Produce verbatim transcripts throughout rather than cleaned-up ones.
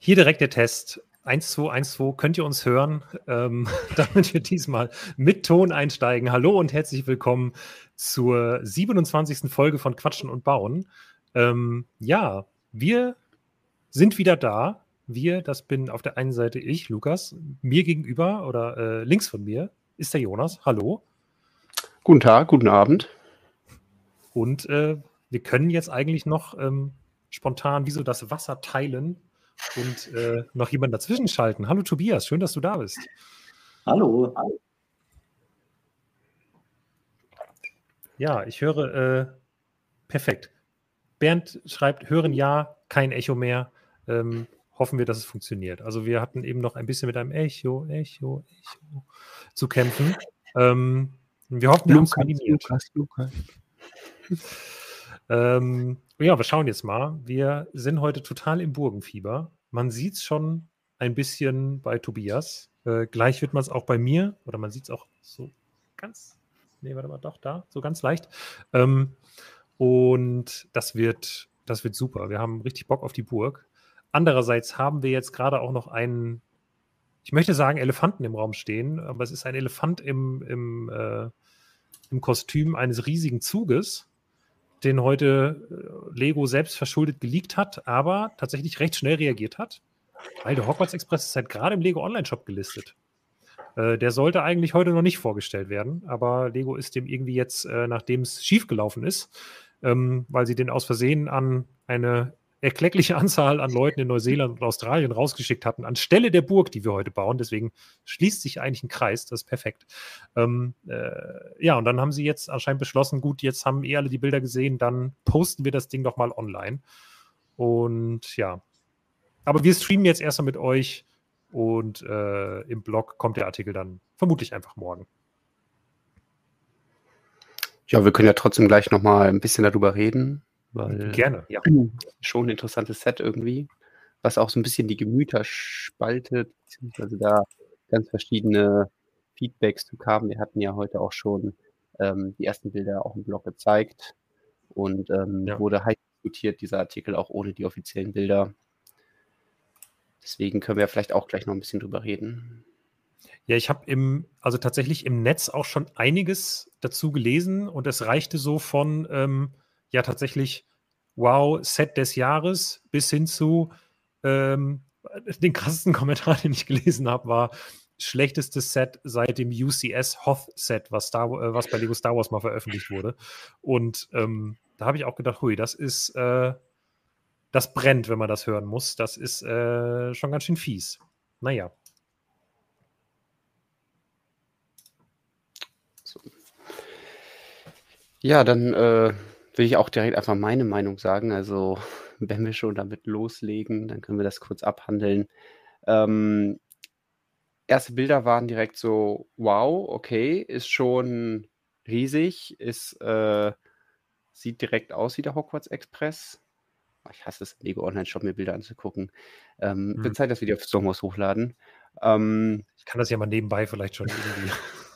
Hier direkt der Test. eins, zwei, eins, zwei, könnt ihr uns hören? Ähm, damit wir diesmal mit Ton einsteigen. Hallo und herzlich willkommen zur siebenundzwanzigsten Folge von Quatschen und Bauen. Ähm, ja, wir sind wieder da. Wir, das bin auf der einen Seite ich, Lukas. Mir gegenüber oder äh, links von mir ist der Jonas. Hallo. Guten Tag, guten Abend. Und äh, wir können jetzt eigentlich noch ähm, spontan wie so das Wasser teilen und äh, noch jemanden dazwischen schalten. Hallo Tobias, schön, dass du da bist. Hallo. Ja, ich höre äh, perfekt. Bernd schreibt, hören ja, kein Echo mehr. Ähm, hoffen wir, dass es funktioniert. Also wir hatten eben noch ein bisschen mit einem Echo, Echo, Echo zu kämpfen. Ähm, wir hoffen, wir haben es minimiert. Lukas, Lukas. Ähm, ja, wir schauen jetzt mal. Wir sind heute total im Burgenfieber. Man sieht es schon ein bisschen bei Tobias. Äh, gleich wird man es auch bei mir, oder man sieht es auch so ganz, nee, warte mal, doch, da, so ganz leicht. Ähm, und das wird, das wird super. Wir haben richtig Bock auf die Burg. Andererseits haben wir jetzt gerade auch noch einen, ich möchte sagen, Elefanten im Raum stehen, aber es ist ein Elefant im, im, äh, im Kostüm eines riesigen Zuges, den heute äh, Lego selbst verschuldet geleakt hat, aber tatsächlich recht schnell reagiert hat, weil der Hogwarts Express ist halt gerade im Lego Online-Shop gelistet. Äh, der sollte eigentlich heute noch nicht vorgestellt werden, aber Lego ist dem irgendwie jetzt, äh, nachdem es schiefgelaufen ist, ähm, weil sie den aus Versehen an eine erkleckliche Anzahl an Leuten in Neuseeland und Australien rausgeschickt hatten, anstelle der Burg, die wir heute bauen. Deswegen schließt sich eigentlich ein Kreis, das ist perfekt. Ähm, äh, ja, und dann haben sie jetzt anscheinend beschlossen, gut, jetzt haben eh alle die Bilder gesehen, dann posten wir das Ding doch mal online. Und ja, aber wir streamen jetzt erstmal mit euch und äh, im Blog kommt der Artikel dann vermutlich einfach morgen. Ja, wir können ja trotzdem gleich nochmal ein bisschen darüber reden, weil Gerne, ja. Schon ein interessantes Set irgendwie, was auch so ein bisschen die Gemüter spaltet, beziehungsweise da ganz verschiedene Feedbacks zu kamen. Wir hatten ja heute auch schon ähm, die ersten Bilder auch im Blog gezeigt und ähm, Ja. wurde heiß diskutiert, dieser Artikel auch ohne die offiziellen Bilder. Deswegen können wir vielleicht auch gleich noch ein bisschen drüber reden. Ja, ich habe im, also tatsächlich im Netz auch schon einiges dazu gelesen und es reichte so von, ähm, ja, tatsächlich, wow, Set des Jahres bis hin zu, ähm, den krassesten Kommentar, den ich gelesen habe, war schlechtestes Set seit dem U C S Hoth Set, was, Star, äh, was bei Lego Star Wars mal veröffentlicht wurde. Und ähm, da habe ich auch gedacht, hui, das ist, äh, das brennt, wenn man das hören muss. Das ist äh, schon ganz schön fies. Naja. So. Ja, dann äh, will ich auch direkt einfach meine Meinung sagen. Also, wenn wir schon damit loslegen, dann können wir das kurz abhandeln. Ähm, erste Bilder waren direkt so, wow, okay, ist schon riesig, ist, äh, sieht direkt aus wie der Hogwarts Express. Ich hasse es, im Lego Online-Shop mir Bilder anzugucken. Ähm, Hm. Wird Zeit, dass wir die auf Somos hochladen. Ähm, Ich kann das ja mal nebenbei vielleicht schon irgendwie.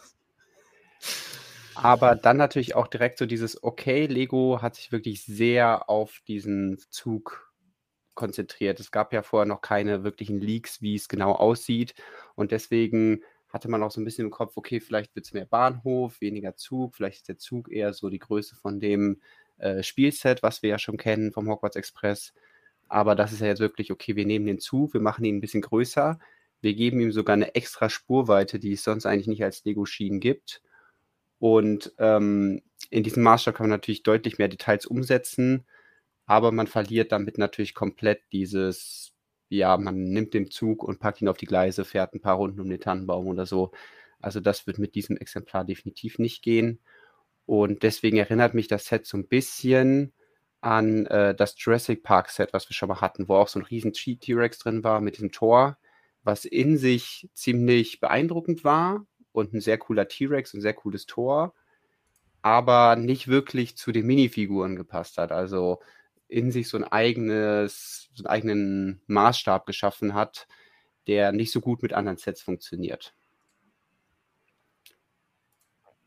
Aber dann natürlich auch direkt so dieses, okay, Lego hat sich wirklich sehr auf diesen Zug konzentriert. Es gab ja vorher noch keine wirklichen Leaks, wie es genau aussieht. Und deswegen hatte man auch so ein bisschen im Kopf, okay, vielleicht wird es mehr Bahnhof, weniger Zug, vielleicht ist der Zug eher so die Größe von dem äh, Spielset, was wir ja schon kennen vom Hogwarts Express. Aber das ist ja jetzt wirklich, okay, wir nehmen den Zug, wir machen ihn ein bisschen größer, wir geben ihm sogar eine extra Spurweite, die es sonst eigentlich nicht als Lego-Schienen gibt. Und ähm, in diesem Maßstab kann man natürlich deutlich mehr Details umsetzen, aber man verliert damit natürlich komplett dieses, ja, man nimmt den Zug und packt ihn auf die Gleise, fährt ein paar Runden um den Tannenbaum oder so. Also das wird mit diesem Exemplar definitiv nicht gehen. Und deswegen erinnert mich das Set so ein bisschen an äh, das Jurassic Park Set, was wir schon mal hatten, wo auch so ein riesen T-Rex drin war mit diesem Tor, was in sich ziemlich beeindruckend war und ein sehr cooler T-Rex, ein sehr cooles Tor, aber nicht wirklich zu den Minifiguren gepasst hat. Also in sich so ein eigenes, so einen eigenen Maßstab geschaffen hat, der nicht so gut mit anderen Sets funktioniert. Ja,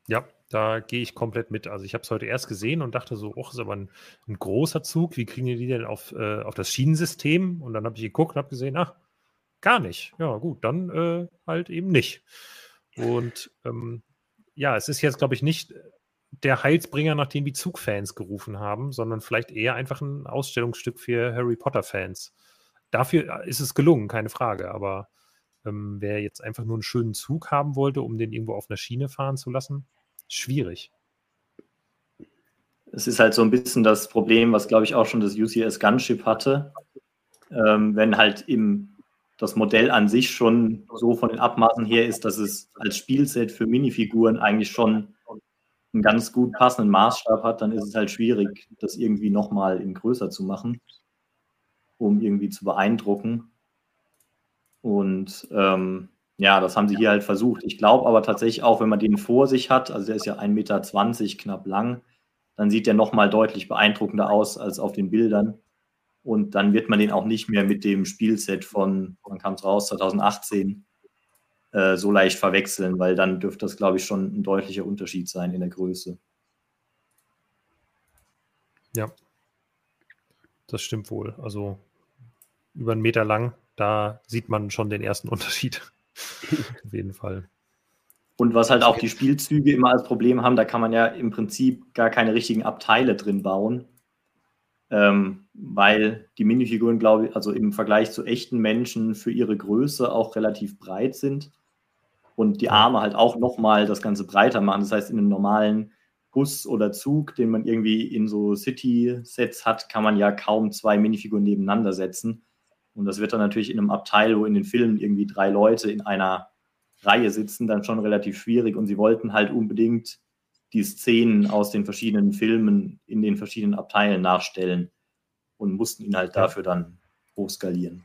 Da gehe ich komplett mit. Also ich habe es heute erst gesehen und dachte so, oh, ist aber ein, ein großer Zug. Wie kriegen die denn auf, äh, auf das Schienensystem? Und dann habe ich geguckt und habe gesehen, ach, gar nicht. Ja gut, dann äh, halt eben nicht. Und ähm, ja, es ist jetzt, glaube ich, nicht der Heilsbringer, nach dem die Zugfans gerufen haben, sondern vielleicht eher einfach ein Ausstellungsstück für Harry Potter-Fans. Dafür ist es gelungen, keine Frage. Aber ähm, wer jetzt einfach nur einen schönen Zug haben wollte, um den irgendwo auf einer Schiene fahren zu lassen, schwierig. Es ist halt so ein bisschen das Problem, was, glaube ich, auch schon das U C S Gunship hatte. Ähm, wenn halt im, das Modell an sich schon so von den Abmaßen her ist, dass es als Spielset für Minifiguren eigentlich schon einen ganz gut passenden Maßstab hat, dann ist es halt schwierig, das irgendwie nochmal in größer zu machen, um irgendwie zu beeindrucken. Und ähm, ja, das haben sie hier halt versucht. Ich glaube aber tatsächlich auch, wenn man den vor sich hat, also der ist ja ein Meter zwanzig knapp lang, dann sieht der nochmal deutlich beeindruckender aus als auf den Bildern. Und dann wird man den auch nicht mehr mit dem Spielset von, wann kam es raus, zwanzig achtzehn, äh, so leicht verwechseln, weil dann dürfte das, glaube ich, schon ein deutlicher Unterschied sein in der Größe. Ja, das stimmt wohl. Also über einen Meter lang, da sieht man schon den ersten Unterschied. Auf jeden Fall. Und was halt auch die Spielzüge immer als Problem haben, da kann man ja im Prinzip gar keine richtigen Abteile drin bauen, ähm, weil die Minifiguren, glaube ich, also im Vergleich zu echten Menschen für ihre Größe auch relativ breit sind und die Arme halt auch nochmal das Ganze breiter machen. Das heißt, in einem normalen Bus oder Zug, den man irgendwie in so City-Sets hat, kann man ja kaum zwei Minifiguren nebeneinander setzen. Und das wird dann natürlich in einem Abteil, wo in den Filmen irgendwie drei Leute in einer Reihe sitzen, dann schon relativ schwierig. Und sie wollten halt unbedingt die Szenen aus den verschiedenen Filmen in den verschiedenen Abteilen nachstellen und mussten ihn halt dafür dann hochskalieren.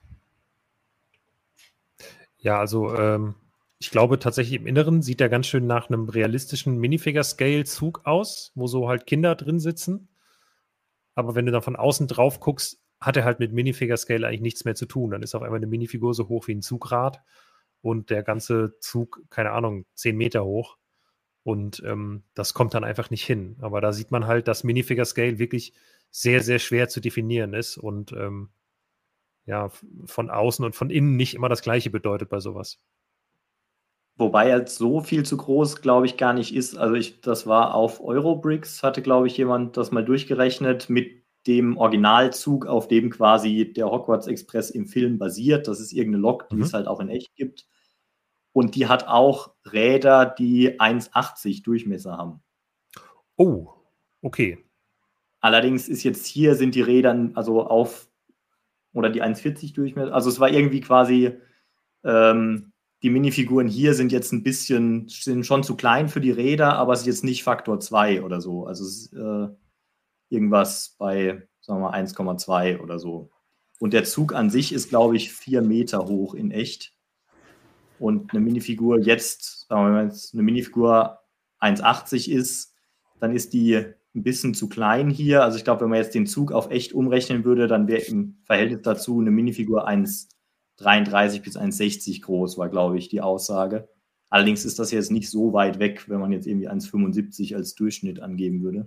Ja, also ähm, ich glaube tatsächlich im Inneren sieht er ganz schön nach einem realistischen Minifigure-Scale-Zug aus, wo so halt Kinder drin sitzen. Aber wenn du dann von außen drauf guckst, hat er halt mit Minifigure-Scale eigentlich nichts mehr zu tun. Dann ist auf einmal eine Minifigur so hoch wie ein Zugrad und der ganze Zug, keine Ahnung, zehn Meter hoch. Und ähm, das kommt dann einfach nicht hin. Aber da sieht man halt, dass Minifigure-Scale wirklich sehr, sehr schwer zu definieren ist und ähm, ja, von außen und von innen nicht immer das Gleiche bedeutet bei sowas. Wobei er so viel zu groß, glaube ich, gar nicht ist. Also ich, das war auf Eurobricks, hatte, glaube ich, jemand das mal durchgerechnet mit dem Originalzug, auf dem quasi der Hogwarts Express im Film basiert. Das ist irgendeine Lok, die Mhm. es halt auch in echt gibt. Und die hat auch Räder, die eins achtzig Durchmesser haben. Oh, okay. Allerdings ist jetzt hier, sind die Räder also auf, oder die eins vierzig Durchmesser, also es war irgendwie quasi, ähm, die Minifiguren hier sind jetzt ein bisschen, sind schon zu klein für die Räder, aber es ist jetzt nicht Faktor zwei oder so. Also es ist äh, irgendwas bei, sagen wir mal, eins Komma zwei oder so. Und der Zug an sich ist, glaube ich, vier Meter hoch in echt. Und eine Minifigur jetzt, sagen wir mal, wenn es eine Minifigur eins achtzig ist, dann ist die ein bisschen zu klein hier. Also ich glaube, wenn man jetzt den Zug auf echt umrechnen würde, dann wäre im Verhältnis dazu eine Minifigur eins dreiunddreißig bis eins sechzig groß, war, glaube ich, die Aussage. Allerdings ist das jetzt nicht so weit weg, wenn man jetzt irgendwie eins fünfundsiebzig als Durchschnitt angeben würde.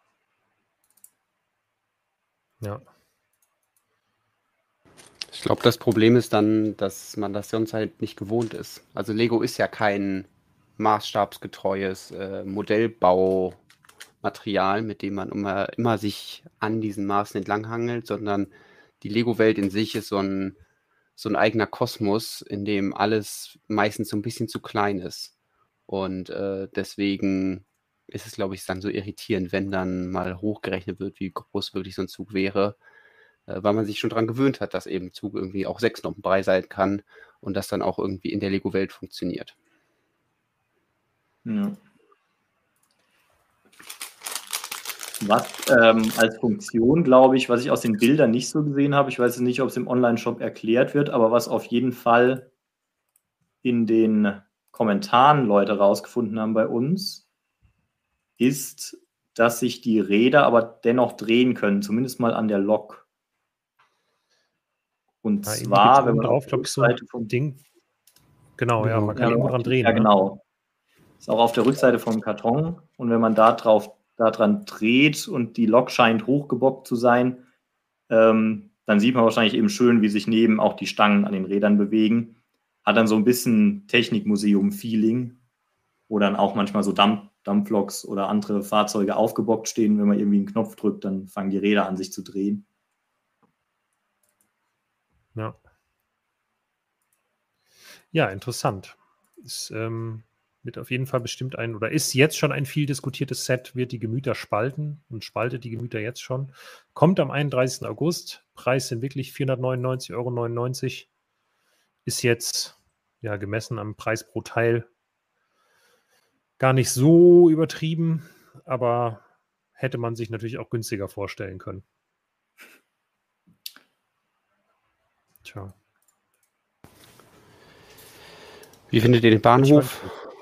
Ja. Ich glaube, das Problem ist dann, dass man das sonst halt nicht gewohnt ist. Also Lego ist ja kein maßstabsgetreues äh, Modellbaumaterial, mit dem man immer, immer sich an diesen Maßen entlanghangelt, sondern die Lego-Welt in sich ist so ein, so ein eigener Kosmos, in dem alles meistens so ein bisschen zu klein ist. Und äh, deswegen ist es, glaube ich, dann so irritierend, wenn dann mal hochgerechnet wird, wie groß wirklich so ein Zug wäre, äh, weil man sich schon daran gewöhnt hat, dass eben ein Zug irgendwie auch sechs Noppen breit sein kann und das dann auch irgendwie in der Lego-Welt funktioniert. Ja. Was ähm, als Funktion, glaube ich, was ich aus den Bildern nicht so gesehen habe, ich weiß nicht, ob es im Online-Shop erklärt wird, aber was auf jeden Fall in den Kommentaren Leute rausgefunden haben bei uns, ist, dass sich die Räder aber dennoch drehen können, zumindest mal an der Lok. Und Ja, zwar, wenn man drauf, auf glaube ich, so ein Ding. Genau, genau, ja, man kann ja, irgendwo dran drehen. Ja, genau. Ist auch auf der Rückseite vom Karton. Und wenn man da drauf, da dran dreht und die Lok scheint hochgebockt zu sein, ähm, dann sieht man wahrscheinlich eben schön, wie sich neben auch die Stangen an den Rädern bewegen. Hat dann so ein bisschen Technikmuseum-Feeling, wo dann auch manchmal so Dampf, Dampfloks oder andere Fahrzeuge aufgebockt stehen. Wenn man irgendwie einen Knopf drückt, dann fangen die Räder an, sich zu drehen. Ja. Ja, interessant. Ist ähm, wird auf jeden Fall bestimmt ein, oder ist jetzt schon ein viel diskutiertes Set, wird die Gemüter spalten und spaltet die Gemüter jetzt schon. Kommt am einunddreißigsten August. Preis sind wirklich vierhundertneunundneunzig Euro neunundneunzig. Ist jetzt ja gemessen am Preis pro Teil gar nicht so übertrieben, aber hätte man sich natürlich auch günstiger vorstellen können. Tja. Wie findet ihr den Bahnhof?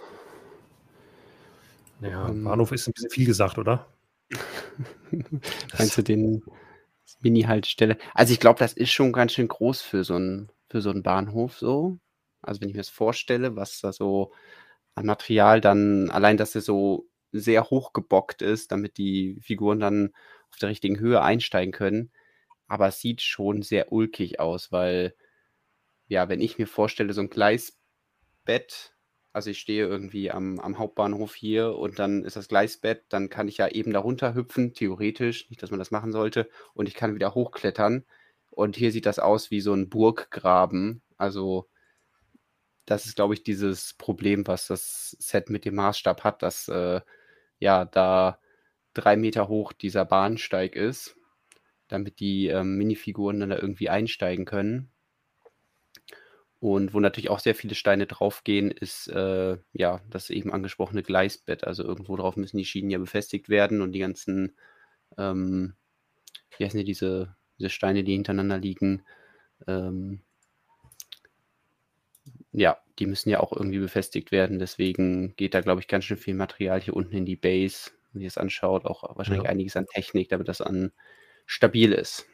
Ja, Ähm, Bahnhof ist ein bisschen viel gesagt, oder? Meinst du den Mini-Haltestelle? Also ich glaube, das ist schon ganz schön groß für so einen für so einen Bahnhof so. Also wenn ich mir das vorstelle, was da so an Material dann, allein dass er so sehr hochgebockt ist, damit die Figuren dann auf der richtigen Höhe einsteigen können. Aber es sieht schon sehr ulkig aus, weil, ja, wenn ich mir vorstelle, so ein Gleisbett, also ich stehe irgendwie am, am Hauptbahnhof hier und dann ist das Gleisbett, dann kann ich ja eben darunter hüpfen, theoretisch, nicht, dass man das machen sollte, und ich kann wieder hochklettern. Und hier sieht das aus wie so ein Burggraben. Also das ist, glaube ich, dieses Problem, was das Set mit dem Maßstab hat, dass äh, ja da drei Meter hoch dieser Bahnsteig ist, damit die ähm, Minifiguren dann da irgendwie einsteigen können. Und wo natürlich auch sehr viele Steine draufgehen, ist äh, ja das eben angesprochene Gleisbett. Also irgendwo drauf müssen die Schienen ja befestigt werden und die ganzen, ähm, wie heißen die, diese, diese Steine, die hintereinander liegen, ähm, ja, die müssen ja auch irgendwie befestigt werden. Deswegen geht da, glaube ich, ganz schön viel Material hier unten in die Base. Wenn ihr es anschaut, auch wahrscheinlich Ja. einiges an Technik, damit das an stabil ist.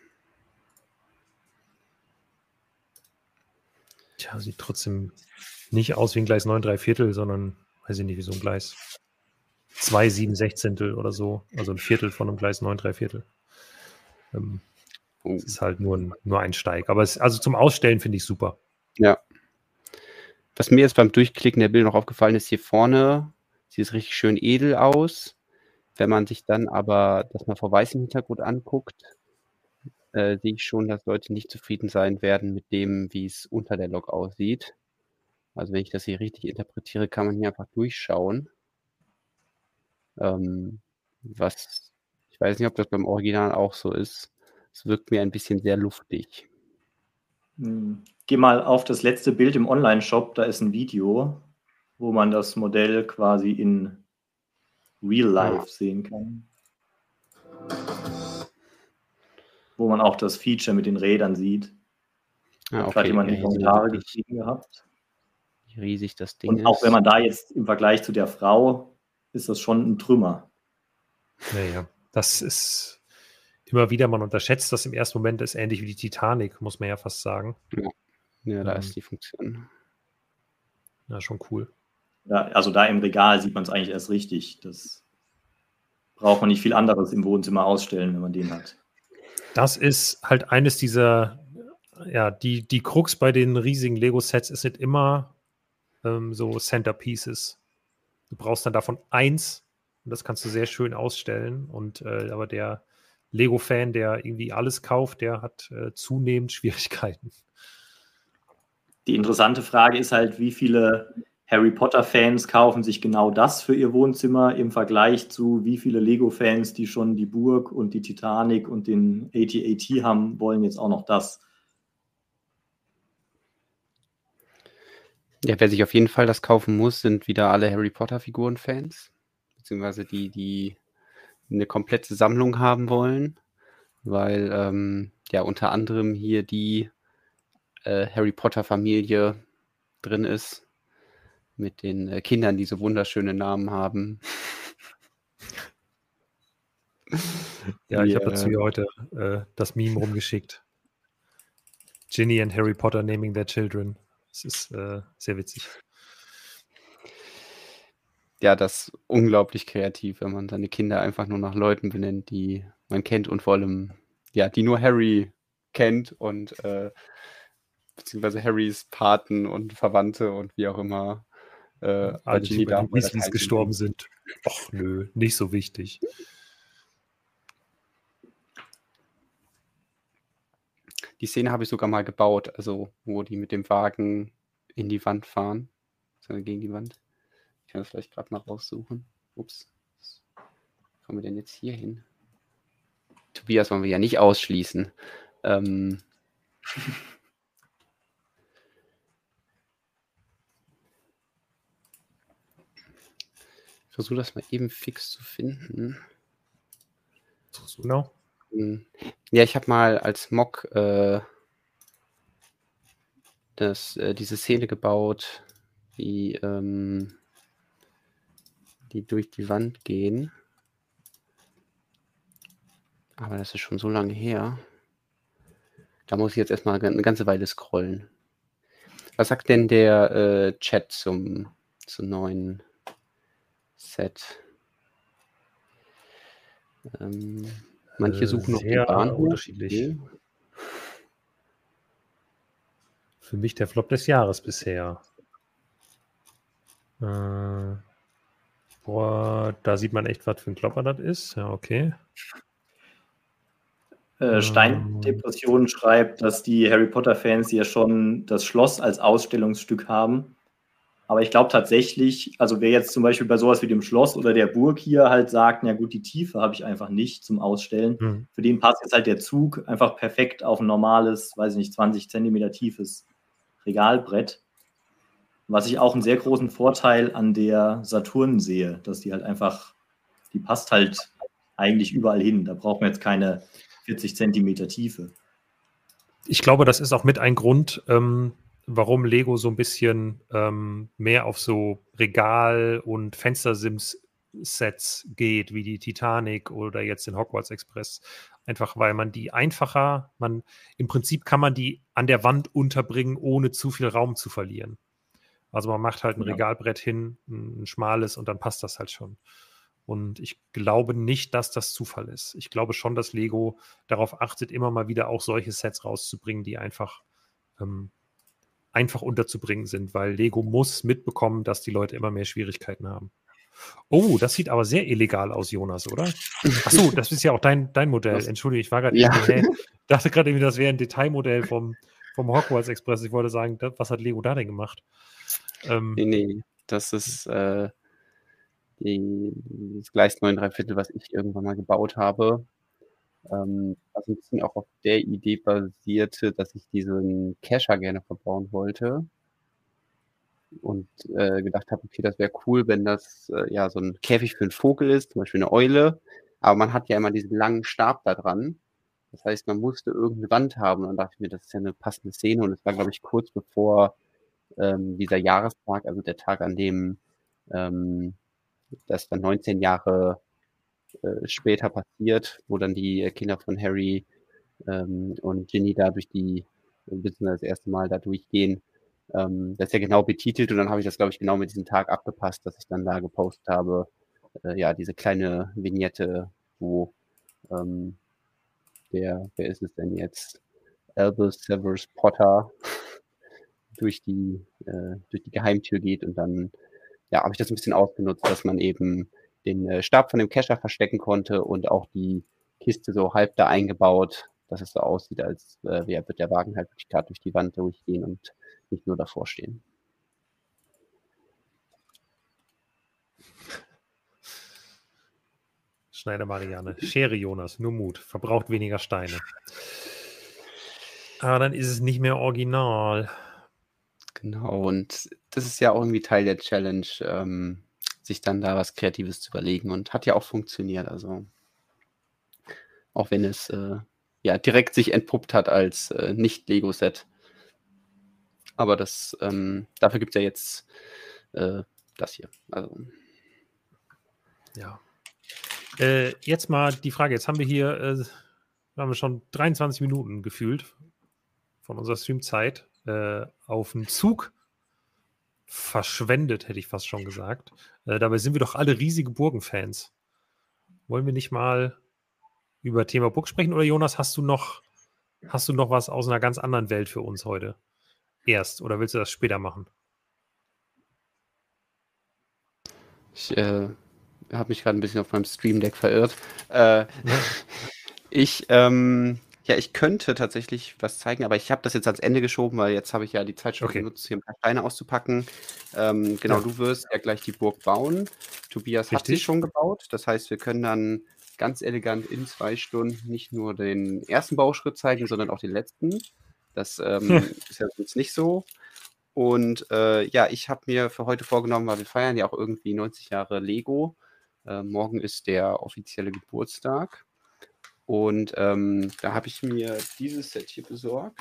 Tja, sieht trotzdem nicht aus wie ein Gleis neun drei Viertel, sondern, weiß ich nicht, wie so ein Gleis zwei sieben Sechzehntel oder so. Also ein Viertel von einem Gleis neun drei Viertel. Ähm, Oh. Es ist halt nur ein, nur ein Steig. Aber es, also zum Ausstellen finde ich super. Ja. Was mir jetzt beim Durchklicken der Bilder noch aufgefallen ist, hier vorne sieht es richtig schön edel aus. Wenn man sich dann aber das mal vor weißem Hintergrund anguckt, äh, sehe ich schon, dass Leute nicht zufrieden sein werden mit dem, wie es unter der Lok aussieht. Also wenn ich das hier richtig interpretiere, kann man hier einfach durchschauen. Ähm, was, ich weiß nicht, ob das beim Original auch so ist. Es wirkt mir ein bisschen sehr luftig. Hm. Geh mal auf das letzte Bild im Online-Shop, da ist ein Video, wo man das Modell quasi in Real Life sehen kann. Wo man auch das Feature mit den Rädern sieht. Ah, Hat okay, gerade jemand ja, in die hier sieht man Kommentare wirklich, geschrieben gehabt. wie riesig das Ding Und auch ist. wenn man da jetzt im Vergleich zu der Frau, ist das schon ein Trümmer. Naja, das ist immer wieder, man unterschätzt das im ersten Moment, ist ähnlich wie die Titanic, muss man ja fast sagen. Ja, ja da Ähm, ist die Funktion. Ja, schon cool. Ja, also da im Regal sieht man es eigentlich erst richtig. Das braucht man nicht viel anderes im Wohnzimmer ausstellen, wenn man den hat. Das ist halt eines dieser, ja, die, die Krux bei den riesigen Lego-Sets ist nicht immer ähm, so Centerpieces. Du brauchst dann davon eins und das kannst du sehr schön ausstellen. Und äh, aber der Lego-Fan, der irgendwie alles kauft, der hat äh, zunehmend Schwierigkeiten. Die interessante Frage ist halt, wie viele Harry Potter-Fans kaufen sich genau das für ihr Wohnzimmer im Vergleich zu wie viele Lego-Fans, die schon die Burg und die Titanic und den A T A T haben, wollen jetzt auch noch das. Ja, wer sich auf jeden Fall das kaufen muss, sind wieder alle Harry Potter-Figuren-Fans. Beziehungsweise die, die eine komplette Sammlung haben wollen. Weil ähm, ja unter anderem hier die äh, Harry Potter-Familie drin ist. Mit den äh, Kindern, die so wunderschöne Namen haben. Ja, ich habe Die, dazu äh, ja heute äh, das Meme rumgeschickt. Ginny and Harry Potter naming their children. Das ist äh, sehr witzig. ja, das unglaublich kreativ, wenn man seine Kinder einfach nur nach Leuten benennt, die man kennt und vor allem, ja, die nur Harry kennt und äh, beziehungsweise Harrys Paten und Verwandte und wie auch immer. Äh, bei Alle, die Ginny bei darf den man das Weasleys keinen gestorben benennen. sind. Och nö, nicht so wichtig. Die Szene habe ich sogar mal gebaut, also wo die mit dem Wagen in die Wand fahren. Sondern gegen die Wand. Ich kann das vielleicht gerade mal raussuchen. Ups. Wie kommen wir denn jetzt hier hin? Tobias wollen wir ja nicht ausschließen. Ähm, ich versuche das mal eben fix zu finden. Genau. Hm. Ja, ich habe mal als Mock äh, das, äh, diese Szene gebaut, wie ähm, die durch die Wand gehen. Aber das ist schon so lange her. Da muss ich jetzt erstmal eine ganze Weile scrollen. Was sagt denn der äh, Chat zum, zum neuen Set? Ähm, manche Äh, suchen noch den sehr Bahnhof. unterschiedlich. Okay. Für mich der Flop des Jahres bisher. Äh, boah, da sieht man echt, was für ein Klopper das ist. Ja, okay. Äh, Steindepression schreibt, dass die Harry Potter-Fans ja schon das Schloss als Ausstellungsstück haben. Aber ich glaube tatsächlich, also wer jetzt zum Beispiel bei sowas wie dem Schloss oder der Burg hier halt sagt, na gut, die Tiefe habe ich einfach nicht zum Ausstellen, Hm. für den passt jetzt halt der Zug einfach perfekt auf ein normales, weiß ich nicht, zwanzig Zentimeter tiefes Regalbrett. Was ich auch einen sehr großen Vorteil an der Saturn sehe, dass die halt einfach, die passt halt eigentlich überall hin. Da braucht man jetzt keine vierzig Zentimeter Tiefe. Ich glaube, das ist auch mit ein Grund, ähm, warum Lego so ein bisschen ähm, mehr auf so Regal- und Fenstersims-Sets geht, wie die Titanic oder jetzt den Hogwarts Express. Einfach weil man die einfacher, man im Prinzip kann man die an der Wand unterbringen, ohne zu viel Raum zu verlieren. Also man macht halt ein Ja. Regalbrett hin, ein, ein schmales und dann passt das halt schon. Und ich glaube nicht, dass das Zufall ist. Ich glaube schon, dass Lego darauf achtet, immer mal wieder auch solche Sets rauszubringen, die einfach, ähm, einfach unterzubringen sind, weil Lego muss mitbekommen, dass die Leute immer mehr Schwierigkeiten haben. Oh, das sieht aber sehr illegal aus, Jonas, oder? Achso, das ist ja auch dein, dein Modell. Das- Entschuldige, ich war gerade Ja. irgendwie, hä? Dachte gerade irgendwie, das wäre ein Detailmodell vom, vom Hogwarts Express. Ich wollte sagen, das, was hat Lego da denn gemacht? Ähm, Nee, nee, das ist äh, die, das Gleis neun drei Viertel, was ich irgendwann mal gebaut habe. Ähm, was ein bisschen auch auf der Idee basierte, dass ich diesen Kescher gerne verbauen wollte. Und äh, gedacht habe, okay, das wäre cool, wenn das äh, ja so ein Käfig für einen Vogel ist, zum Beispiel eine Eule. Aber man hat ja immer diesen langen Stab da dran. Das heißt, man musste irgendeine Wand haben. Und dann dachte ich mir, das ist ja eine passende Szene. Und es war, glaube ich, kurz bevor ähm, dieser Jahrestag, also der Tag, an dem ähm, das dann neunzehn Jahre äh, später passiert, wo dann die Kinder von Harry ähm, und Ginny da durch die, bisschen das erste Mal da durchgehen. Ähm, das ist ja genau betitelt und dann habe ich das, glaube ich, genau mit diesem Tag abgepasst, dass ich dann da gepostet habe, äh, ja, diese kleine Vignette, wo ähm, der, wer ist es denn jetzt? Albus Severus Potter durch die, äh, durch die Geheimtür geht und dann, ja, habe ich das ein bisschen ausgenutzt, dass man eben den äh, Stab von dem Kescher verstecken konnte und auch die Kiste so halb da eingebaut, dass es so aussieht, als äh, wer wird der Wagen halt wirklich gerade durch die Wand durchgehen und nicht nur davor stehen. Schneider Marianne. Schere Jonas, nur Mut. Verbraucht weniger Steine. Aber dann ist es nicht mehr original. Genau, und das ist ja auch irgendwie Teil der Challenge, ähm, sich dann da was Kreatives zu überlegen und hat ja auch funktioniert. Also auch wenn es äh, ja direkt sich entpuppt hat als äh, Nicht-Lego-Set. Aber das, ähm, dafür gibt es ja jetzt äh, das hier. Also Ja. Äh, jetzt mal die Frage, jetzt haben wir hier, äh, haben wir schon dreiundzwanzig Minuten gefühlt von unserer Streamzeit äh, auf einen Zug verschwendet, hätte ich fast schon gesagt. Äh, dabei sind wir doch alle riesige Burgenfans. Wollen wir nicht mal über Thema Burg sprechen? Oder Jonas, hast du noch, hast du noch was aus einer ganz anderen Welt für uns heute? Erst, oder willst du das später machen? Ich äh, habe mich gerade ein bisschen auf meinem Stream Deck verirrt. Äh, ich, ähm, ja, ich könnte tatsächlich was zeigen, aber ich habe das jetzt ans Ende geschoben, weil jetzt habe ich ja die Zeit schon Okay. genutzt, hier ein paar Steine auszupacken. Ähm, genau, Ja. du wirst ja gleich die Burg bauen. Tobias hat sie Richtig. schon gebaut. Das heißt, wir können dann ganz elegant in zwei Stunden nicht nur den ersten Bauschritt zeigen, sondern auch den letzten. Das ähm, ist ja sonst nicht so. Und äh, ja, ich habe mir für heute vorgenommen, weil wir feiern ja auch irgendwie neunzig Jahre Lego. Äh, morgen ist der offizielle Geburtstag. Und ähm, da habe ich mir dieses Set hier besorgt.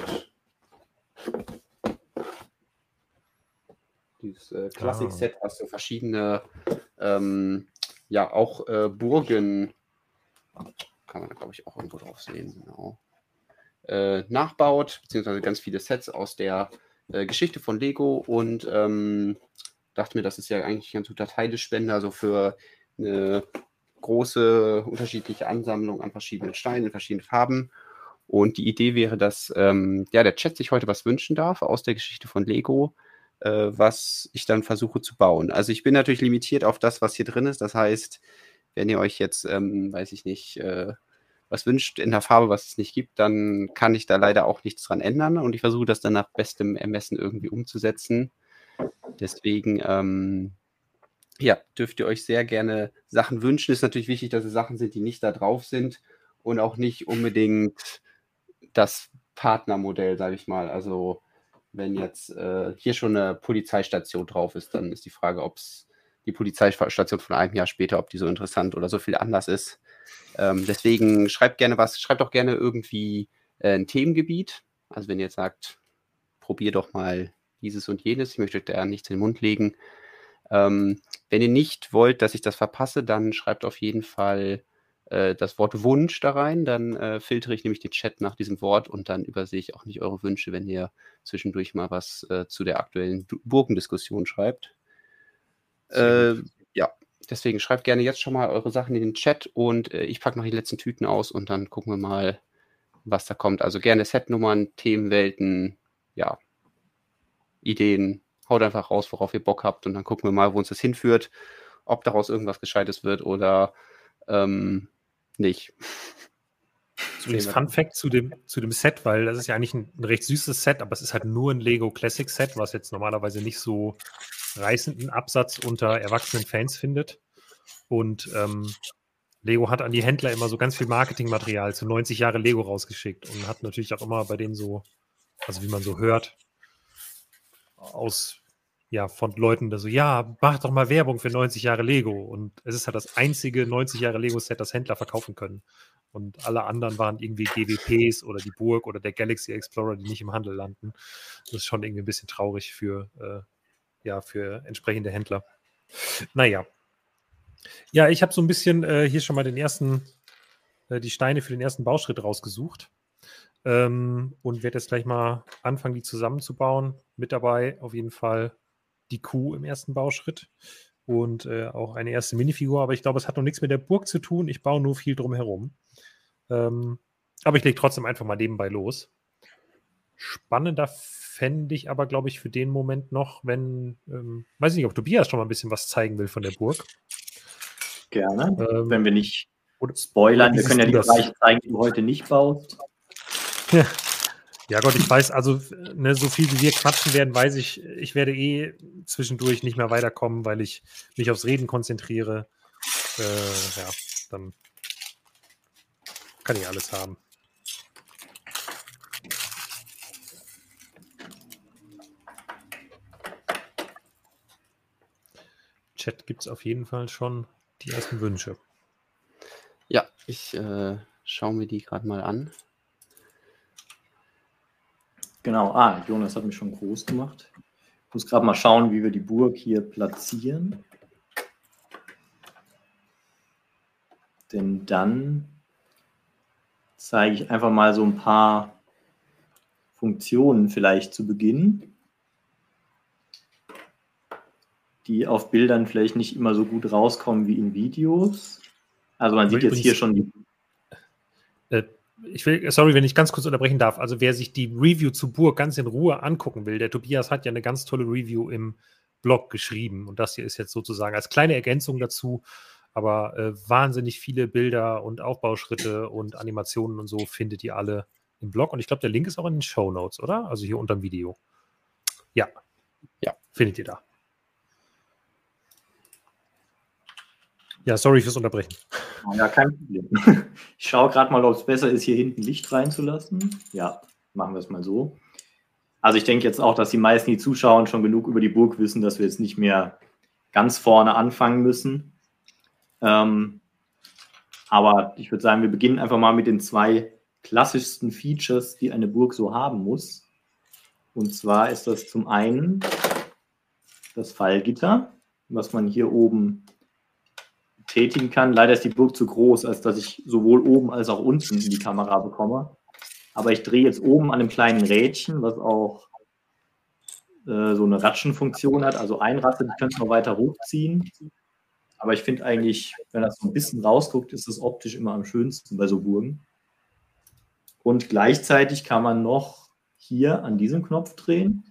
Dieses äh, Klassik-Set, was so verschiedene, ähm, ja, auch äh, Burgen, kann man da, glaube ich, auch irgendwo drauf sehen, genau, äh, nachbaut, beziehungsweise ganz viele Sets aus der äh, Geschichte von Lego und ähm, dachte mir, das ist ja eigentlich ein ganz guter Teilespender, also für eine große unterschiedliche Ansammlung an verschiedenen Steinen in verschiedenen Farben. Und die Idee wäre, dass ähm, ja, der Chat sich heute was wünschen darf aus der Geschichte von Lego, äh, was ich dann versuche zu bauen. Also ich bin natürlich limitiert auf das, was hier drin ist. Das heißt, wenn ihr euch jetzt, ähm, weiß ich nicht, äh, was wünscht in der Farbe, was es nicht gibt, dann kann ich da leider auch nichts dran ändern. Und ich versuche das dann nach bestem Ermessen irgendwie umzusetzen. Deswegen, ähm, ja, dürft ihr euch sehr gerne Sachen wünschen. Ist natürlich wichtig, dass es Sachen sind, die nicht da drauf sind und auch nicht unbedingt das Partnermodell, sage ich mal. Also wenn jetzt äh, hier schon eine Polizeistation drauf ist, dann ist die Frage, ob es die Polizeistation von einem Jahr später, ob die so interessant oder so viel anders ist. Ähm, deswegen schreibt gerne was, schreibt auch gerne irgendwie äh, ein Themengebiet. Also wenn ihr jetzt sagt, probier doch mal dieses und jenes, ich möchte euch da nichts in den Mund legen. Ähm, wenn ihr nicht wollt, dass ich das verpasse, dann schreibt auf jeden Fall äh, das Wort Wunsch da rein. Dann äh, filtere ich nämlich den Chat nach diesem Wort und dann übersehe ich auch nicht eure Wünsche, wenn ihr zwischendurch mal was äh, zu der aktuellen Du- Burgendiskussion schreibt. Äh, ja, deswegen schreibt gerne jetzt schon mal eure Sachen in den Chat und äh, ich packe noch die letzten Tüten aus und dann gucken wir mal, was da kommt. Also gerne Setnummern, Themenwelten, ja, Ideen. Haut einfach raus, worauf ihr Bock habt und dann gucken wir mal, wo uns das hinführt, ob daraus irgendwas Gescheites wird oder ähm, nicht. Übrigens Fun Fact zu dem, zu dem Set, weil das ist ja eigentlich ein, ein recht süßes Set, aber es ist halt nur ein Lego Classic Set, was jetzt normalerweise nicht so reißenden Absatz unter erwachsenen Fans findet. Und ähm, Lego hat an die Händler immer so ganz viel Marketingmaterial zu neunzig Jahre Lego rausgeschickt und hat natürlich auch immer bei denen so, also wie man so hört, aus, ja, von Leuten, da so, ja, mach doch mal Werbung für neunzig Jahre Lego. Und es ist halt das einzige neunzig Jahre Lego-Set, das Händler verkaufen können. Und alle anderen waren irgendwie G W Ps oder die Burg oder der Galaxy Explorer, die nicht im Handel landen. Das ist schon irgendwie ein bisschen traurig für, äh, ja, für entsprechende Händler. Naja. Ja, ich habe so ein bisschen äh, hier schon mal den ersten, äh, die Steine für den ersten Bauschritt rausgesucht. Ähm, und werde jetzt gleich mal anfangen, die zusammenzubauen. Mit dabei auf jeden Fall die Kuh im ersten Bauschritt und äh, auch eine erste Minifigur. Aber ich glaube, es hat noch nichts mit der Burg zu tun. Ich baue nur viel drumherum. Ähm, aber ich lege trotzdem einfach mal nebenbei los. Spannender fände ich aber, glaube ich, für den Moment noch, wenn, ähm, weiß ich nicht, ob Tobias schon mal ein bisschen was zeigen will von der Burg. Gerne. Ähm, wenn wir nicht oder, spoilern, oder wir können ja die Bereiche zeigen, die du heute nicht baust. Ja. Ja Gott, ich weiß, also ne, so viel wie wir quatschen werden, weiß ich, ich werde eh zwischendurch nicht mehr weiterkommen, weil ich mich aufs Reden konzentriere. Äh, ja, dann kann ich alles haben. Chat gibt es auf jeden Fall schon die ersten Wünsche. Ja, ich äh, schaue mir die gerade mal an. Genau, ah, Jonas hat mich schon groß gemacht. Ich muss gerade mal schauen, wie wir die Burg hier platzieren. Denn dann zeige ich einfach mal so ein paar Funktionen vielleicht zu Beginn. die auf Bildern vielleicht nicht immer so gut rauskommen wie in Videos. Also man sieht jetzt hier schon die... Äh, ich will, sorry, wenn ich ganz kurz unterbrechen darf. Also wer sich die Review zu Burg ganz in Ruhe angucken will, der Tobias hat ja eine ganz tolle Review im Blog geschrieben. Und das hier ist jetzt sozusagen als kleine Ergänzung dazu. Aber äh, wahnsinnig viele Bilder und Aufbauschritte und Animationen und so findet ihr alle im Blog. Und ich glaube, der Link ist auch in den Shownotes, oder? Also hier unter dem Video. Ja. Ja. Findet ihr da. Ja, sorry fürs Unterbrechen. Ja, kein Problem. Ich schaue gerade mal, ob es besser ist, hier hinten Licht reinzulassen. Ja, machen wir es mal so. Also ich denke jetzt auch, dass die meisten, die zuschauen, schon genug über die Burg wissen, dass wir jetzt nicht mehr ganz vorne anfangen müssen. Ähm, aber ich würde sagen, wir beginnen einfach mal mit den zwei klassischsten Features, die eine Burg so haben muss. Und zwar ist das zum einen das Fallgitter, was man hier oben tätigen kann. Leider ist die Burg zu groß, als dass ich sowohl oben als auch unten in die Kamera bekomme. Aber ich drehe jetzt oben an einem kleinen Rädchen, was auch äh, so eine Ratschenfunktion hat, also einrastet, ich könnte es noch weiter hochziehen. Aber ich finde eigentlich, wenn das so ein bisschen rausguckt, ist das optisch immer am schönsten bei so Burgen. Und gleichzeitig kann man noch hier an diesem Knopf drehen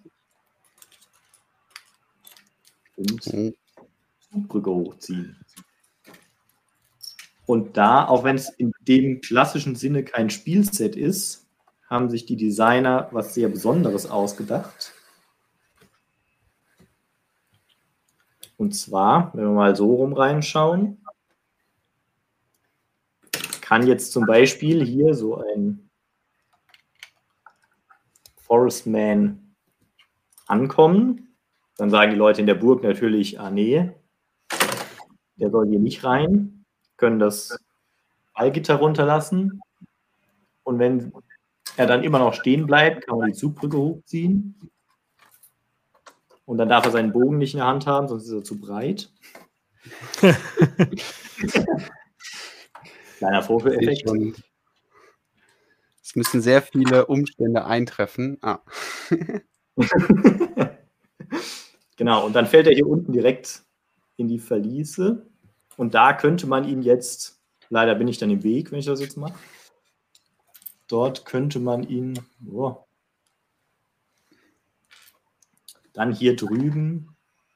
und Zugbrücke hochziehen. Und da, auch wenn es in dem klassischen Sinne kein Spielset ist, haben sich die Designer was sehr Besonderes ausgedacht. Und zwar, wenn wir mal so rum reinschauen, kann jetzt zum Beispiel hier so ein Forestman ankommen. Dann sagen die Leute in der Burg natürlich, ah nee, der soll hier nicht rein. Können das Fallgitter runterlassen. Und wenn er dann immer noch stehen bleibt, kann man die Zugbrücke hochziehen. Und dann darf er seinen Bogen nicht in der Hand haben, sonst ist er zu breit. Kleiner Vorführeffekt. Es müssen sehr viele Umstände eintreffen. Ah. Genau, und dann fällt er hier unten direkt in die Verliese. Und da könnte man ihn jetzt, leider bin ich dann im Weg, wenn ich das jetzt mache, dort könnte man ihn, oh, dann hier drüben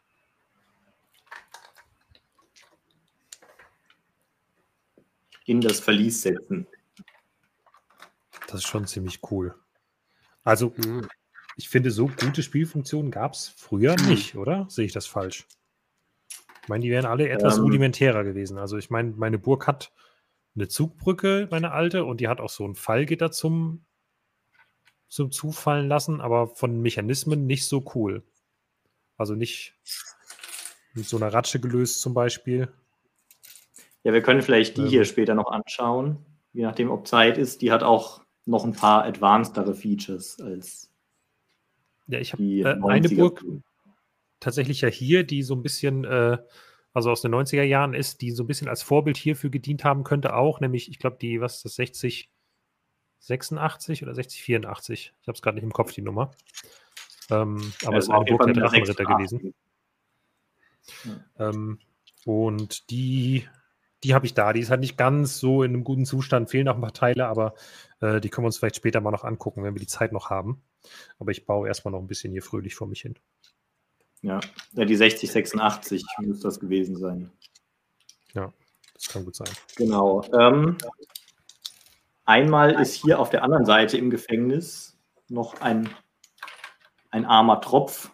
in das Verlies setzen. Das ist schon ziemlich cool. Also, mhm. ich finde, so gute Spielfunktionen gab es früher nicht, oder? Sehe ich das falsch? Ich meine, die wären alle etwas ähm, rudimentärer gewesen. Also ich meine, meine Burg hat eine Zugbrücke, meine alte, und die hat auch so ein Fallgitter zum, zum Zufallen lassen, aber von Mechanismen nicht so cool. Also nicht mit so einer Ratsche gelöst zum Beispiel. Ja, wir können vielleicht die ähm, hier später noch anschauen, je nachdem, ob Zeit ist. Die hat auch noch ein paar advancedere Features als ja, ich habe äh, eine Burg tatsächlich ja hier, die so ein bisschen, äh, also aus den neunziger Jahren ist, die so ein bisschen als Vorbild hierfür gedient haben könnte auch, nämlich, ich glaube, die, was ist das, sechzig sechsundachtzig oder sechzig vierundachtzig? Ich habe es gerade nicht im Kopf, die Nummer. Ähm, aber es ist eine Burg der Drachenritter gewesen. Ja. Ähm, und die, die habe ich da. Die ist halt nicht ganz so in einem guten Zustand, fehlen noch ein paar Teile, aber äh, die können wir uns vielleicht später mal noch angucken, wenn wir die Zeit noch haben. Aber ich baue erstmal noch ein bisschen hier fröhlich vor mich hin. Ja, ja, die sechzig sechsundachtzig muss das gewesen sein. Ja, das kann gut sein. Genau. Ähm, einmal ist hier auf der anderen Seite im Gefängnis noch ein, ein armer Tropf,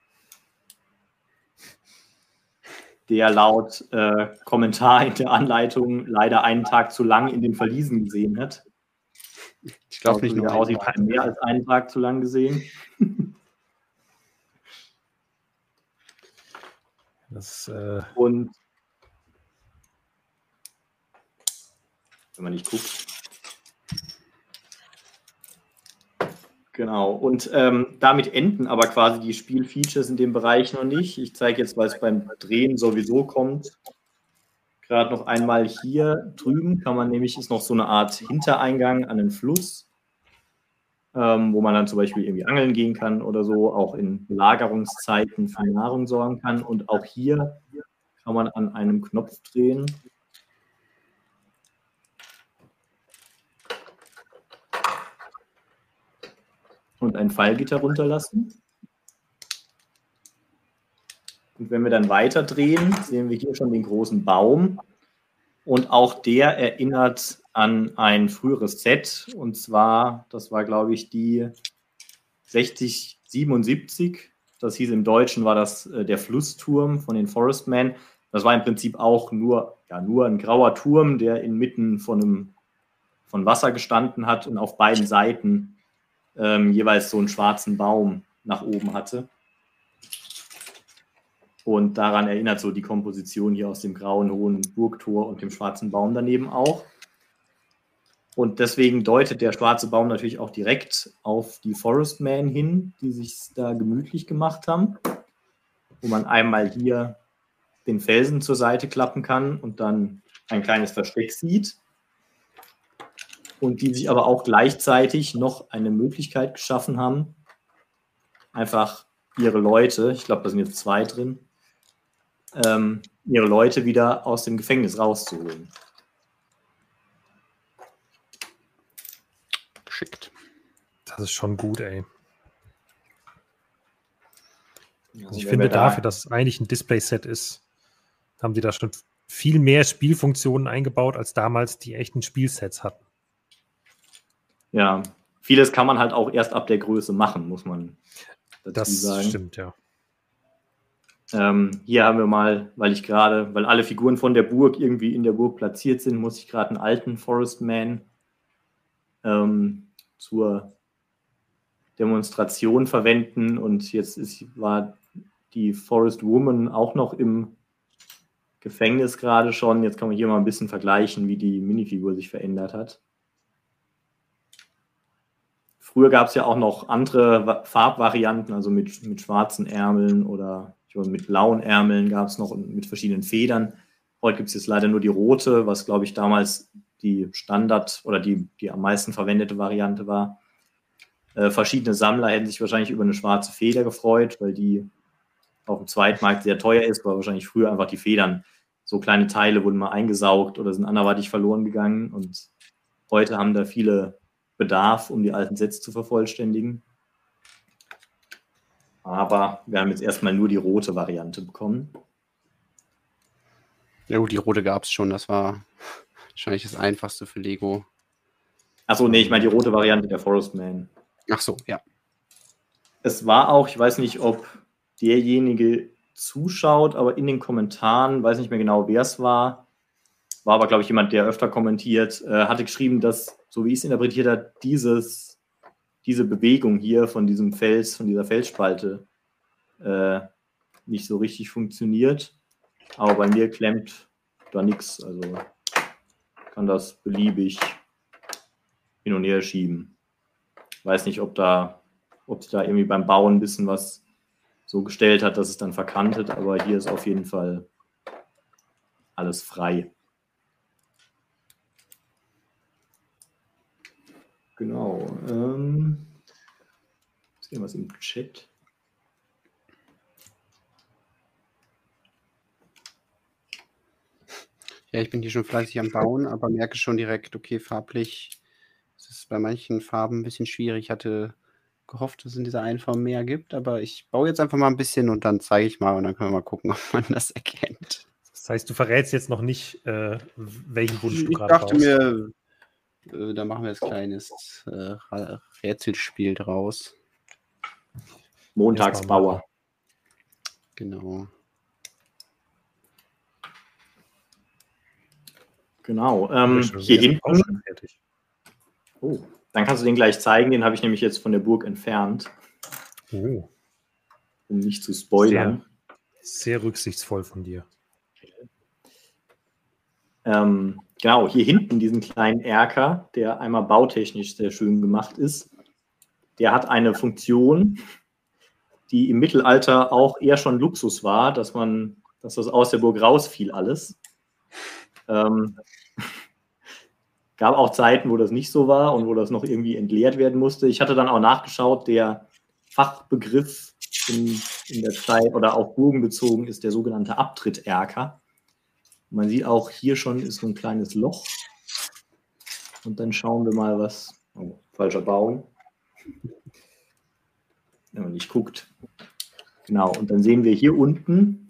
der laut äh, Kommentar in der Anleitung leider einen Tag zu lang in den Verliesen gesehen hat. Ich glaube nicht nur aussieht, hat mehr als einen Tag zu lang gesehen. Das, äh Und wenn man nicht guckt. Genau. Und ähm, damit enden aber quasi die Spielfeatures in dem Bereich noch nicht. Ich zeige jetzt, weil es beim Drehen sowieso kommt, gerade noch einmal hier drüben kann man nämlich, ist noch so eine Art Hintereingang an den Fluss. ähm, wo man dann zum Beispiel irgendwie angeln gehen kann oder so, auch in Belagerungszeiten für Nahrung sorgen kann. Und auch hier kann man an einem Knopf drehen. Und ein Pfeilgitter runterlassen. Und wenn wir dann weiter drehen, sehen wir hier schon den großen Baum. Und auch der erinnert an ein früheres Set. Und zwar, das war, glaube ich, die sechzig siebenundsiebzig. Das hieß im Deutschen, war das äh, der Flussturm von den Forestmen. Das war im Prinzip auch nur, ja, nur ein grauer Turm, der inmitten von, einem, von Wasser gestanden hat und auf beiden Seiten ähm, jeweils so einen schwarzen Baum nach oben hatte. Und daran erinnert so die Komposition hier aus dem grauen, hohen Burgtor und dem schwarzen Baum daneben auch. Und deswegen deutet der schwarze Baum natürlich auch direkt auf die Forestmen hin, die sich da gemütlich gemacht haben, wo man einmal hier den Felsen zur Seite klappen kann und dann ein kleines Versteck sieht. Und die sich aber auch gleichzeitig noch eine Möglichkeit geschaffen haben, einfach ihre Leute, ich glaube, da sind jetzt zwei drin, ähm, ihre Leute wieder aus dem Gefängnis rauszuholen. Geschickt. Das ist schon gut, ey. Also ich Wenn finde wir da- dafür, dass es eigentlich ein Display-Set ist, haben die da schon viel mehr Spielfunktionen eingebaut, als damals die echten Spielsets hatten. Ja, vieles kann man halt auch erst ab der Größe machen, muss man dazu Das sagen. stimmt, ja. Ähm, hier haben wir mal, weil ich gerade, weil alle Figuren von der Burg irgendwie in der Burg platziert sind, muss ich gerade einen alten Forestman ähm, zur Demonstration verwenden. Und jetzt ist, war die Forest Woman auch noch im Gefängnis gerade schon. Jetzt kann man hier mal ein bisschen vergleichen, wie die Minifigur sich verändert hat. Früher gab es ja auch noch andere Va- Farbvarianten, also mit, mit schwarzen Ärmeln oder ich glaube, mit blauen Ärmeln gab es noch und mit verschiedenen Federn. Heute gibt es jetzt leider nur die rote, was, glaube ich, damals die Standard- oder die, die am meisten verwendete Variante war. Äh, verschiedene Sammler hätten sich wahrscheinlich über eine schwarze Feder gefreut, weil die auf dem Zweitmarkt sehr teuer ist, weil wahrscheinlich früher einfach die Federn, so kleine Teile wurden mal eingesaugt oder sind anderweitig verloren gegangen. Und heute haben da viele Bedarf, um die alten Sets zu vervollständigen. Aber wir haben jetzt erstmal nur die rote Variante bekommen. Ja gut, die rote gab es schon. Das war wahrscheinlich das Einfachste für Lego. Achso, nee, ich meine die rote Variante der Forestman. Ach so, ja. Es war auch, ich weiß nicht, ob derjenige zuschaut, aber in den Kommentaren, weiß nicht mehr genau, wer es war, war aber, glaube ich, jemand, der öfter kommentiert, äh, hatte geschrieben, dass, so wie ich es interpretiert habe, dieses, diese Bewegung hier von diesem Fels, von dieser Felsspalte äh, nicht so richtig funktioniert. Aber bei mir klemmt da nichts, also kann das beliebig hin und her schieben. Weiß nicht, ob da, ob sich da irgendwie beim Bauen ein bisschen was so gestellt hat, dass es dann verkantet, aber hier ist auf jeden Fall alles frei. Genau. Ähm, ist irgendwas im Chat? Ja, ich bin hier schon fleißig am Bauen, aber merke schon direkt, okay, farblich ist es bei manchen Farben ein bisschen schwierig. Ich hatte gehofft, dass es in dieser einen Form mehr gibt, aber ich baue jetzt einfach mal ein bisschen und dann zeige ich mal und dann können wir mal gucken, ob man das erkennt. Das heißt, du verrätst jetzt noch nicht, äh, welchen Wunsch du Ich gerade dachte baust. mir, äh, da machen wir jetzt ein kleines äh, Ra- Rätselspiel draus. Montagsbauer. Genau. Genau. Ähm, Ja, schon hier wieder hinten. Baustein fertig. Oh, dann kannst du den gleich zeigen. Den habe ich nämlich jetzt von der Burg entfernt, Oh, um nicht zu spoilern. sehr rücksichtsvoll von dir. Ähm, genau, hier hinten diesen kleinen Erker, der einmal bautechnisch sehr schön gemacht ist, der hat eine Funktion, die im Mittelalter auch eher schon Luxus war, dass man, dass das aus der Burg rausfiel alles. Ähm, gab auch Zeiten, wo das nicht so war und wo das noch irgendwie entleert werden musste. Ich hatte dann auch nachgeschaut, der Fachbegriff in, in der Zeit oder auf Burgen bezogen ist der sogenannte Abtritterker. Man sieht auch hier schon ist so ein kleines Loch. Und dann schauen wir mal, was... Oh, falscher Baum. Wenn man nicht guckt. Genau, und dann sehen wir hier unten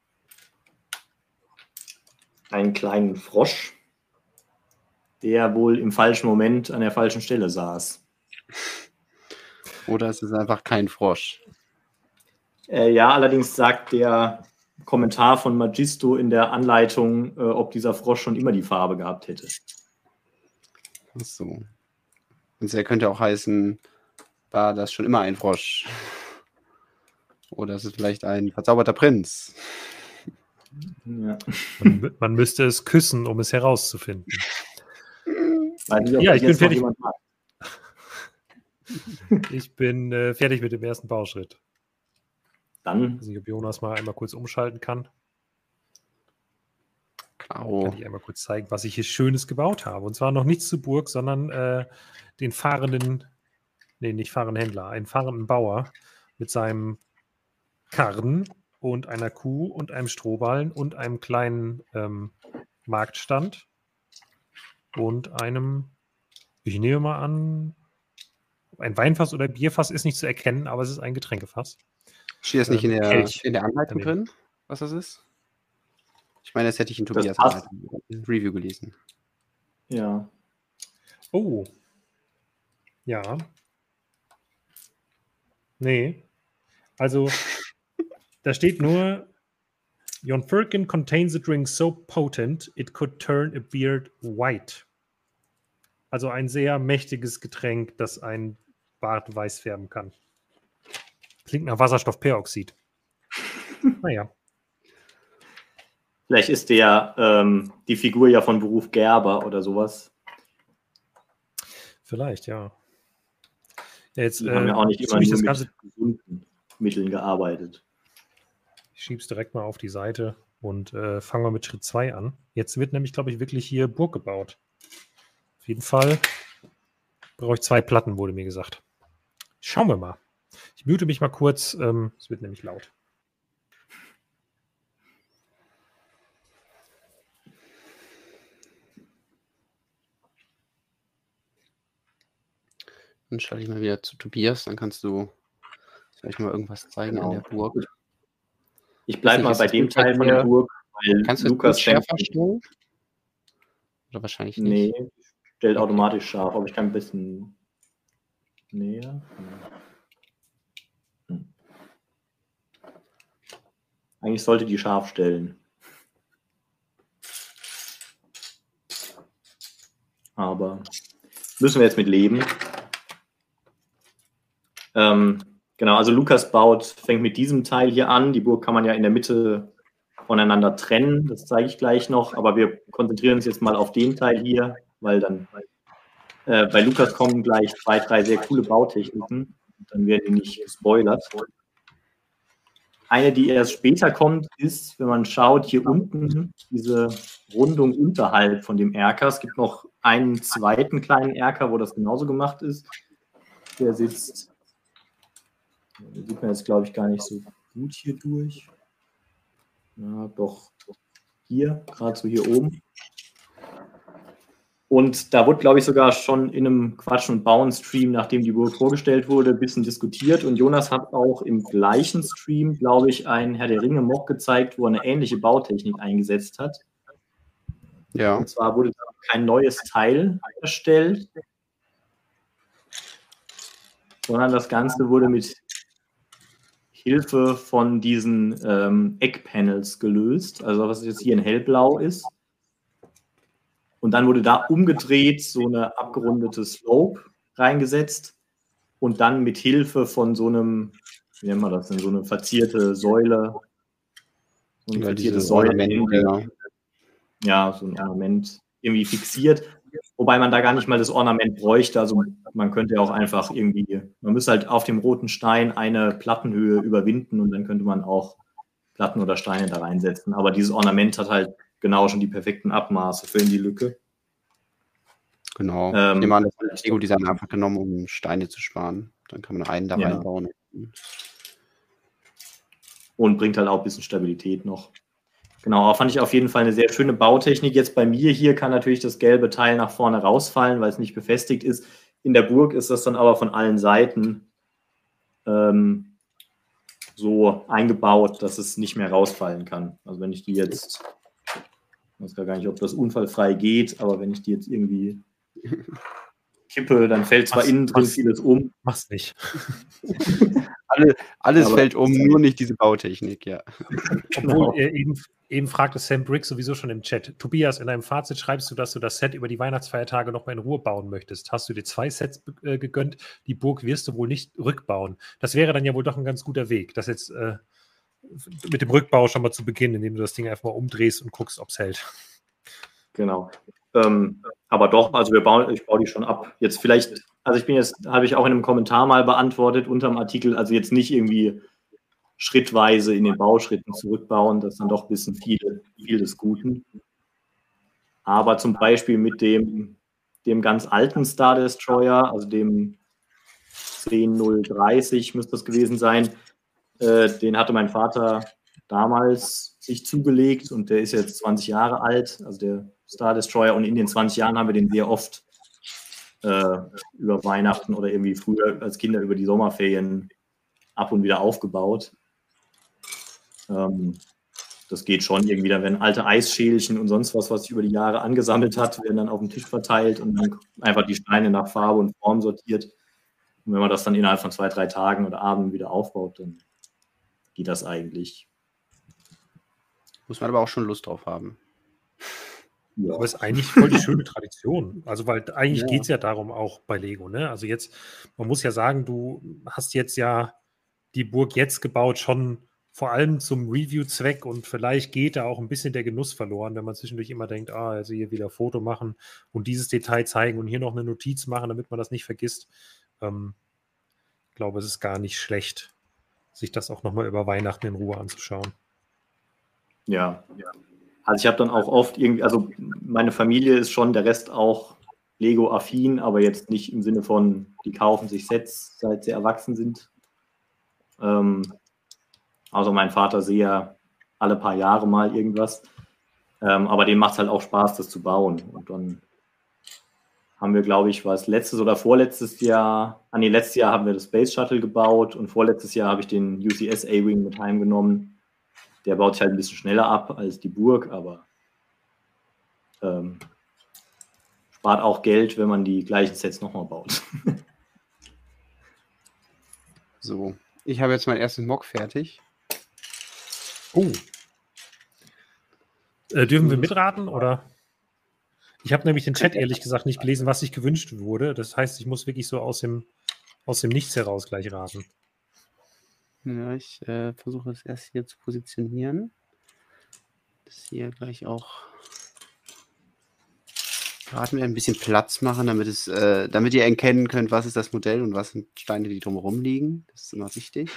einen kleinen Frosch, der wohl im falschen Moment an der falschen Stelle saß. Oder es ist einfach kein Frosch. Äh, ja, allerdings sagt der Kommentar von Magisto in der Anleitung, äh, ob dieser Frosch schon immer die Farbe gehabt hätte. Ach so. Und er könnte auch heißen, war das schon immer ein Frosch? Oder ist es vielleicht ein verzauberter Prinz? Ja. Man, man müsste es küssen, um es herauszufinden. Weiß nicht, ob Ja, das ich bin jetzt noch fertig. jemand mag. Ich bin äh, fertig mit dem ersten Bauschritt. Dann Ich weiß nicht, ob Jonas mal einmal kurz umschalten kann. Klaro. Kann ich einmal kurz zeigen, was ich hier Schönes gebaut habe. Und zwar noch nichts zur Burg, sondern äh, den fahrenden, nee, nicht fahrenden Händler, einen fahrenden Bauer mit seinem Karren und einer Kuh und einem Strohballen und einem kleinen ähm, Marktstand und einem, ich nehme mal an, ein Weinfass oder Bierfass ist nicht zu erkennen, aber es ist ein Getränkefass. Steht das nicht in Ähm, der, Kelch. in der Anleitung Daneben. drin, was das ist? Ich meine, das hätte ich in Das Tobias passt. Anleitung, Review gelesen. ja. Oh. Ja. Nee. Also, da steht nur, Yon Firkin contains a drink so potent, it could turn a beard white. Also ein sehr mächtiges Getränk, das ein Bart weiß färben kann. Klingt nach Wasserstoffperoxid. Naja. Vielleicht ist der ähm, die Figur ja von Beruf Gerber oder sowas. Vielleicht, ja. Ja, jetzt Die haben ja äh, auch nicht immer schiebe ich nur das mit Ganze, gesunden Mitteln gearbeitet. ich schiebe es direkt mal auf die Seite und äh, fangen wir mit Schritt zwei an. Jetzt wird nämlich, glaube ich, wirklich hier Burg gebaut. Auf jeden Fall brauche ich zwei Platten, wurde mir gesagt. Schauen wir mal. Ich mute mich mal kurz, ähm, es wird nämlich laut. Dann schalte ich mal wieder zu Tobias, dann kannst du vielleicht mal irgendwas zeigen Genau. an der Burg. Ich bleibe Ist mal nicht- bei ist dem gut bei Teil von dir- der Burg, weil Kannst du Lukas das schärfer fängt- stellen? Oder wahrscheinlich Nee, nicht? stellt Okay. automatisch scharf, aber ich kann ein bisschen näher. Hm. Eigentlich sollte die scharf stellen. Aber müssen wir jetzt mit leben. Ähm, genau, also Lukas baut, fängt mit diesem Teil hier an. Die Burg kann man ja in der Mitte voneinander trennen. Das zeige ich gleich noch. Aber wir konzentrieren uns jetzt mal auf den Teil hier, weil dann äh, bei Lukas kommen gleich zwei, drei sehr coole Bautechniken. Dann werden die nicht gespoilert. Eine, die erst später kommt, ist, wenn man schaut, hier unten diese Rundung unterhalb von dem Erker. Es gibt noch einen zweiten kleinen Erker, wo das genauso gemacht ist. Der sitzt, den sieht man jetzt, glaube ich, gar nicht so gut hier durch. Ja, doch hier, gerade so hier oben. Und da wurde, glaube ich, sogar schon in einem Quatsch- und Bauen-Stream, nachdem die Burg vorgestellt wurde, ein bisschen diskutiert. Und Jonas hat auch im gleichen Stream, glaube ich, ein Herr der Ringe-Mock gezeigt, wo er eine ähnliche Bautechnik eingesetzt hat. Ja. Und zwar wurde da kein neues Teil erstellt, sondern das Ganze wurde mit Hilfe von diesen ähm, Eckpanels gelöst. Also was jetzt hier in hellblau ist. Und dann wurde da umgedreht so eine abgerundete Slope reingesetzt und dann mit Hilfe von so einem, wie nennt man das denn, so eine verzierte Säule, so eine Ja, verzierte diese Säule, Ornamente, ja. ja, so ein Ornament irgendwie fixiert, wobei man da gar nicht mal das Ornament bräuchte. Also man könnte ja auch einfach irgendwie, man müsste halt auf dem roten Stein eine Plattenhöhe überwinden und dann könnte man auch Platten oder Steine da reinsetzen. Aber dieses Ornament hat halt genau schon die perfekten Abmaße für in die Lücke. Genau. Ähm, ich nehme an, das hat das Lego-Design einfach genommen, um Steine zu sparen. Dann kann man einen da Ja. reinbauen. Und bringt halt auch ein bisschen Stabilität noch. Genau, aber fand ich auf jeden Fall eine sehr schöne Bautechnik. Jetzt bei mir hier kann natürlich das gelbe Teil nach vorne rausfallen, weil es nicht befestigt ist. In der Burg ist das dann aber von allen Seiten ähm, so eingebaut, dass es nicht mehr rausfallen kann. Also wenn ich die jetzt, ich weiß gar nicht, ob das unfallfrei geht, aber wenn ich die jetzt irgendwie kippe, dann fällt zwar Mach's- innen drin mach's- vieles um. Mach's nicht. Alle, alles Aber- fällt um, nur nicht diese Bautechnik, ja. Obwohl, Genau. äh, eben, eben fragte Sam Briggs sowieso schon im Chat. Tobias, in deinem Fazit schreibst du, dass du das Set über die Weihnachtsfeiertage noch mal in Ruhe bauen möchtest. Hast du dir zwei Sets äh, gegönnt? Die Burg wirst du wohl nicht rückbauen. Das wäre dann ja wohl doch ein ganz guter Weg, das jetzt äh, mit dem Rückbau schon mal zu beginnen, indem du das Ding einfach mal umdrehst und guckst, ob es hält. Genau. Ähm, aber doch, also wir bauen, ich baue die schon ab. Jetzt vielleicht, also ich bin jetzt, habe ich auch in einem Kommentar mal beantwortet unter dem Artikel, also jetzt nicht irgendwie schrittweise in den Bauschritten zurückbauen, das ist dann doch ein bisschen viel, viel des Guten. Aber zum Beispiel mit dem, dem ganz alten Star Destroyer, also dem zehn null dreißig müsste das gewesen sein, äh, den hatte mein Vater damals sich zugelegt und der ist jetzt zwanzig Jahre alt, also der Star Destroyer, und in den zwanzig Jahren haben wir den sehr oft äh, über Weihnachten oder irgendwie früher als Kinder über die Sommerferien ab und wieder aufgebaut. Ähm, das geht schon irgendwie, dann werden alte Eisschälchen und sonst was, was sich über die Jahre angesammelt hat, werden dann auf dem Tisch verteilt und dann einfach die Steine nach Farbe und Form sortiert. Und wenn man das dann innerhalb von zwei, drei Tagen oder Abenden wieder aufbaut, dann geht das eigentlich. Muss man aber auch schon Lust drauf haben. Ja. Aber es ist eigentlich voll die schöne Tradition. Also, weil eigentlich Ja. geht es ja darum auch bei Lego, ne? Also jetzt, man muss ja sagen, du hast jetzt ja die Burg jetzt gebaut, schon vor allem zum Review-Zweck, und vielleicht geht da auch ein bisschen der Genuss verloren, wenn man zwischendurch immer denkt, ah, also hier wieder Foto machen und dieses Detail zeigen und hier noch eine Notiz machen, damit man das nicht vergisst. Ähm, ich glaube, es ist gar nicht schlecht, sich das auch nochmal über Weihnachten in Ruhe anzuschauen. Ja, also ich habe dann auch oft irgendwie, also meine Familie ist schon, der Rest auch Lego-affin, aber jetzt nicht im Sinne von, die kaufen sich Sets, seit sie erwachsen sind. Ähm, also mein Vater sehe ja alle paar Jahre mal irgendwas. Ähm, aber dem macht es halt auch Spaß, das zu bauen. Und dann haben wir, glaube ich, was letztes oder vorletztes Jahr, ah nee, letztes Jahr haben wir das Space Shuttle gebaut und vorletztes Jahr habe ich den U C S A-Wing mit heimgenommen. Der baut sich halt ein bisschen schneller ab als die Burg, aber ähm, spart auch Geld, wenn man die gleichen Sets nochmal baut. So, ich habe jetzt mein erstes Mock fertig. Oh. Äh, dürfen wir mitraten, oder? Ich habe nämlich den Chat ehrlich gesagt nicht gelesen, was sich gewünscht wurde. Das heißt, ich muss wirklich so aus dem, aus dem Nichts heraus gleich raten. Ja, ich äh, versuche das erst hier zu positionieren. Das hier gleich auch raten wir ein bisschen Platz machen, damit es, äh, damit ihr erkennen könnt, was ist das Modell und was sind Steine, die drumherum liegen. Das ist immer wichtig.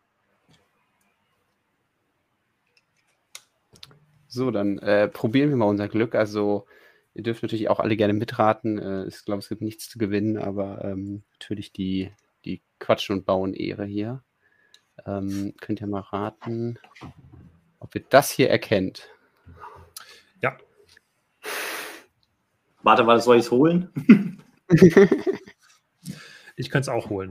So, dann äh, probieren wir mal unser Glück. Also ihr dürft natürlich auch alle gerne mitraten. Äh, ich glaube, es gibt nichts zu gewinnen, aber ähm, natürlich die, die Quatschen und Bauen Ehre hier. Ähm, könnt ihr mal raten, ob ihr das hier erkennt. Ja. Warte, warte, soll ich es holen? Ich kann es auch holen.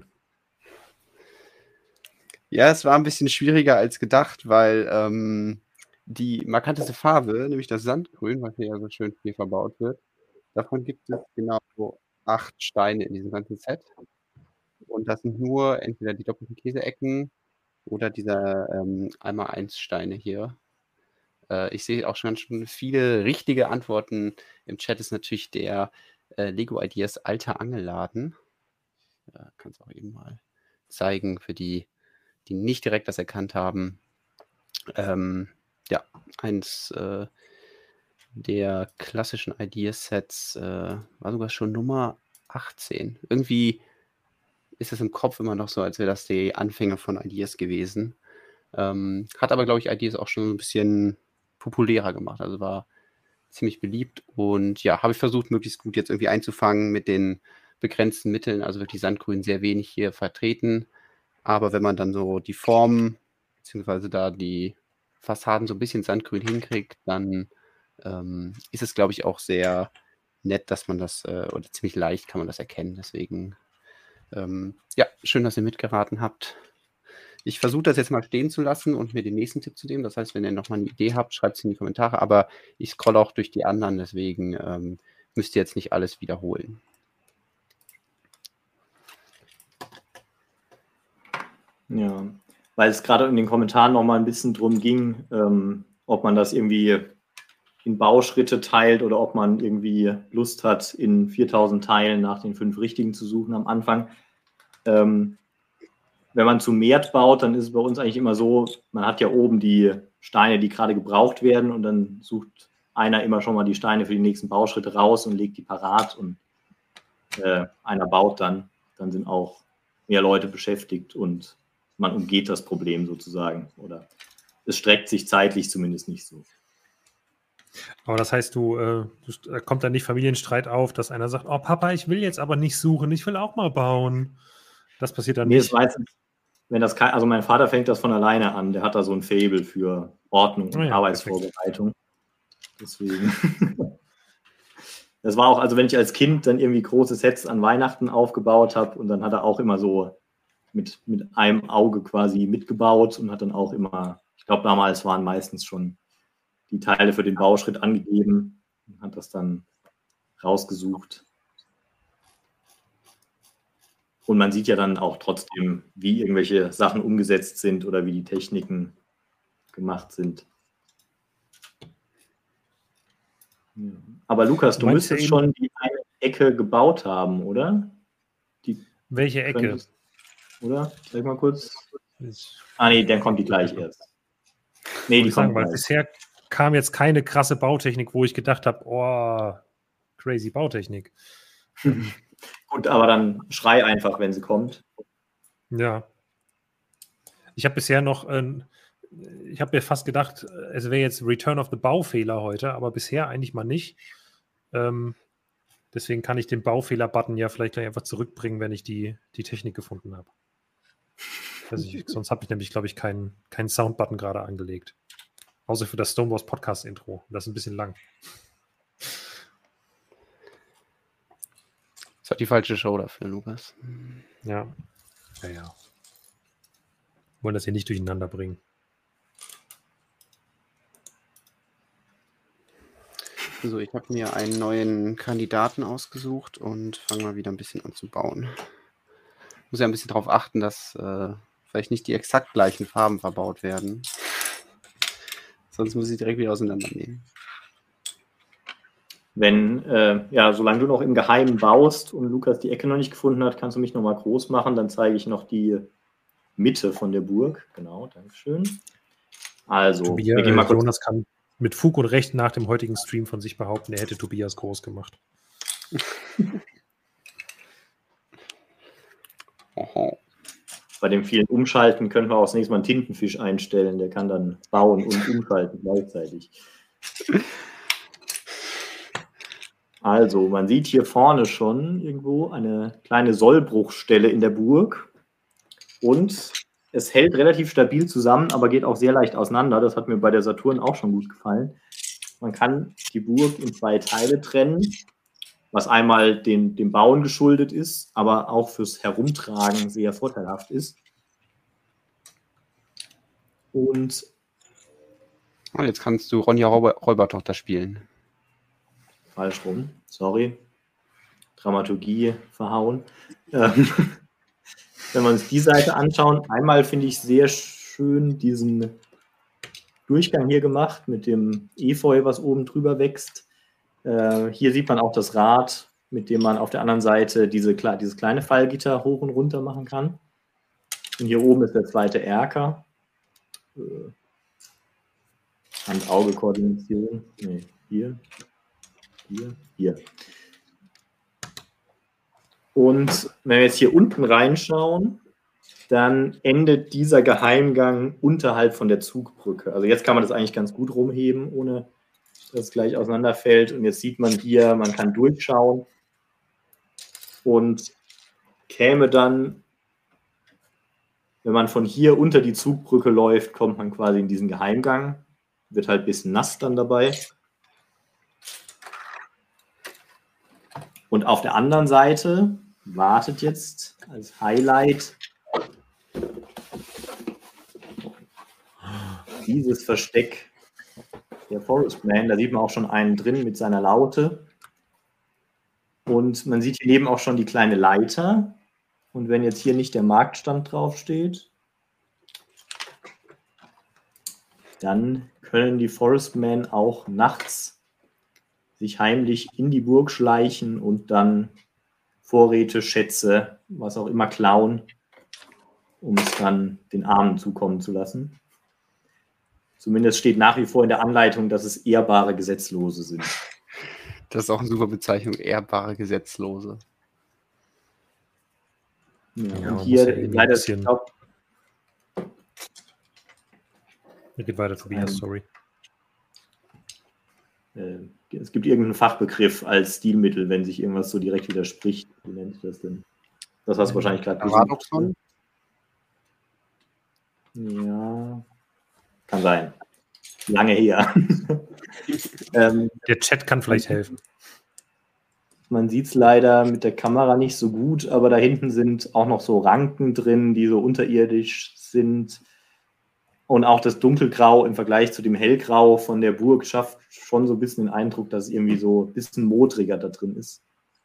Ja, es war ein bisschen schwieriger als gedacht, weil ähm, die markanteste Farbe, nämlich das Sandgrün, was hier ja so schön viel verbaut wird, davon gibt es genau acht Steine in diesem ganzen Set. Und das sind nur entweder die doppelten Käseecken oder dieser ähm, einmal eins Steine hier. Äh, ich sehe auch schon, schon viele richtige Antworten im Chat. Ist natürlich der äh, Lego Ideas alter Angelladen. Ich äh, kann es auch eben mal zeigen für die, die nicht direkt das erkannt haben. Ähm, ja, eins äh, der klassischen Ideasets äh, war sogar schon Nummer achtzehn. Irgendwie ist es im Kopf immer noch so, als wäre das die Anfänge von Ideas gewesen. Ähm, hat aber, glaube ich, Ideas auch schon ein bisschen populärer gemacht. Also war ziemlich beliebt. Und ja, habe ich versucht, möglichst gut jetzt irgendwie einzufangen mit den begrenzten Mitteln. Also wirklich Sandgrün sehr wenig hier vertreten. Aber wenn man dann so die Formen, beziehungsweise da die Fassaden so ein bisschen Sandgrün hinkriegt, dann ähm, ist es, glaube ich, auch sehr nett, dass man das, äh, oder ziemlich leicht kann man das erkennen. Deswegen, ähm, ja, schön, dass ihr mitgeraten habt. Ich versuche das jetzt mal stehen zu lassen und mir den nächsten Tipp zu nehmen. Das heißt, wenn ihr nochmal eine Idee habt, schreibt es in die Kommentare. Aber ich scrolle auch durch die anderen, deswegen ähm, müsst ihr jetzt nicht alles wiederholen. Ja, weil es gerade in den Kommentaren noch mal ein bisschen drum ging, ähm, ob man das irgendwie in Bauschritte teilt oder ob man irgendwie Lust hat, in viertausend Teilen nach den fünf richtigen zu suchen am Anfang. Ähm, wenn man zu Mert baut, dann ist es bei uns eigentlich immer so, man hat ja oben die Steine, die gerade gebraucht werden und dann sucht einer immer schon mal die Steine für die nächsten Bauschritte raus und legt die parat und äh, einer baut dann. Dann sind auch mehr Leute beschäftigt und man umgeht das Problem sozusagen oder es streckt sich zeitlich zumindest nicht so. Aber das heißt, du, äh, du äh, kommt dann nicht Familienstreit auf, dass einer sagt, oh Papa, ich will jetzt aber nicht suchen, ich will auch mal bauen. Das passiert dann Nee, nicht. ist meistens, wenn das kein, also mein Vater fängt das von alleine an, der hat da so ein Faible für Ordnung und Oh ja, Arbeitsvorbereitung. Deswegen. Das war auch, also wenn ich als Kind dann irgendwie große Sets an Weihnachten aufgebaut habe und dann hat er auch immer so mit, mit einem Auge quasi mitgebaut und hat dann auch immer, ich glaube damals waren meistens schon die Teile für den Bauschritt angegeben und hat das dann rausgesucht. Und man sieht ja dann auch trotzdem, wie irgendwelche Sachen umgesetzt sind oder wie die Techniken gemacht sind. Ja. Aber Lukas, du, du müsstest ja schon die eine Ecke gebaut haben, oder? Die Welche Ecke? Könntest, oder? Sag mal kurz. Ah, nee, dann kommt die gleich erst. Nee, die sagen, kommt weil gleich. Bisher kam jetzt keine krasse Bautechnik, wo ich gedacht habe, oh, crazy Bautechnik. Gut, aber dann schrei einfach, wenn sie kommt. Ja. Ich habe bisher noch, äh, ich habe mir fast gedacht, es wäre jetzt Return of the Baufehler heute, aber bisher eigentlich mal nicht. Ähm, deswegen kann ich den Baufehler-Button ja vielleicht gleich einfach zurückbringen, wenn ich die, die Technik gefunden habe. Also ich, sonst habe ich nämlich, glaube ich, keinen kein Sound-Button gerade angelegt. Außer für das Stonewalls Podcast-Intro. Das ist ein bisschen lang. Das war die falsche Show dafür, Lukas. Ja. Ja, ja. Wollen das hier nicht durcheinander bringen. So, ich habe mir einen neuen Kandidaten ausgesucht und fange mal wieder ein bisschen an zu bauen. Ich muss ja ein bisschen darauf achten, dass äh, vielleicht nicht die exakt gleichen Farben verbaut werden. Sonst muss ich direkt wieder auseinandernehmen. Wenn, äh, ja, solange du noch im Geheimen baust und Lukas die Ecke noch nicht gefunden hat, kannst du mich nochmal groß machen, dann zeige ich noch die Mitte von der Burg. Genau, Dankeschön. Also, Tobias, wir gehen mal kurz. Jonas kann mit Fug und Recht nach dem heutigen Stream von sich behaupten, er hätte Tobias groß gemacht. Oho. Bei dem vielen Umschalten können wir auch das nächste Mal einen Tintenfisch einstellen, der kann dann bauen und umschalten gleichzeitig. Also, man sieht hier vorne schon irgendwo eine kleine Sollbruchstelle in der Burg und es hält relativ stabil zusammen, aber geht auch sehr leicht auseinander. Das hat mir bei der Saturn auch schon gut gefallen. Man kann die Burg in zwei Teile trennen, was einmal dem, dem Bauen geschuldet ist, aber auch fürs Herumtragen sehr vorteilhaft ist. Und oh, jetzt kannst du Ronja Räuber, Räubertochter spielen. Falsch rum, sorry. Dramaturgie verhauen. Ähm, wenn wir uns die Seite anschauen, einmal finde ich sehr schön diesen Durchgang hier gemacht mit dem Efeu, was oben drüber wächst. Äh, hier sieht man auch das Rad, mit dem man auf der anderen Seite diese, dieses kleine Fallgitter hoch und runter machen kann. Und hier oben ist der zweite Erker. Äh, Hand-Auge-Koordination. Nee, hier. Hier, hier. Und wenn wir jetzt hier unten reinschauen, dann endet dieser Geheimgang unterhalb von der Zugbrücke. Also jetzt kann man das eigentlich ganz gut rumheben, ohne das gleich auseinanderfällt. Und jetzt sieht man hier, man kann durchschauen und käme dann, wenn man von hier unter die Zugbrücke läuft, kommt man quasi in diesen Geheimgang. Wird halt ein bisschen nass dann dabei. Und auf der anderen Seite wartet jetzt als Highlight dieses Versteck der Forestman. Da sieht man auch schon einen drin mit seiner Laute. Und man sieht hier neben auch schon die kleine Leiter. Und wenn jetzt hier nicht der Marktstand draufsteht, dann können die Forestmen auch nachts sich heimlich in die Burg schleichen und dann Vorräte, Schätze, was auch immer klauen, um es dann den Armen zukommen zu lassen. Zumindest steht nach wie vor in der Anleitung, dass es ehrbare Gesetzlose sind. Das ist auch eine super Bezeichnung, ehrbare Gesetzlose. Ja, Ja, und man hier muss ja irgendwie ein leider, bisschen- ich glaub, Geht weiter, Tobias, Ähm, sorry. äh, es gibt irgendeinen Fachbegriff als Stilmittel, wenn sich irgendwas so direkt widerspricht. Wie nennt sich das denn? Das hast du wahrscheinlich gerade Paradoxon? Ja, kann sein. Lange her. ähm, Der Chat kann vielleicht helfen. Man sieht es leider mit der Kamera nicht so gut, aber da hinten sind auch noch so Ranken drin, die so unterirdisch sind. Und auch das Dunkelgrau im Vergleich zu dem Hellgrau von der Burg schafft schon so ein bisschen den Eindruck, dass es irgendwie so ein bisschen modriger da drin ist.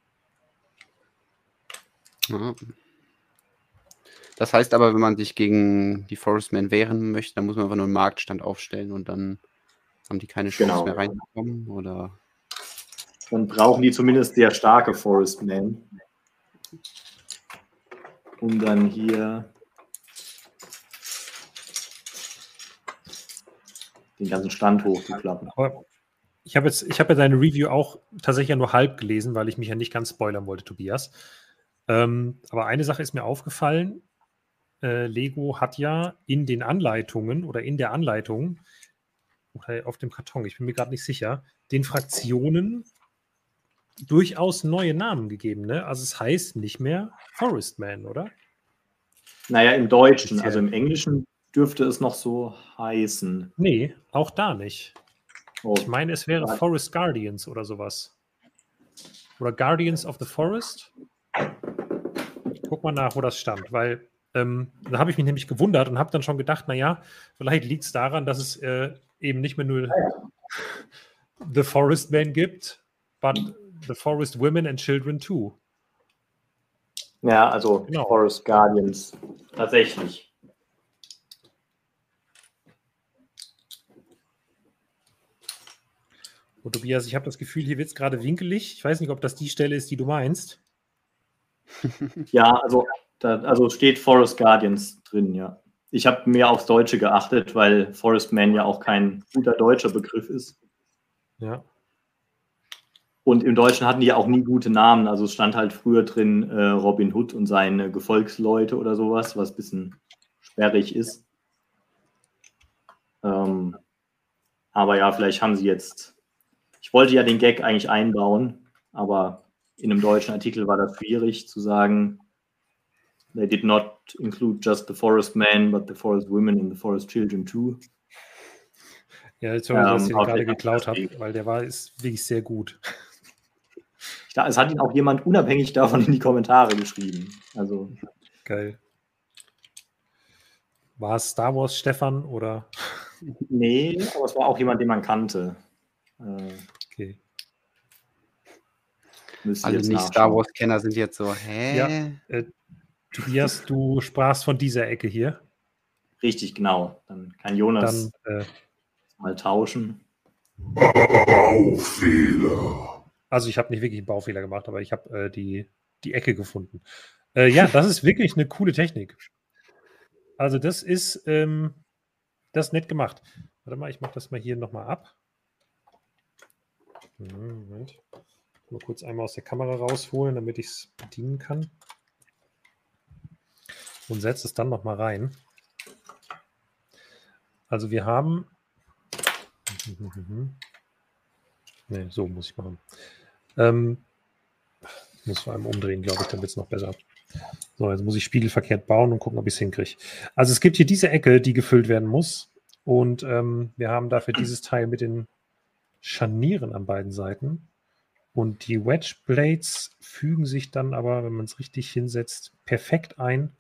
Ja. Das heißt aber, wenn man sich gegen die Forestmen wehren möchte, dann muss man einfach nur einen Marktstand aufstellen und dann haben die keine Chance Genau. mehr reinzukommen, oder? Dann brauchen die zumindest sehr starke Forestmen, um dann hier den ganzen Stand hochzuklappen. Aber ich habe jetzt, ich habe ja deine Review auch tatsächlich ja nur halb gelesen, weil ich mich ja nicht ganz spoilern wollte, Tobias. Ähm, aber eine Sache ist mir aufgefallen. Äh, Lego hat ja in den Anleitungen oder in der Anleitung oder auf dem Karton, ich bin mir gerade nicht sicher, den Fraktionen durchaus neue Namen gegeben. Ne? Also es heißt nicht mehr Forestman, oder? Naja, im Deutschen, Speziell. also im Englischen dürfte es noch so heißen. Nee, auch da nicht. Oh, Ich meine, es wäre warte. Forest Guardians oder sowas. Oder Guardians of the Forest. Guck mal nach, wo das stand, weil ähm, da habe ich mich nämlich gewundert und habe dann schon gedacht, naja, vielleicht liegt es daran, dass es äh, eben nicht mehr nur The Forest Men gibt, but The Forest Women and Children too. Ja, also Genau. Forest Guardians. Tatsächlich. Und Tobias, ich habe das Gefühl, hier wird es gerade winkelig. Ich weiß nicht, ob das die Stelle ist, die du meinst. Ja, also, da, also steht Forest Guardians drin, ja. Ich habe mehr aufs Deutsche geachtet, weil Forest Man ja auch kein guter deutscher Begriff ist. Ja. Und im Deutschen hatten die ja auch nie gute Namen. Also es stand halt früher drin äh, Robin Hood und seine Gefolgsleute oder sowas, was ein bisschen sperrig ist. Ähm, aber ja, vielleicht haben sie jetzt. Ich wollte ja den Gag eigentlich einbauen, aber in einem deutschen Artikel war das schwierig zu sagen, they did not include just the forest men, but the forest women and the forest children too. Ja, jetzt sorry, dass ich Ähm, den aber gerade vielleicht geklaut haben sie- habe, weil der war ist wirklich sehr gut. Ich dachte, es hat ihn auch jemand unabhängig davon in die Kommentare geschrieben. Also, Geil. War es Star Wars Stefan oder? nee, aber es war auch jemand, den man kannte. Äh, Okay. müsste Alle jetzt Nicht-Star nachschauen. Wars-Kenner sind jetzt so, hä? Ja. Äh, Tobias, du sprachst von dieser Ecke hier. Richtig, genau. Dann kann Jonas Dann, äh, mal tauschen. also ich habe nicht wirklich einen Baufehler gemacht, aber ich habe äh, die, die Ecke gefunden. Äh, ja, das ist wirklich eine coole Technik. Also das ist, ähm, das ist nett gemacht. Warte mal, ich mache das mal hier nochmal ab. Mhm, Moment. Mal kurz einmal aus der Kamera rausholen, damit ich es bedienen kann. Und setze es dann nochmal rein. Also wir haben Nee, so muss ich machen. Ähm, muss vor allem umdrehen, glaube ich, dann wird es noch besser. So, jetzt muss ich spiegelverkehrt bauen und gucken, ob ich es hinkriege. Also es gibt hier diese Ecke, die gefüllt werden muss. Und ähm, wir haben dafür dieses Teil mit den Scharnieren an beiden Seiten. Und die Wedge Blades fügen sich dann aber, wenn man es richtig hinsetzt, perfekt ein.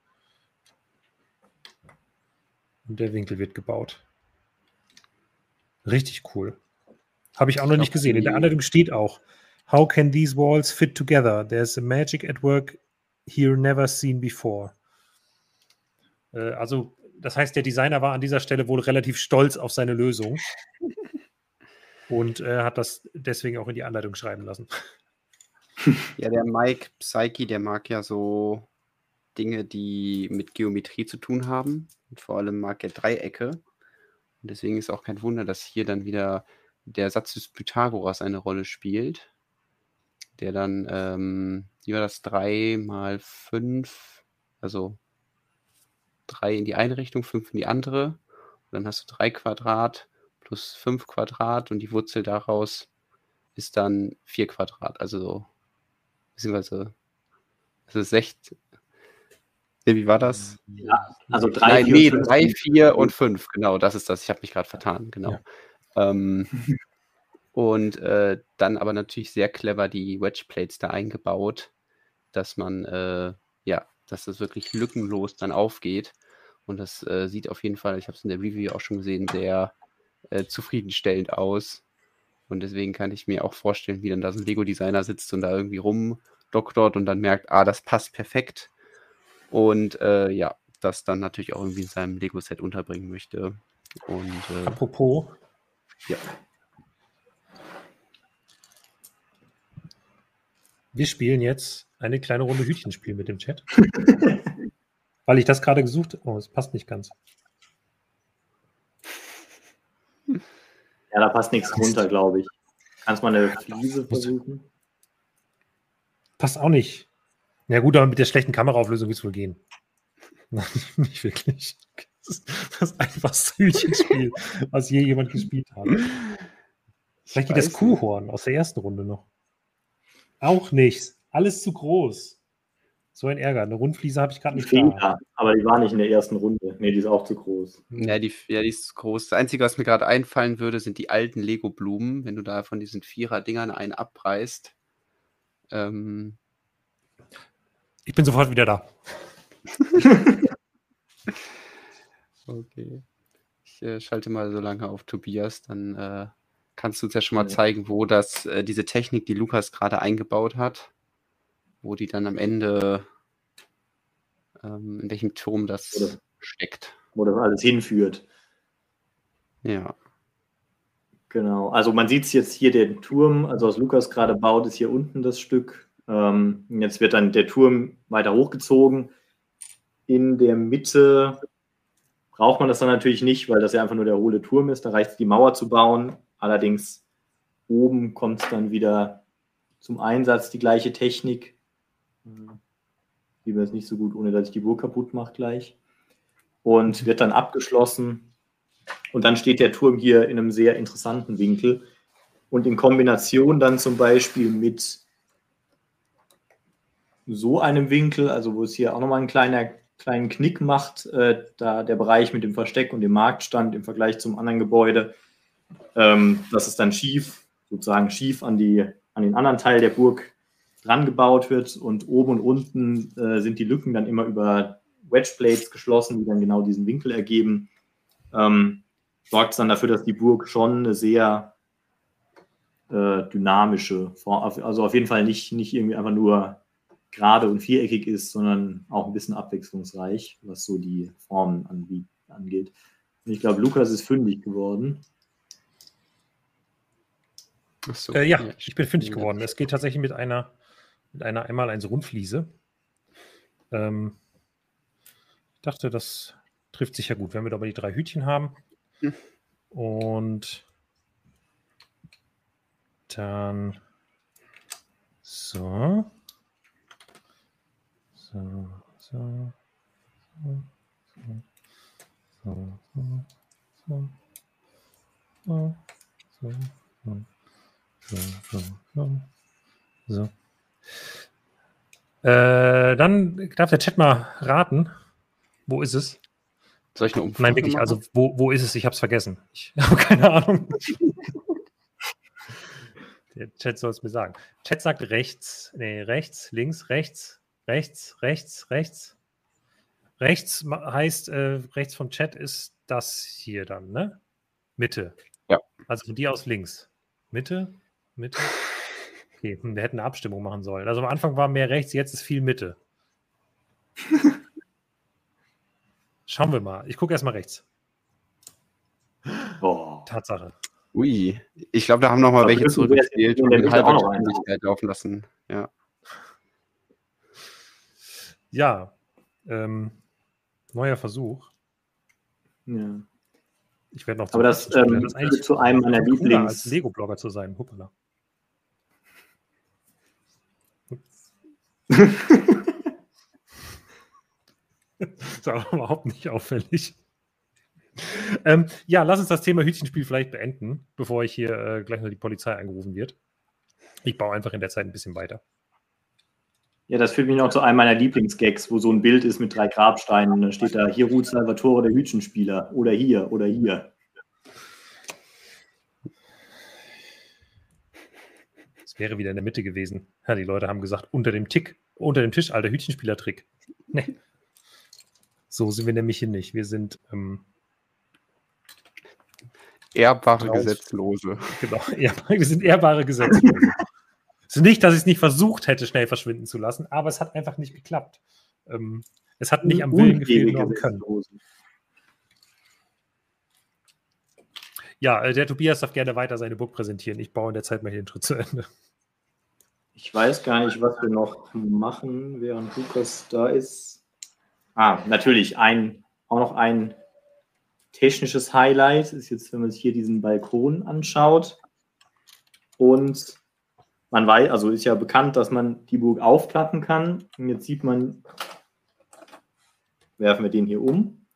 Und der Winkel wird gebaut. Richtig cool. Habe ich auch noch nicht gesehen. In der Anleitung steht auch, how can these walls fit together? There's a magic at work here never seen before. Äh, also, das heißt, der Designer war an dieser Stelle wohl relativ stolz auf seine Lösung und äh, hat das deswegen auch in die Anleitung schreiben lassen. Ja, der Mike Psyche, der mag ja so Dinge, die mit Geometrie zu tun haben. Und vor allem mag er Dreiecke. Und deswegen ist auch kein Wunder, dass hier dann wieder der Satz des Pythagoras eine Rolle spielt. Der dann, ähm, wie war das, drei mal fünf, also drei in die eine Richtung, fünf in die andere. Und dann hast du drei Quadrat plus fünf Quadrat und die Wurzel daraus ist dann vier Quadrat. Also so, beziehungsweise, das ist sechzehn. Nee, wie war das? Ja, also drei, Nein, vier, nee, fünf. drei, vier und fünf. Genau, das ist das. Ich habe mich gerade vertan, genau. Ja. Ähm, und äh, dann aber natürlich sehr clever die Wedge Plates da eingebaut, dass man, äh, ja, dass das wirklich lückenlos dann aufgeht. Und das äh, sieht auf jeden Fall, ich habe es in der Review auch schon gesehen, sehr äh, zufriedenstellend aus. Und deswegen kann ich mir auch vorstellen, wie dann da so ein Lego-Designer sitzt und da irgendwie rumdoktort und dann merkt, ah, das passt perfekt. Und äh, ja, das dann natürlich auch irgendwie in seinem Lego-Set unterbringen möchte. Und äh, Apropos. Ja. Wir spielen jetzt eine kleine Runde Hütchenspiel mit dem Chat. Weil ich das gerade gesucht habe. Oh, es passt nicht ganz. Ja, da passt nichts runter, glaube ich. Kannst mal eine Fliese versuchen? Passt auch nicht. Ja gut, aber mit der schlechten Kameraauflösung wird es wohl gehen. Nein, nicht wirklich. Das ist das einfachste Hütchenspiel, was je jemand gespielt hat. Vielleicht geht das Kuhhorn aus der ersten Runde noch. Auch nicht. Alles zu groß. So ein Ärger. Eine Rundfliese habe ich gerade nicht Fehler, da. aber die war nicht in der ersten Runde. Nee, die ist auch zu groß. Ja, die, ja, die ist groß. Das Einzige, was mir gerade einfallen würde, sind die alten Lego-Blumen, wenn du da von diesen Vierer-Dingern einen abreißt. Ähm, Ich bin sofort wieder da. okay. Ich äh, schalte mal so lange auf Tobias, dann äh, kannst du uns ja schon mal Ja. zeigen, wo das, äh, diese Technik, die Lukas gerade eingebaut hat, wo die dann am Ende, ähm, in welchem Turm das Oder- steckt. Wo das alles hinführt. Ja. Genau. Also man sieht es jetzt hier, den Turm, also was Lukas gerade baut, ist hier unten das Stück. Ähm, jetzt wird dann der Turm weiter hochgezogen. In der Mitte braucht man das dann natürlich nicht, weil das ja einfach nur der hohle Turm ist. Da reicht es, die Mauer zu bauen. Allerdings oben kommt es dann wieder zum Einsatz, die gleiche Technik. Die wäre es nicht so gut, ohne dass ich die Burg kaputt mache gleich. Und wird dann abgeschlossen. Und dann steht der Turm hier in einem sehr interessanten Winkel. Und in Kombination dann zum Beispiel mit so einem Winkel, also wo es hier auch nochmal einen kleiner, kleinen Knick macht, äh, da der Bereich mit dem Versteck und dem Marktstand im Vergleich zum anderen Gebäude, ähm, dass es dann schief, sozusagen schief an, die, an den anderen Teil der Burg dran gebaut wird und oben und unten äh, sind die Lücken dann immer über Wedgeplates geschlossen, die dann genau diesen Winkel ergeben. Ähm, sorgt es dann dafür, dass die Burg schon eine sehr äh, dynamische Form, also auf jeden Fall nicht, nicht irgendwie einfach nur gerade und viereckig ist, sondern auch ein bisschen abwechslungsreich, was so die Formen anbie- angeht. Und ich glaube, Lukas ist fündig geworden. Ach so. Äh, ja, Ja, ich bin fündig ja. geworden. Es geht tatsächlich mit einer, mit einer einmal eins Rundfliese. Ähm, ich dachte, das trifft sich ja gut, wenn wir da aber die drei Hütchen haben. Hm. Und dann so. So, so, so, so, so, so, so, so, so, So, so, so. so. Äh, dann darf der Chat mal raten. Wo ist es? Soll ich eine Umfrage Nein, wirklich, machen? also wo, wo ist es? Ich habe es vergessen. Ich habe keine Ahnung. Der Chat soll es mir sagen. Chat sagt rechts, nee, rechts, links, rechts, rechts, rechts, rechts. Rechts ma- heißt, äh, rechts vom Chat ist das hier dann, ne? Mitte. Ja. Also von dir aus links. Mitte, Mitte. Okay, hm, wir hätten eine Abstimmung machen sollen. Also am Anfang war mehr rechts, jetzt ist viel Mitte. Schauen wir mal. Ich gucke erstmal rechts. Boah. Tatsache. Ui, ich glaube, da haben noch mal welche Verblüffend wäre es zurückgespielt in und der in Mitte halber auch noch einer. Geschwindigkeit laufen lassen. Ja. Ja, ähm, neuer Versuch. Ja. Ich werde noch Aber das, Küchenspieler. ähm, das ist eigentlich zu einem meiner viel cooler, als Lieblings- Lego-Blogger zu sein. Hoppala. Das ist aber überhaupt nicht auffällig. Ähm, ja, lass uns das Thema Hütchenspiel vielleicht beenden, bevor ich hier äh, gleich noch die Polizei angerufen wird. Ich baue einfach in der Zeit ein bisschen weiter. Ja, das führt mich noch zu einem meiner Lieblingsgags, wo so ein Bild ist mit drei Grabsteinen. Dann steht da, hier ruht Salvatore, der Hütchenspieler. Oder hier, oder hier. Es wäre wieder in der Mitte gewesen. Ja, die Leute haben gesagt, unter dem Tick, unter dem Tisch, alter Hütchenspieler-Trick. Nee. So sind wir nämlich hier nicht. Wir sind ähm, Ehrbare Raus. Gesetzlose. Genau, ehrbar, wir sind ehrbare Gesetzlose. Es ist nicht, dass ich es nicht versucht hätte, schnell verschwinden zu lassen, aber es hat einfach nicht geklappt. Ähm, es hat nicht am Willen gefehlt, nur am Können. Ja, äh, der Tobias darf gerne weiter seine Burg präsentieren. Ich baue in der Zeit mal hier den Schritt zu Ende. Ich weiß gar nicht, was wir noch machen, während Lukas da ist. Ah, natürlich, ein, auch noch ein technisches Highlight ist jetzt, wenn man sich hier diesen Balkon anschaut. Und man weiß, also ist ja bekannt, dass man die Burg aufklappen kann. Und jetzt sieht man, werfen wir den hier um.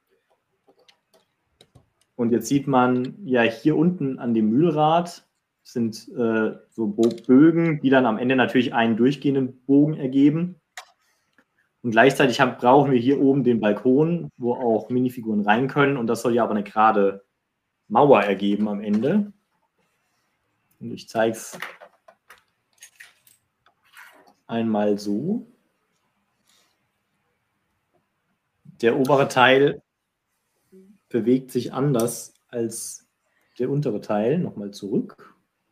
Und jetzt sieht man ja hier unten an dem Mühlrad sind äh, so Bo- Bögen, die dann am Ende natürlich einen durchgehenden Bogen ergeben. Und gleichzeitig haben, brauchen wir hier oben den Balkon, wo auch Minifiguren rein können. Und das soll ja aber eine gerade Mauer ergeben am Ende. Und ich zeige es einmal so. Der obere Teil bewegt sich anders als der untere Teil. Nochmal zurück.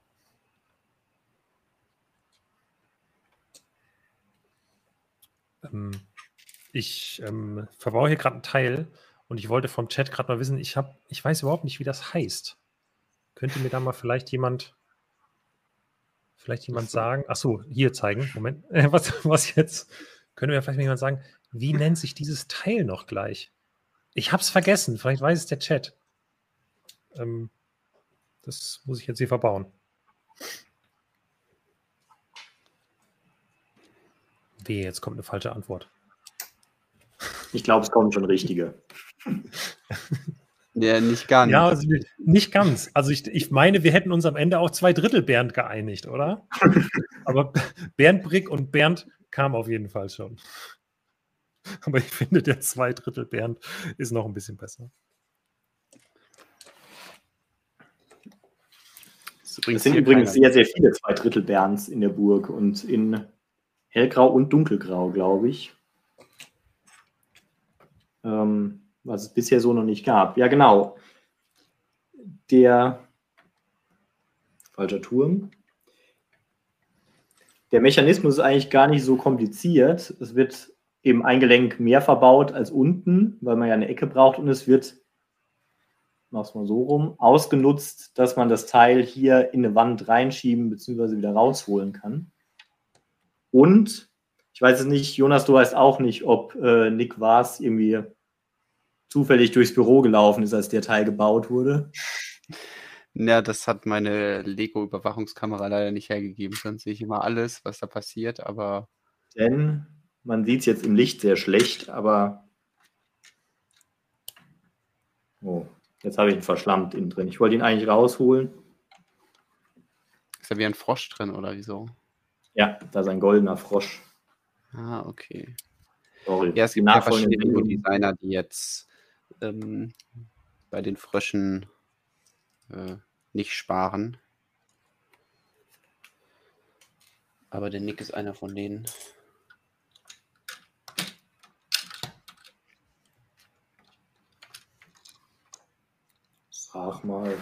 Ähm, ich ähm, verbaue hier gerade einen Teil und ich wollte vom Chat gerade mal wissen, ich, hab, ich weiß überhaupt nicht, wie das heißt. Könnte mir da mal vielleicht jemand, vielleicht jemand sagen, ach so, hier zeigen, Moment, äh, was, was jetzt? Könnte mir vielleicht mal jemand sagen, wie nennt sich dieses Teil noch gleich? Ich habe es vergessen, vielleicht weiß es der Chat. Ähm, das muss ich jetzt hier verbauen. Wehe, jetzt kommt eine falsche Antwort. Ich glaube, es kommen schon richtige. Ja, nicht ganz. Ja, also nicht ganz. Also ich, ich meine, wir hätten uns am Ende auch zwei Drittel Bernd geeinigt, oder? Aber Bernd Brick und Bernd kam auf jeden Fall schon. Aber ich finde, der zwei Drittel Bernd ist noch ein bisschen besser. Es sind übrigens sehr, sehr viele zwei Drittel Bernds in der Burg und in hellgrau und dunkelgrau, glaube ich. Ähm, was es bisher so noch nicht gab. Ja, genau. Der falscher Turm. Der Mechanismus ist eigentlich gar nicht so kompliziert. Es wird eben ein Gelenk mehr verbaut als unten, weil man ja eine Ecke braucht und es wird, mach's mal so rum, ausgenutzt, dass man das Teil hier in eine Wand reinschieben bzw. wieder rausholen kann. Und ich weiß es nicht, Jonas, du weißt auch nicht, ob äh, Nick Waas irgendwie zufällig durchs Büro gelaufen ist, als der Teil gebaut wurde. Ja, das hat meine Lego-Überwachungskamera leider nicht hergegeben. Sonst sehe ich immer alles, was da passiert, aber. Denn man sieht es jetzt im Licht sehr schlecht, aber. Oh, jetzt habe ich ihn verschlammt innen drin. Ich wollte ihn eigentlich rausholen. Ist da wie ein Frosch drin oder wieso? Ja, da ist ein goldener Frosch. Ah, okay. Sorry. Ja, es Die gibt ja nachfolgenden verschiedene Sendungen- Designer, die jetzt ähm, bei den Fröschen äh, nicht sparen. Aber der Nick ist einer von denen. Sag mal.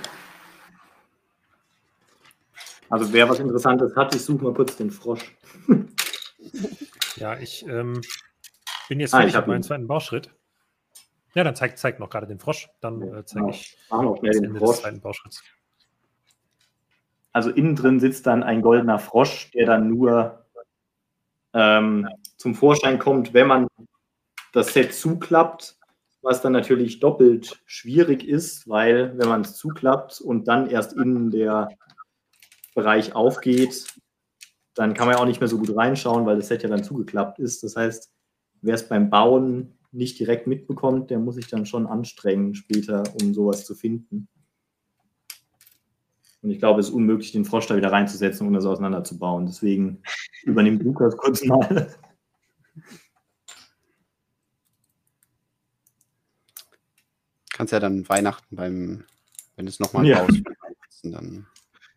Also wer was Interessantes hat, ich suche mal kurz den Frosch. Ja, ich ähm, bin jetzt Ah, fertig ich hab mit meinem ihn. zweiten Bauschritt. Ja, dann zeigt zeig noch gerade den Frosch. Dann Ja, äh, zeige genau. ich Machen wir auch schnell das den Ende des Frosch. zweiten Bauschritts. Also innen drin sitzt dann ein goldener Frosch, der dann nur ähm, zum Vorschein kommt, wenn man das Set zuklappt, was dann natürlich doppelt schwierig ist, weil wenn man es zuklappt und dann erst innen der Bereich aufgeht, dann kann man ja auch nicht mehr so gut reinschauen, weil das Set ja dann zugeklappt ist. Das heißt, wer es beim Bauen nicht direkt mitbekommt, der muss sich dann schon anstrengen später, um sowas zu finden. Und ich glaube, es ist unmöglich, den Frosch da wieder reinzusetzen, ohne es auseinanderzubauen. Deswegen übernimmt Lukas kurz mal. Kannst ja dann Weihnachten beim, wenn du es nochmal Ja. baust, dann.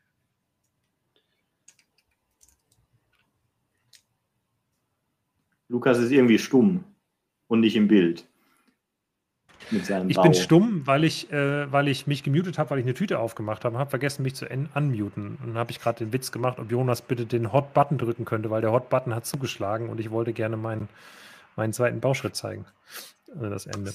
Lukas ist irgendwie stumm und nicht im Bild. Mit seinem Ich Bau. bin stumm, weil ich, äh, weil ich mich gemutet habe, weil ich eine Tüte aufgemacht habe, habe vergessen, mich zu en- unmuten. Und dann habe ich gerade den Witz gemacht, ob Jonas bitte den Hot-Button drücken könnte, weil der Hot-Button hat zugeschlagen und ich wollte gerne meinen, meinen zweiten Bauschritt zeigen. Also das Ende.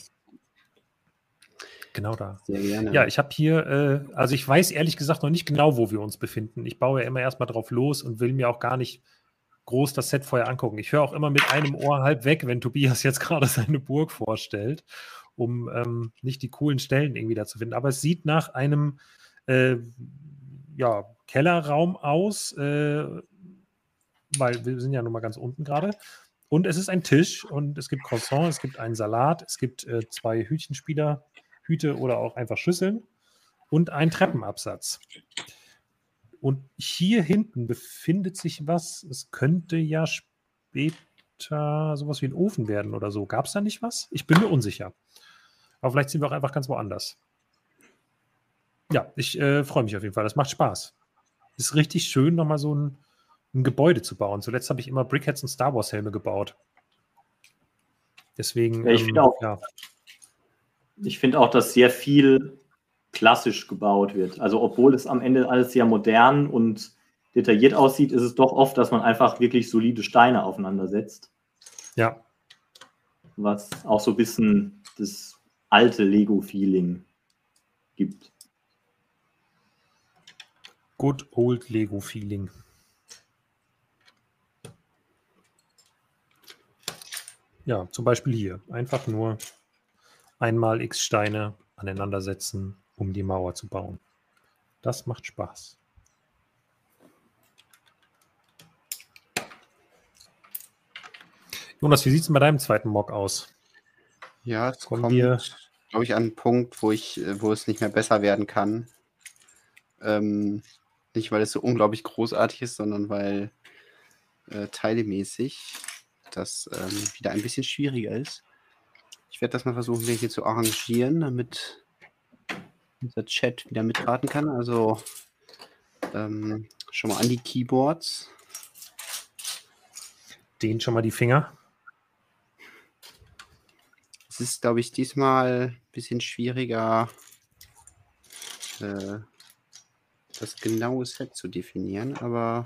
Genau da. Sehr gerne. Ja, ich habe hier, äh, also ich weiß ehrlich gesagt noch nicht genau, wo wir uns befinden. Ich baue ja immer erstmal drauf los und will mir auch gar nicht groß das Set vorher angucken. Ich höre auch immer mit einem Ohr halb weg, wenn Tobias jetzt gerade seine Burg vorstellt, um ähm, nicht die coolen Stellen irgendwie da zu finden. Aber es sieht nach einem äh, ja, Kellerraum aus, äh, weil wir sind ja nun mal ganz unten gerade. Und es ist ein Tisch und es gibt Croissant, es gibt einen Salat, es gibt äh, zwei Hütchenspieler, Hüte oder auch einfach Schüsseln und einen Treppenabsatz. Und hier hinten befindet sich was, es könnte ja später sowas wie ein Ofen werden oder so. Gab es da nicht was? Ich bin mir unsicher. Aber vielleicht sind wir auch einfach ganz woanders. Ja, ich äh, freue mich auf jeden Fall. Das macht Spaß. Ist richtig schön, nochmal so ein, ein Gebäude zu bauen. Zuletzt habe ich immer Brickheads und Star Wars Helme gebaut. Deswegen, Ja, ich ähm, finde auch, ja. ich finde auch, dass sehr viel klassisch gebaut wird. Also obwohl es am Ende alles sehr modern und detailliert aussieht, ist es doch oft, dass man einfach wirklich solide Steine aufeinander setzt. Ja, Was auch so ein bisschen das alte Lego-Feeling gibt. good old Lego-Feeling. Ja, zum Beispiel hier. Einfach nur einmal x Steine aneinander setzen, um die Mauer zu bauen. Das macht Spaß. Jonas, wie sieht es bei deinem zweiten Mock aus? Ja, es Kommen kommt, wir- glaube ich, an einen Punkt, wo ich, äh, wo es nicht mehr besser werden kann. Ähm, nicht, weil es so unglaublich großartig ist, sondern weil äh, teilemäßig das ähm, wieder ein bisschen schwieriger ist. Ich werde das mal versuchen, hier zu arrangieren, damit unser Chat wieder mitraten kann. Also ähm, schon mal an die Keyboards. Den schon mal die Finger. Es ist, glaube ich, diesmal ein bisschen schwieriger, äh, das genaue Set zu definieren, aber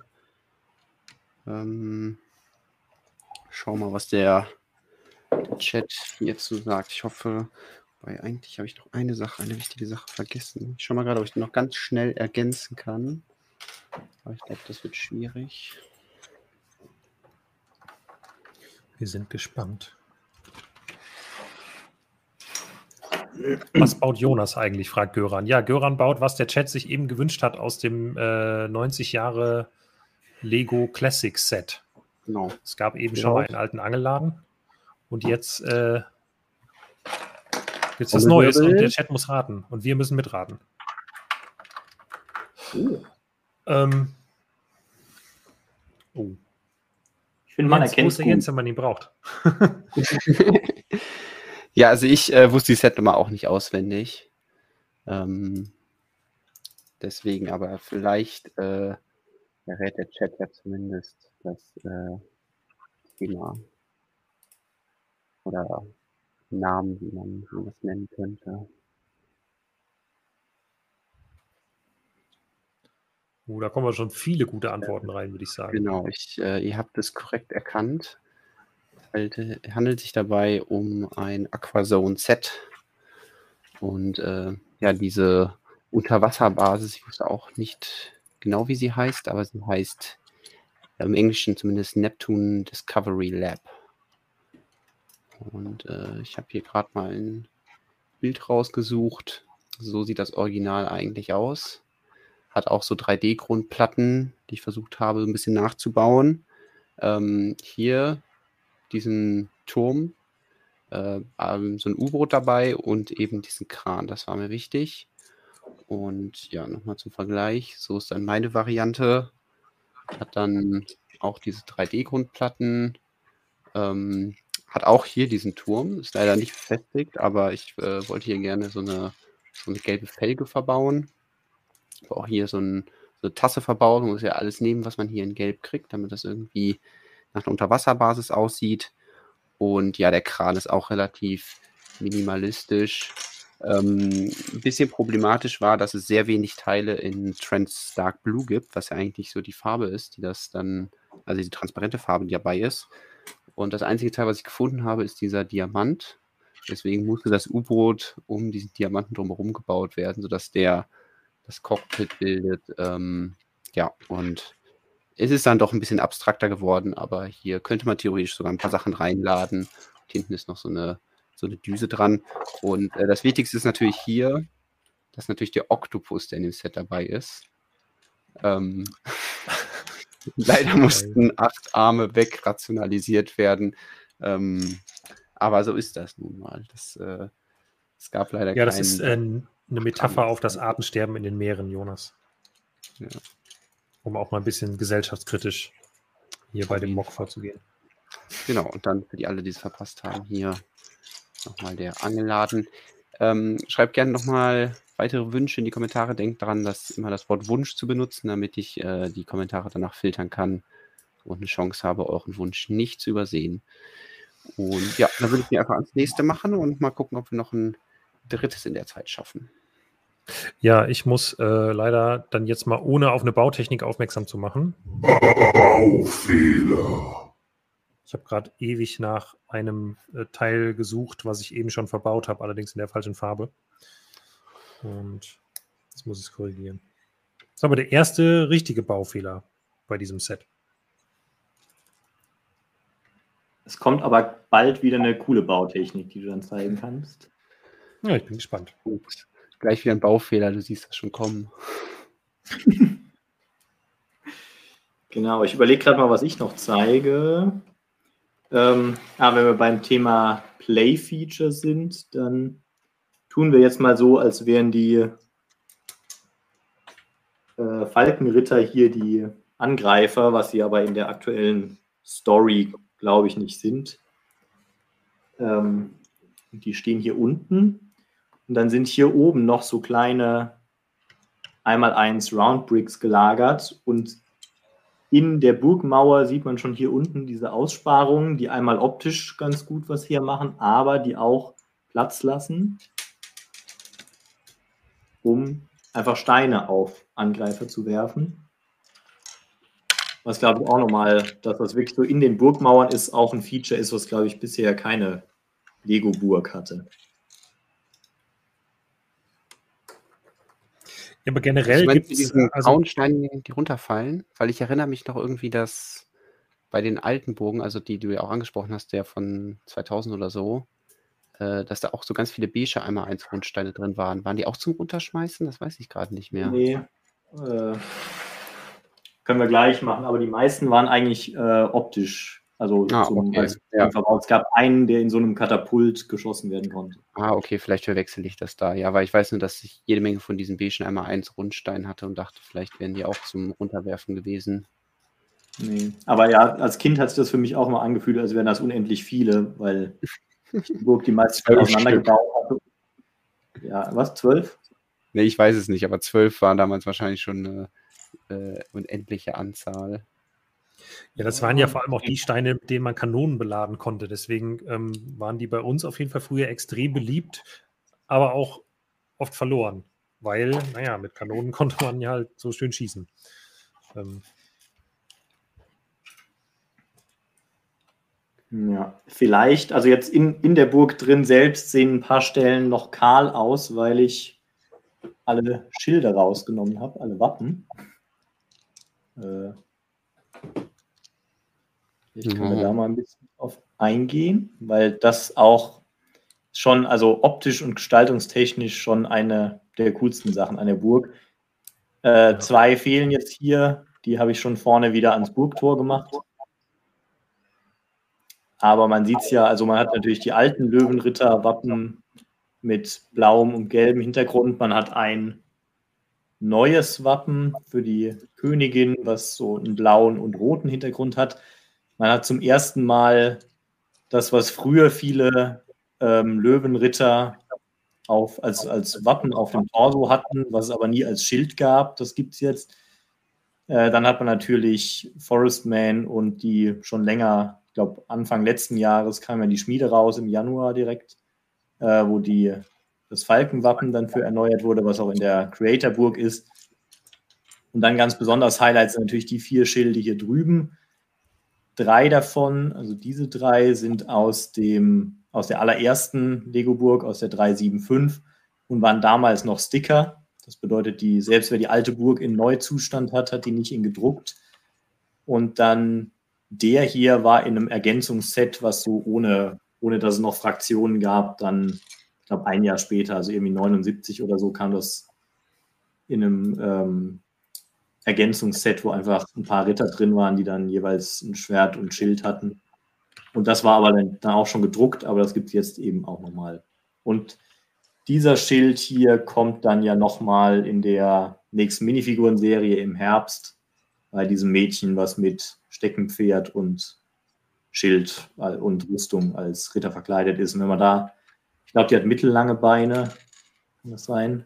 ähm, schau mal, was der, der Chat jetzt so sagt. Ich hoffe, weil eigentlich habe ich noch eine Sache, eine wichtige Sache vergessen. Ich schau mal gerade, ob ich die noch ganz schnell ergänzen kann. Aber ich glaube, das wird schwierig. Wir sind gespannt. Was baut Jonas eigentlich, fragt Göran. Ja, Göran baut, was der Chat sich eben gewünscht hat aus dem äh, neunzig Jahre Lego Classic Set. Genau. Es gab eben Ja. schon mal einen alten Angelladen und jetzt äh, gibt es was Trommelwirbel. Neues und der Chat muss raten und wir müssen mitraten. Oh. Ähm, Oh. Ich finde, man Jens, wo erkennt ist es der gut. Jens, wenn man ihn braucht? Ja, also ich äh, wusste die Setnummer auch nicht auswendig. Ähm, deswegen, aber vielleicht äh, errät der Chat ja zumindest das äh, Thema oder Namen, wie man, wie man das nennen könnte. Oh, da kommen wir schon viele gute Antworten rein, würde ich sagen. Genau, ich, äh, ihr habt es korrekt erkannt. Es halte- handelt sich dabei um ein Aquazone-Set. Und äh, ja, diese Unterwasserbasis, ich wusste auch nicht genau, wie sie heißt, aber sie heißt im Englischen zumindest Neptune Discovery Lab. Und äh, ich habe hier gerade mal ein Bild rausgesucht. So sieht das Original eigentlich aus. Hat auch so drei D-Grundplatten, die ich versucht habe, ein bisschen nachzubauen. Ähm, hier diesen Turm, äh, ähm, so ein U-Boot dabei und eben diesen Kran. Das war mir wichtig. Und ja, nochmal zum Vergleich. So ist dann meine Variante. Hat dann auch diese drei D-Grundplatten. Ähm, hat auch hier diesen Turm. Ist leider nicht befestigt, aber ich äh, wollte hier gerne so eine, so eine gelbe Felge verbauen. Ich habe auch hier so, ein, so eine Tasse verbaut. Man muss ja alles nehmen, was man hier in Gelb kriegt, damit das irgendwie nach einer Unterwasserbasis aussieht. Und ja, der Kran ist auch relativ minimalistisch. Ähm, ein bisschen problematisch war, dass es sehr wenig Teile in Trans Dark Blue gibt, was ja eigentlich so die Farbe ist, die das dann, also die transparente Farbe, die dabei ist. Und das einzige Teil, was ich gefunden habe, ist dieser Diamant. Deswegen musste das U-Boot um diesen Diamanten drumherum gebaut werden, sodass der das Cockpit bildet. Ähm, ja, und es ist dann doch ein bisschen abstrakter geworden, aber hier könnte man theoretisch sogar ein paar Sachen reinladen. Und hinten ist noch so eine, so eine Düse dran. Und äh, das Wichtigste ist natürlich hier, dass natürlich der Oktopus, der in dem Set dabei ist. Ähm, leider mussten acht Arme wegrationalisiert werden. Ähm, aber so ist das nun mal. Das, äh, es gab leider Ja, das keinen. ist äh, eine Metapher auf das Artensterben in den Meeren, Jonas. Ja. Um auch mal ein bisschen gesellschaftskritisch hier Auf bei dem jeden Mock Fall. vorzugehen. Genau, und dann für die alle, die es verpasst haben, hier nochmal der Angelladen. Ähm, schreibt gerne nochmal weitere Wünsche in die Kommentare. Denkt daran, das immer das Wort Wunsch zu benutzen, damit ich äh, die Kommentare danach filtern kann und eine Chance habe, euren Wunsch nicht zu übersehen. Und ja, dann würde ich mir einfach ans nächste machen und mal gucken, ob wir noch ein drittes in der Zeit schaffen. Ja, ich muss äh, leider dann jetzt mal, ohne auf eine Bautechnik aufmerksam zu machen. Baufehler. Ich habe gerade ewig nach einem äh, Teil gesucht, was ich eben schon verbaut habe, allerdings in der falschen Farbe. Und jetzt muss ich es korrigieren. Das ist aber der erste richtige Baufehler bei diesem Set. Es kommt aber bald wieder eine coole Bautechnik, die du dann zeigen kannst. Ja, ich bin gespannt. Ups. Gleich wieder ein Baufehler, du siehst das schon kommen. Genau, ich überlege gerade mal, was ich noch zeige. Ähm, aber wenn wir beim Thema Play-Feature sind, dann tun wir jetzt mal so, als wären die äh, Falkenritter hier die Angreifer, was sie aber in der aktuellen Story, glaube ich, nicht sind. Ähm, die stehen hier unten. Und dann sind hier oben noch so kleine einmal eins Round Bricks gelagert. Und in der Burgmauer sieht man schon hier unten diese Aussparungen, die einmal optisch ganz gut was hier machen, aber die auch Platz lassen, um einfach Steine auf Angreifer zu werfen. Was, glaube ich, auch nochmal, dass das wirklich so in den Burgmauern ist, auch ein Feature ist, was, glaube ich, bisher keine Lego-Burg hatte. Ja, aber generell gibt es diesen also grauen Steine, die runterfallen, weil ich erinnere mich noch irgendwie, dass bei den alten Burgen, also die du ja auch angesprochen hast, der von zweitausend oder so, äh, dass da auch so ganz viele beige einmal eins Grundsteine drin waren. Waren die auch zum Runterschmeißen? Das weiß ich gerade nicht mehr. Nee, äh, können wir gleich machen, aber die meisten waren eigentlich äh, optisch, also Ah, zum, okay, als ja. verbaut. Es gab einen, der in so einem Katapult geschossen werden konnte. Ah, okay, vielleicht verwechsel ich das da. Ja, weil ich weiß nur, dass ich jede Menge von diesen beigen einmal eins Rundsteinen hatte und dachte, vielleicht wären die auch zum Runterwerfen gewesen. Nee. Aber ja, als Kind hat sich das für mich auch mal angefühlt, als wären das unendlich viele, weil die Burg die meisten Zwölf auseinandergebaut hatte. Ja, was? Zwölf? Nee, ich weiß es nicht, aber zwölf waren damals wahrscheinlich schon eine äh, unendliche Anzahl. Ja, das waren ja vor allem auch die Steine, mit denen man Kanonen beladen konnte. Deswegen ähm, waren die bei uns auf jeden Fall früher extrem beliebt, aber auch oft verloren. Weil, naja, mit Kanonen konnte man ja halt so schön schießen. Ähm, Ja, vielleicht, also jetzt in, in der Burg drin selbst sehen ein paar Stellen noch kahl aus, weil ich alle Schilder rausgenommen habe, alle Wappen. Äh, ich kann Mhm. da mal ein bisschen drauf eingehen, weil das auch schon, also optisch und gestaltungstechnisch schon eine der coolsten Sachen an der Burg. Äh, Ja. Zwei fehlen jetzt hier, die habe ich schon vorne wieder ans Burgtor gemacht. Aber man sieht es ja, also man hat natürlich die alten Löwenritter-Wappen mit blauem und gelbem Hintergrund. Man hat ein neues Wappen für die Königin, was so einen blauen und roten Hintergrund hat. Man hat zum ersten Mal das, was früher viele ähm, Löwenritter auf, als, als Wappen auf dem Torso hatten, was es aber nie als Schild gab. Das gibt es jetzt. Äh, dann hat man natürlich Forestman und die schon länger, ich glaube Anfang letzten Jahres kam ja die Schmiede raus, im Januar direkt, äh, wo die, das Falkenwappen dann für erneuert wurde, was auch in der Creator-Burg ist. Und dann ganz besonders Highlights sind natürlich die vier Schilde hier drüben. Drei davon, also diese drei, sind aus, dem, aus der allerersten Lego-Burg, aus der drei sieben fünf und waren damals noch Sticker. Das bedeutet, die, selbst wer die alte Burg in Neuzustand hat, hat die nicht in gedruckt. Und dann der hier war in einem Ergänzungsset, was so ohne, ohne dass es noch Fraktionen gab, dann, ich glaube, ein Jahr später, also irgendwie neunundsiebzig oder so, kam das in einem ähm, Ergänzungsset, wo einfach ein paar Ritter drin waren, die dann jeweils ein Schwert und ein Schild hatten. Und das war aber dann, dann auch schon gedruckt, aber das gibt es jetzt eben auch nochmal. Und dieser Schild hier kommt dann ja nochmal in der nächsten Minifiguren-Serie im Herbst bei diesem Mädchen, was mit Steckenpferd und Schild und Rüstung als Ritter verkleidet ist. Und wenn man da, ich glaube, die hat mittellange Beine, kann das sein?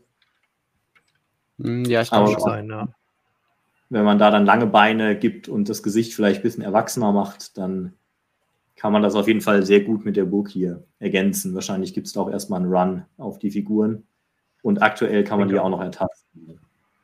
Ja, ich Kann glaube schon schon. sein, ja. Wenn man da dann lange Beine gibt und das Gesicht vielleicht ein bisschen erwachsener macht, dann kann man das auf jeden Fall sehr gut mit der Burg hier ergänzen. Wahrscheinlich gibt es da auch erstmal einen Run auf die Figuren. Und aktuell kann man die Denke auch noch ertasten.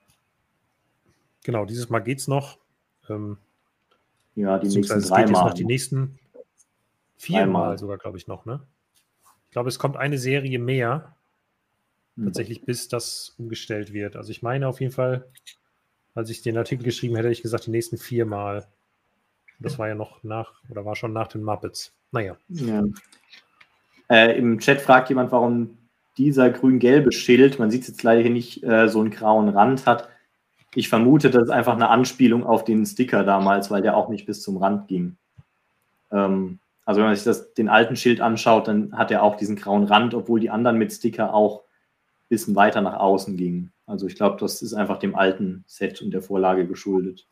Genau, dieses Mal geht's noch. Ähm, Ja, die nächsten beziehungsweise es drei geht jetzt Mal. noch die nächsten viermal Dreimal. sogar, glaube ich, noch, ne? Ich glaube, es kommt eine Serie mehr, Hm. tatsächlich, bis das umgestellt wird. Also ich meine auf jeden Fall, als ich den Artikel geschrieben hätte, hätte ich gesagt, die nächsten viermal. Das war ja noch nach, oder war schon nach den Muppets. Naja. Ja. Äh, Im Chat fragt jemand, warum dieser grün-gelbe Schild, man sieht es jetzt leider hier nicht, äh, so einen grauen Rand hat. Ich vermute, das ist einfach eine Anspielung auf den Sticker damals, weil der auch nicht bis zum Rand ging. Ähm, also wenn man sich das, den alten Schild anschaut, dann hat er auch diesen grauen Rand, obwohl die anderen mit Sticker auch ein bisschen weiter nach außen gingen. Also ich glaube, das ist einfach dem alten Set und der Vorlage geschuldet.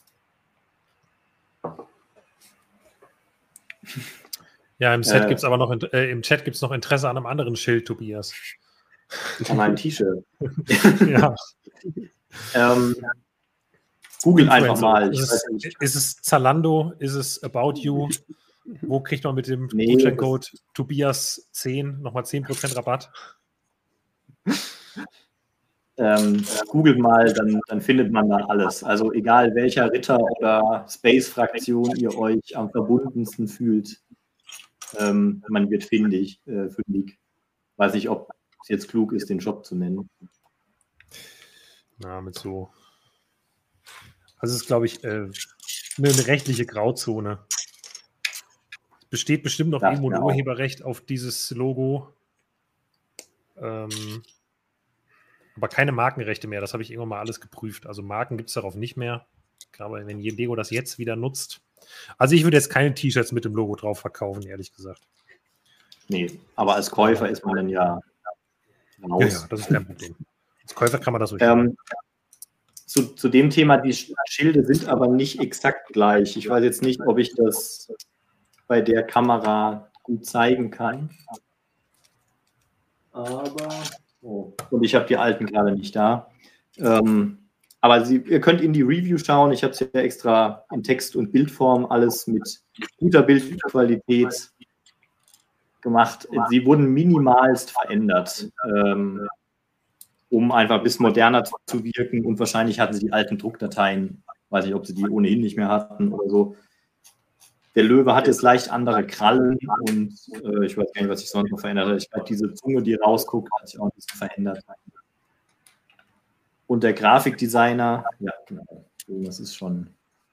Ja, im Set Äh, gibt's aber noch, äh, im Chat gibt es noch Interesse an einem anderen Schild, Tobias. An meinem T-Shirt. Ja. ähm, Google einfach mal. Ich Ist weiß es, nicht. ist es Zalando? Ist es About You? Wo kriegt man mit dem Nee, Gutscheincode Tobias zehn nochmal zehn Prozent Rabatt? Ähm, googelt mal, dann, dann findet man da alles. Also egal welcher Ritter oder Space-Fraktion ihr euch am verbundensten fühlt, ähm, man wird findig, äh, fündig. Weiß nicht, ob es jetzt klug ist, den Shop zu nennen. Ja, mit so. Also es ist, glaube ich, äh, eine, eine rechtliche Grauzone. Es besteht bestimmt noch Dachte irgendwo ein mir auch. Urheberrecht auf dieses Logo. Ähm, aber keine Markenrechte mehr. Das habe ich irgendwann mal alles geprüft. Also Marken gibt es darauf nicht mehr. Aber wenn Lego das jetzt wieder nutzt. Also ich würde jetzt keine T-Shirts mit dem Logo drauf verkaufen, ehrlich gesagt. Nee, aber als Käufer ist man dann ja Ja, raus. ja, das ist kein Problem. Als Käufer kann man das ruhig Ähm, zu, zu dem Thema, die Schilde sind aber nicht exakt gleich. Ich weiß jetzt nicht, ob ich das bei der Kamera gut zeigen kann. Aber, oh, und ich habe die alten gerade nicht da. Ähm, aber Sie, ihr könnt in die Review schauen. Ich habe es ja extra in Text- und Bildform alles mit guter Bildqualität gemacht. Sie wurden minimalst verändert, ähm, um einfach ein bisschen moderner zu wirken. Und wahrscheinlich hatten sie die alten Druckdateien, weiß nicht, ob sie die ohnehin nicht mehr hatten oder so. Der Löwe hat jetzt leicht andere Krallen und äh, ich weiß gar nicht, was sich sonst noch verändert hat. Ich glaube, diese Zunge, die rausguckt, hat sich auch ein bisschen verändert. Und der Grafikdesigner, ja, genau, das ist schon,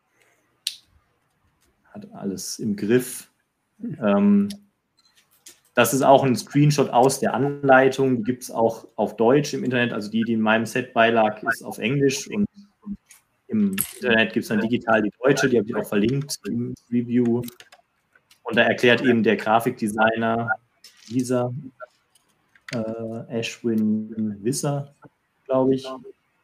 hat alles im Griff. Ähm, das ist auch ein Screenshot aus der Anleitung, die gibt es auch auf Deutsch im Internet, also die, die in meinem Set beilag, ist auf Englisch und im Internet gibt es dann digital die deutsche, die habe ich auch verlinkt im Review. Und da erklärt eben der Grafikdesigner, dieser äh, Ashwin Visser, glaube ich,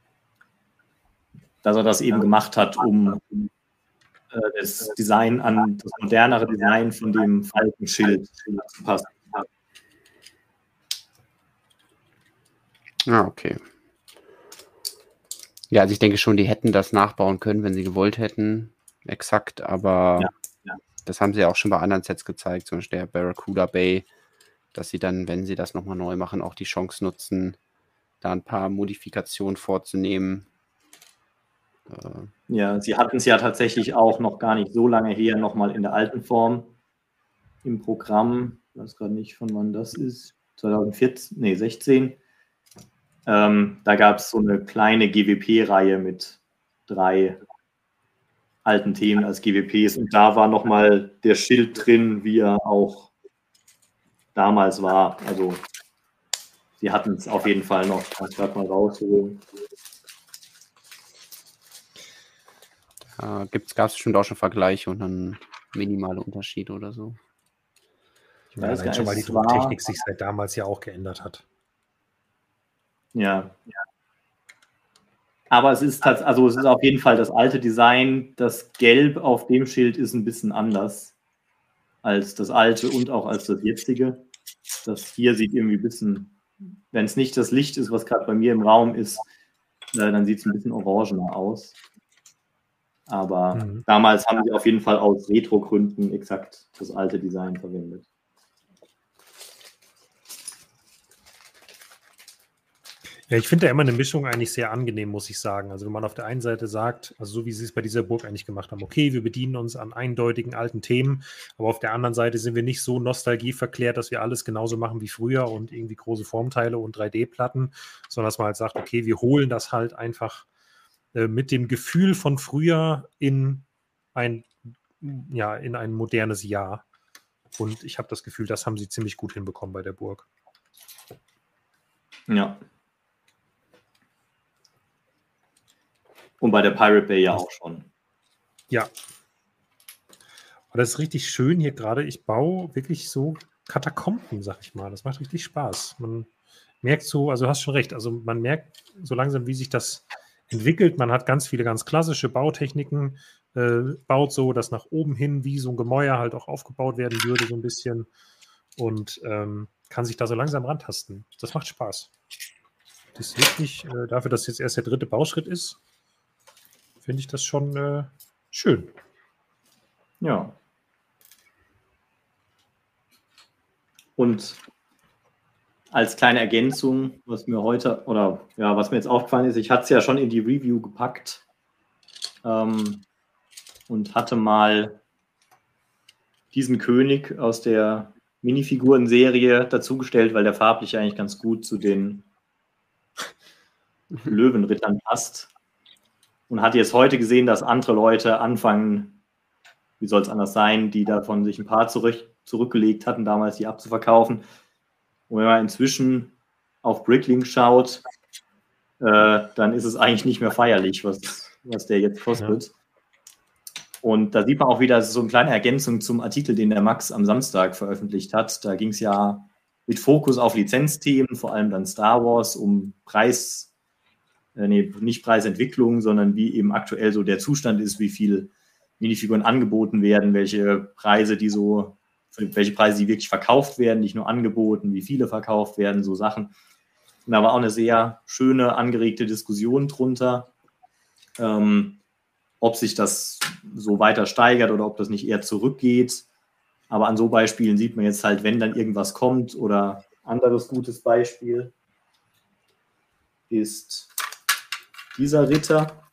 dass er das eben gemacht hat, um äh, das Design an das modernere Design von dem Falkenschild zu passen. Ah, okay. Ja, also ich denke schon, die hätten das nachbauen können, wenn sie gewollt hätten. Exakt, aber Ja, ja. das haben sie auch schon bei anderen Sets gezeigt, zum Beispiel der Barracuda Bay, dass sie dann, wenn sie das nochmal neu machen, auch die Chance nutzen, da ein paar Modifikationen vorzunehmen. Äh, Ja, sie hatten es ja tatsächlich auch noch gar nicht so lange her, nochmal in der alten Form im Programm. Ich weiß gerade nicht, von wann das ist. zwanzig vierzehn, nee, sechzehn. Ähm, da gab es so eine kleine G W P-Reihe mit drei alten Themen als G W Ps und da war nochmal der Schild drin, wie er auch damals war. Also sie hatten es auf jeden Fall noch. Ich kann es gerade mal rausholen. da gab es bestimmt auch schon Vergleiche und dann minimale Unterschiede oder so. Ich Ja, weiß allein gar schon, weil die nicht, es war- Drucktechnik sich seit damals ja auch geändert hat. Ja, ja. Aber es ist tats- also es ist auf jeden Fall das alte Design. Das Gelb auf dem Schild ist ein bisschen anders als das alte und auch als das jetzige. Das hier sieht irgendwie ein bisschen, wenn es nicht das Licht ist, was gerade bei mir im Raum ist, äh, dann sieht es ein bisschen orangener aus. Aber Mhm. damals haben sie auf jeden Fall aus Retro-Gründen exakt das alte Design verwendet. Ja, ich finde da immer eine Mischung eigentlich sehr angenehm, muss ich sagen. Also wenn man auf der einen Seite sagt, also so wie sie es bei dieser Burg eigentlich gemacht haben, okay, wir bedienen uns an eindeutigen alten Themen, aber auf der anderen Seite sind wir nicht so nostalgieverklärt, dass wir alles genauso machen wie früher und irgendwie große Formteile und drei D-Platten, sondern dass man halt sagt, okay, wir holen das halt einfach äh, mit dem Gefühl von früher in ein, ja, in ein modernes Jahr. Und ich habe das Gefühl, das haben sie ziemlich gut hinbekommen bei der Burg. Ja. Und bei der Pirate Bay ja auch schon. Ja. Aber das ist richtig schön hier gerade. Ich baue wirklich so Katakomben, sag ich mal. Das macht richtig Spaß. Man merkt so, also du hast schon recht, also man merkt so langsam, wie sich das entwickelt. Man hat ganz viele ganz klassische Bautechniken, äh, baut so, dass nach oben hin wie so ein Gemäuer halt auch aufgebaut werden würde, so ein bisschen. Und ähm, kann sich da so langsam rantasten. Das macht Spaß. Das ist wirklich, äh, dafür, dass jetzt erst der dritte Bauschritt ist, finde ich das schon äh, schön. Ja. Und als kleine Ergänzung, was mir heute, oder ja, was mir jetzt aufgefallen ist, ich hatte es ja schon in die Review gepackt ähm, und hatte mal diesen König aus der Minifiguren-Serie dazugestellt, weil der farblich eigentlich ganz gut zu den Löwenrittern passt. Und hatte jetzt heute gesehen, dass andere Leute anfangen, wie soll es anders sein, die davon sich ein paar zurück, zurückgelegt hatten, damals die abzuverkaufen. Und wenn man inzwischen auf Bricklink schaut, äh, dann ist es eigentlich nicht mehr feierlich, was, was der jetzt kostet. Ja. Und da sieht man auch wieder so eine kleine Ergänzung zum Artikel, den der Max am Samstag veröffentlicht hat. Da ging es ja mit Fokus auf Lizenzthemen, vor allem dann Star Wars, um Preis, äh, nee, nicht Preisentwicklung, sondern wie eben aktuell so der Zustand ist, wie viele Minifiguren angeboten werden, welche Preise die so, welche Preise die wirklich verkauft werden, nicht nur angeboten, wie viele verkauft werden, so Sachen. Und da war auch eine sehr schöne, angeregte Diskussion drunter, ähm, ob sich das so weiter steigert oder ob das nicht eher zurückgeht. Aber an so Beispielen sieht man jetzt halt, wenn dann irgendwas kommt oder anderes gutes Beispiel ist dieser Ritter,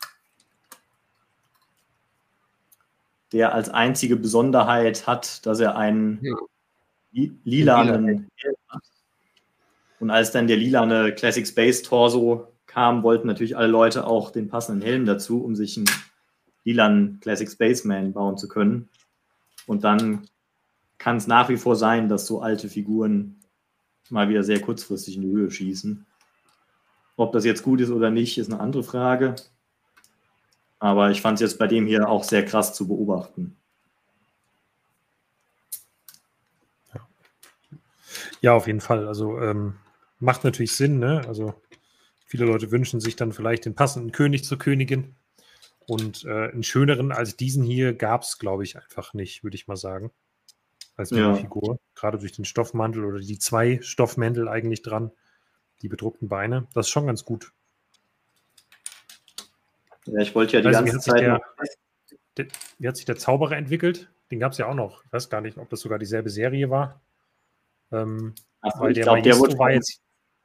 der als einzige Besonderheit hat, dass er einen Ja. li lilanen Helm hat. Und als dann der lilane Classic Space Torso kam, wollten natürlich alle Leute auch den passenden Helm dazu, um sich einen lilanen Classic Spaceman bauen zu können. Und dann kann es nach wie vor sein, dass so alte Figuren mal wieder sehr kurzfristig in die Höhe schießen. Ob das jetzt gut ist oder nicht, ist eine andere Frage. Aber ich fand es jetzt bei dem hier auch sehr krass zu beobachten. Ja, auf jeden Fall. Also ähm, macht natürlich Sinn, ne? Also viele Leute wünschen sich dann vielleicht den passenden König zur Königin. Und äh, einen schöneren als diesen hier gab es, glaube ich, einfach nicht, würde ich mal sagen. Als Ja. Minifigur. Gerade durch den Stoffmantel oder die zwei Stoffmäntel eigentlich dran. Die bedruckten Beine. Das ist schon ganz gut. Ja, ich wollte ja die Also, wie ganze hat sich Zeit der, noch. der, wie hat sich der Zauberer entwickelt? Den gab es ja auch noch. Ich weiß gar nicht, ob das sogar dieselbe Serie war. Ähm, Achso, weil ich der glaube, der Magisto wurde war jetzt.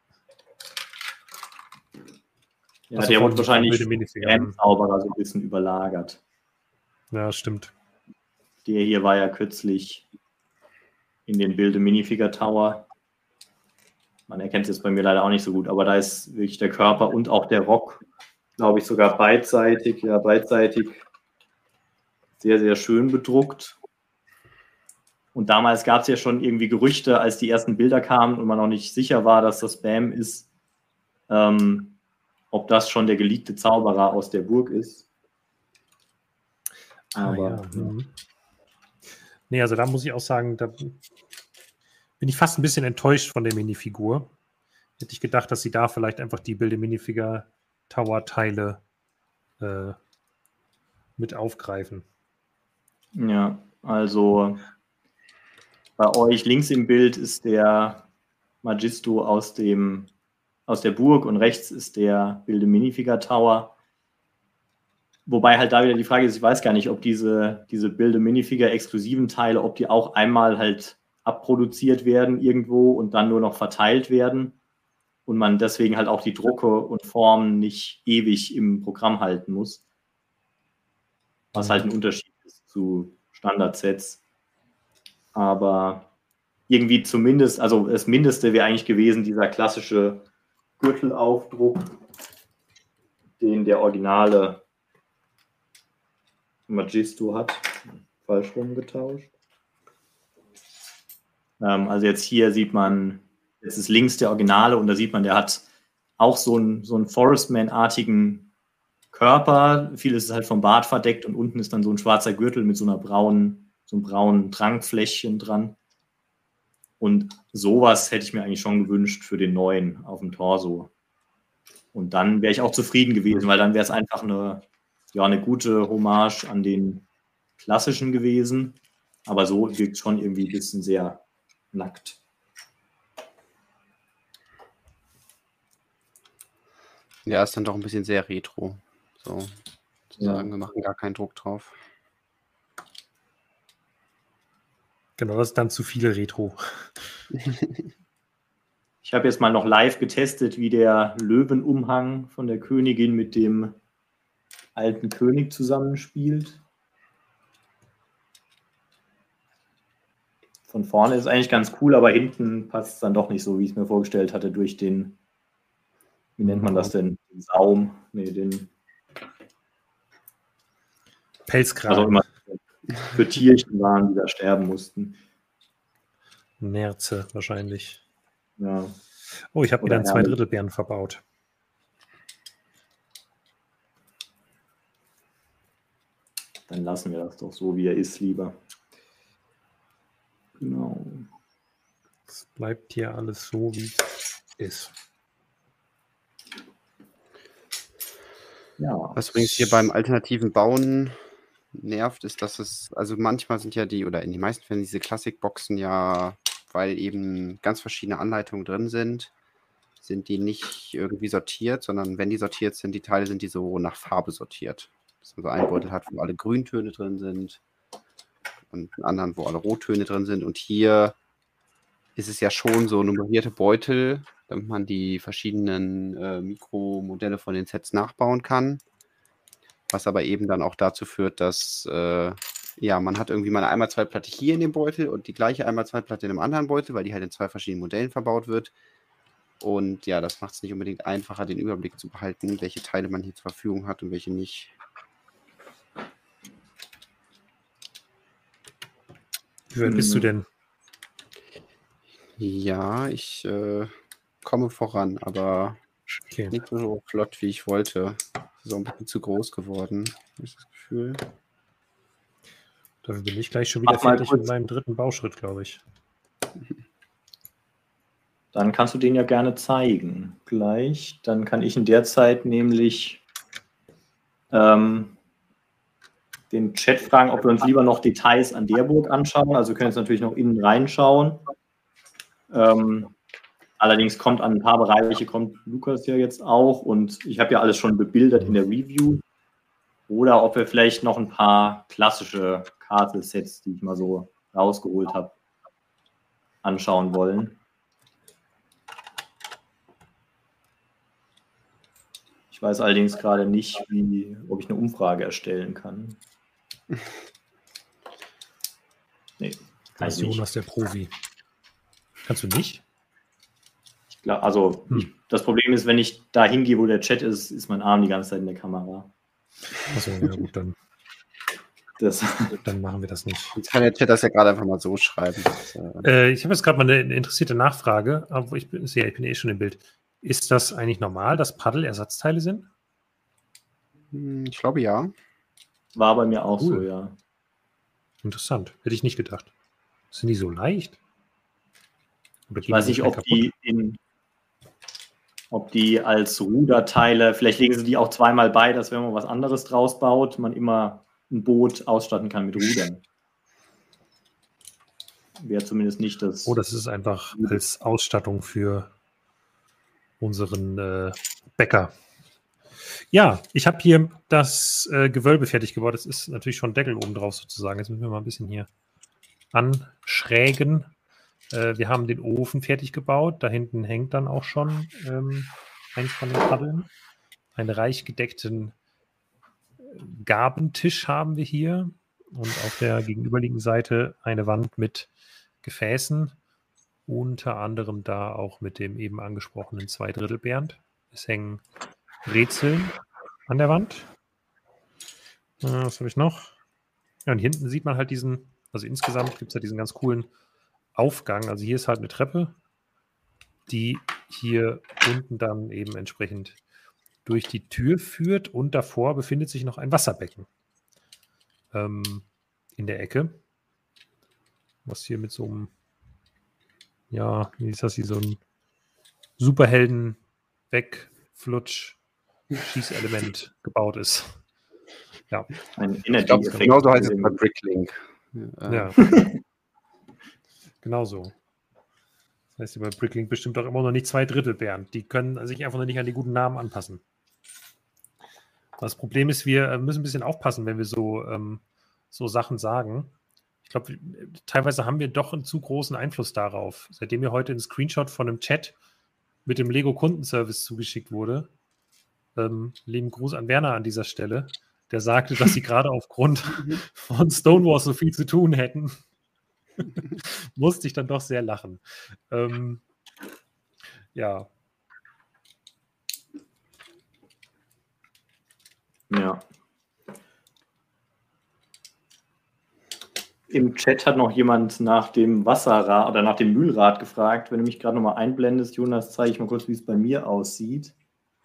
Ja, Achso, der von- wurde wahrscheinlich von Minifigur. vom Zauberer so ein bisschen überlagert. Ja, stimmt. Der hier war ja kürzlich in den Bilde Minifigure Tower. Man erkennt es jetzt bei mir leider auch nicht so gut, aber da ist wirklich der Körper und auch der Rock, glaube ich, sogar beidseitig, ja, beidseitig sehr, sehr schön bedruckt. Und damals gab es ja schon irgendwie Gerüchte, als die ersten Bilder kamen und man noch nicht sicher war, dass das Bam ist, ähm, ob das schon der geleakte Zauberer aus der Burg ist. Aber ah, ja. Mhm. Nee, also da muss ich auch sagen, da bin ich fast ein bisschen enttäuscht von der Minifigur. Hätte ich gedacht, dass sie da vielleicht einfach die Bilde Minifigure Tower Teile äh, mit aufgreifen. Ja, also bei euch links im Bild ist der Magisto aus, dem, aus der Burg und rechts ist der Bilde Minifigure Tower. Wobei halt da wieder die Frage ist, ich weiß gar nicht, ob diese, diese Bilde Minifigure exklusiven Teile, ob die auch einmal halt abproduziert werden irgendwo und dann nur noch verteilt werden und man deswegen halt auch die Drucke und Formen nicht ewig im Programm halten muss. Was halt ein Unterschied ist zu Standardsets. Aber irgendwie zumindest, also das Mindeste wäre eigentlich gewesen, dieser klassische Gürtelaufdruck, den der originale Magisto hat. Falsch rumgetauscht. Ähm, also jetzt hier sieht man, jetzt ist links der Originale und da sieht man, der hat auch so einen, so einen Forestman-artigen Körper. Vieles ist halt vom Bart verdeckt und unten ist dann so ein schwarzer Gürtel mit so einer braunen, so einem braunen Trankfläschchen dran. Und sowas hätte ich mir eigentlich schon gewünscht für den neuen auf dem Torso. Und dann wäre ich auch zufrieden gewesen, weil dann wäre es einfach eine, ja, eine gute Hommage an den klassischen gewesen. Aber so wirkt es schon irgendwie ein bisschen sehr nackt. Ja, ist dann doch ein bisschen sehr retro. So, zu Ja. sagen, wir machen gar keinen Druck drauf. Genau, das ist dann zu viel Retro. Ich habe jetzt mal noch live getestet, wie der Löwenumhang von der Königin mit dem alten König zusammenspielt. Von vorne ist es eigentlich ganz cool, aber hinten passt es dann doch nicht so, wie ich es mir vorgestellt hatte, durch den, wie nennt man das denn? Den Saum, nee, den Pelzkragen. Also immer für Tierchen waren, die da sterben mussten. Nerze wahrscheinlich. Ja. Oh, ich habe wieder Oder einen Ärmel. Zweidrittelbären verbaut. Dann lassen wir das doch so, wie er ist, lieber. Genau. Es bleibt hier alles so, wie es ist. Ja. Was übrigens hier beim alternativen Bauen nervt, ist, dass es, also manchmal sind ja die, oder in den meisten Fällen diese Klassikboxen ja, weil eben ganz verschiedene Anleitungen drin sind, sind die nicht irgendwie sortiert, sondern wenn die sortiert sind, die Teile sind die so nach Farbe sortiert. Dass man so einen Beutel hat, wo alle Grüntöne drin sind und einen anderen, wo alle Rottöne drin sind. Und hier ist es ja schon so nummerierte Beutel, damit man die verschiedenen äh, Mikromodelle von den Sets nachbauen kann. Was aber eben dann auch dazu führt, dass äh, ja, man hat irgendwie mal eine eins mal zwei Platte hier in dem Beutel und die gleiche eins mal zwei Platte in einem anderen Beutel, weil die halt in zwei verschiedenen Modellen verbaut wird. Und ja, das macht es nicht unbedingt einfacher, den Überblick zu behalten, welche Teile man hier zur Verfügung hat und welche nicht. Wie weit bist du denn? Ja, ich äh, komme voran, aber Okay. nicht so flott, wie ich wollte. Das ist auch ein bisschen zu groß geworden, habe ich das Gefühl. Dafür bin ich gleich schon wieder Mach mal fertig mit kurz. meinem dritten Bauschritt, glaube ich. Dann kannst du den ja gerne zeigen gleich. Dann kann ich in der Zeit nämlich ähm, den Chat fragen, ob wir uns lieber noch Details an der Burg anschauen. Also wir können jetzt natürlich noch innen reinschauen. Ähm, allerdings kommt an ein paar Bereiche, kommt Lukas ja jetzt auch und ich habe ja alles schon bebildert in der Review. Oder ob wir vielleicht noch ein paar klassische Castle-Sets, die ich mal so rausgeholt habe, anschauen wollen. Ich weiß allerdings gerade nicht, wie, ob ich eine Umfrage erstellen kann. Nee, kann Da ich ist nicht. Jonas der Profi. Kannst du nicht? Ich glaub, also Hm. ich, das Problem ist, wenn ich da hingehe, wo der Chat ist, ist mein Arm die ganze Zeit in der Kamera. Achso, ja gut, dann, Das, dann machen wir das nicht. Jetzt kann der Chat das ja gerade einfach mal so schreiben. Das, äh, Äh, ich habe jetzt gerade mal eine interessierte Nachfrage, aber ich bin, ja, ich bin eh schon im Bild. Ist das eigentlich normal, dass Paddel Ersatzteile sind? hm, ich glaube ja. war bei mir auch Cool. so, ja. Interessant. Hätte ich nicht gedacht. Sind die so leicht? Oder Ich weiß die nicht, schnell ob die, in, ob die als Ruderteile, vielleicht legen sie die auch zweimal bei, dass wenn man was anderes draus baut, man immer ein Boot ausstatten kann mit Rudern. Wäre zumindest nicht das. Oh, das ist einfach als Ausstattung für unseren äh, Bäcker. Ja, ich habe hier das äh, Gewölbe fertig gebaut. Das ist natürlich schon Deckel oben drauf sozusagen. Jetzt müssen wir mal ein bisschen hier anschrägen. Äh, wir haben den Ofen fertig gebaut. Da hinten hängt dann auch schon ähm, eins von den Paddeln. Einen reich gedeckten Gabentisch haben wir hier. Und auf der gegenüberliegenden Seite eine Wand mit Gefäßen. Unter anderem da auch mit dem eben angesprochenen Zweidrittel Bernd. Es hängen Brezeln an der Wand. Äh, was habe ich noch? Ja, und hinten sieht man halt diesen, also insgesamt gibt es ja diesen ganz coolen Aufgang. Also hier ist halt eine Treppe, die hier unten dann eben entsprechend durch die Tür führt und davor befindet sich noch ein Wasserbecken ähm, in der Ecke. Was hier mit so einem, ja, wie ist das hier, so ein Superhelden Wegflutsch Schießelement gebaut ist. Ja. Ein Ich glaube, Energy-Effekt. genau so heißt es bei Bricklink. Äh, Ja. Genau so. Das heißt, bei Bricklink bestimmt auch immer noch nicht zwei Drittel Bernd. Die können sich einfach noch nicht an die guten Namen anpassen. Das Problem ist, wir müssen ein bisschen aufpassen, wenn wir so, ähm, so Sachen sagen. Ich glaube, teilweise haben wir doch einen zu großen Einfluss darauf. Seitdem mir heute ein Screenshot von einem Chat mit dem Lego-Kundenservice zugeschickt wurde, ähm, lieben Gruß an Werner an dieser Stelle, der sagte, dass sie gerade aufgrund von Stonewall so viel zu tun hätten. Musste ich dann doch sehr lachen. Ähm, ja. Ja. Im Chat hat noch jemand nach dem Wasserrad oder nach dem Mühlrad gefragt. Wenn du mich gerade nochmal einblendest, Jonas, zeige ich mal kurz, wie es bei mir aussieht.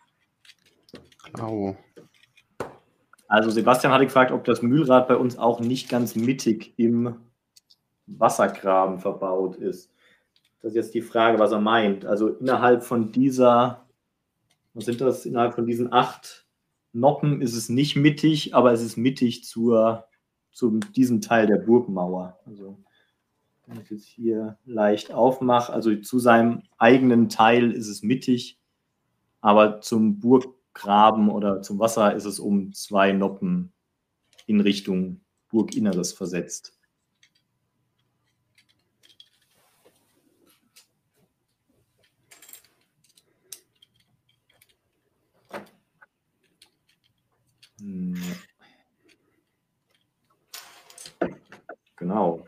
Au. Also Sebastian hatte gefragt, ob das Mühlrad bei uns auch nicht ganz mittig im Wassergraben verbaut ist. Das ist jetzt die Frage, was er meint. Also innerhalb von dieser, was sind das, innerhalb von diesen acht Noppen ist es nicht mittig, aber es ist mittig zur, zu diesem Teil der Burgmauer. Also wenn ich jetzt hier leicht aufmache, also zu seinem eigenen Teil ist es mittig, aber zum Burggraben oder zum Wasser ist es um zwei Noppen in Richtung Burginneres versetzt. Hm. Genau.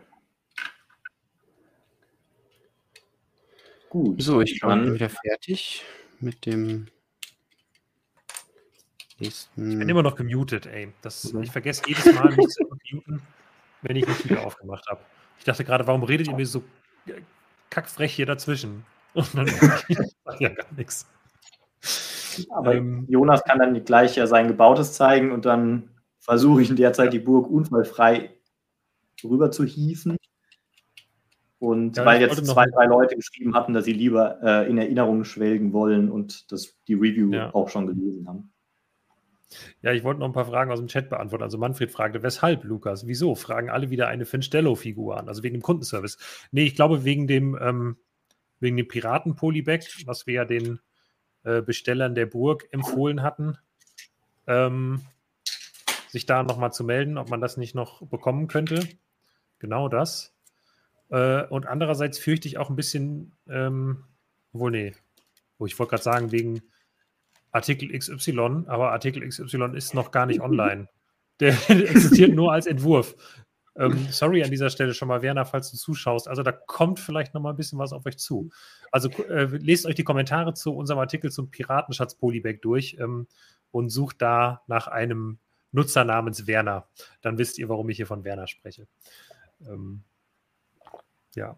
Gut. So, ich glaube, ich bin Dann, wieder fertig mit dem Ich bin nächsten. immer noch gemutet, ey. Das, Mhm. Ich vergesse jedes Mal, mich zu muten, wenn ich nicht wieder aufgemacht habe. Ich dachte gerade, warum redet ihr mir so äh, kackfrech hier dazwischen? Und dann ich sag ja gar nichts. aber Ähm, Jonas kann dann gleich ja sein Gebautes zeigen und dann versuche ich in der Zeit die Burg unfallfrei rüber zu hieven. Und Ja, weil ich wollte jetzt noch zwei, ein- drei Leute geschrieben hatten, dass sie lieber äh, in Erinnerungen schwelgen wollen und das, die Review Ja. auch schon gelesen haben. Ja, ich wollte noch ein paar Fragen aus dem Chat beantworten. Also Manfred fragte, weshalb, Lukas? Wieso? Fragen alle wieder eine Finstello-Figur an, also wegen dem Kundenservice. Nee, ich glaube wegen dem, ähm, wegen dem Piraten-Polybag, was wir ja den äh, Bestellern der Burg empfohlen hatten, ähm, sich da nochmal zu melden, ob man das nicht noch bekommen könnte. Genau das. Äh, und andererseits fürchte ich auch ein bisschen, ähm, obwohl, nee, wo ich wollte gerade sagen, wegen Artikel X Y, aber Artikel X Y ist noch gar nicht online. Der existiert nur als Entwurf. Ähm, sorry an dieser Stelle schon mal, Werner, falls du zuschaust. Also da kommt vielleicht noch mal ein bisschen was auf euch zu. Also äh, lest euch die Kommentare zu unserem Artikel zum Piratenschatz Polybag durch ähm, und sucht da nach einem Nutzer namens Werner. Dann wisst ihr, warum ich hier von Werner spreche. Ähm, ja.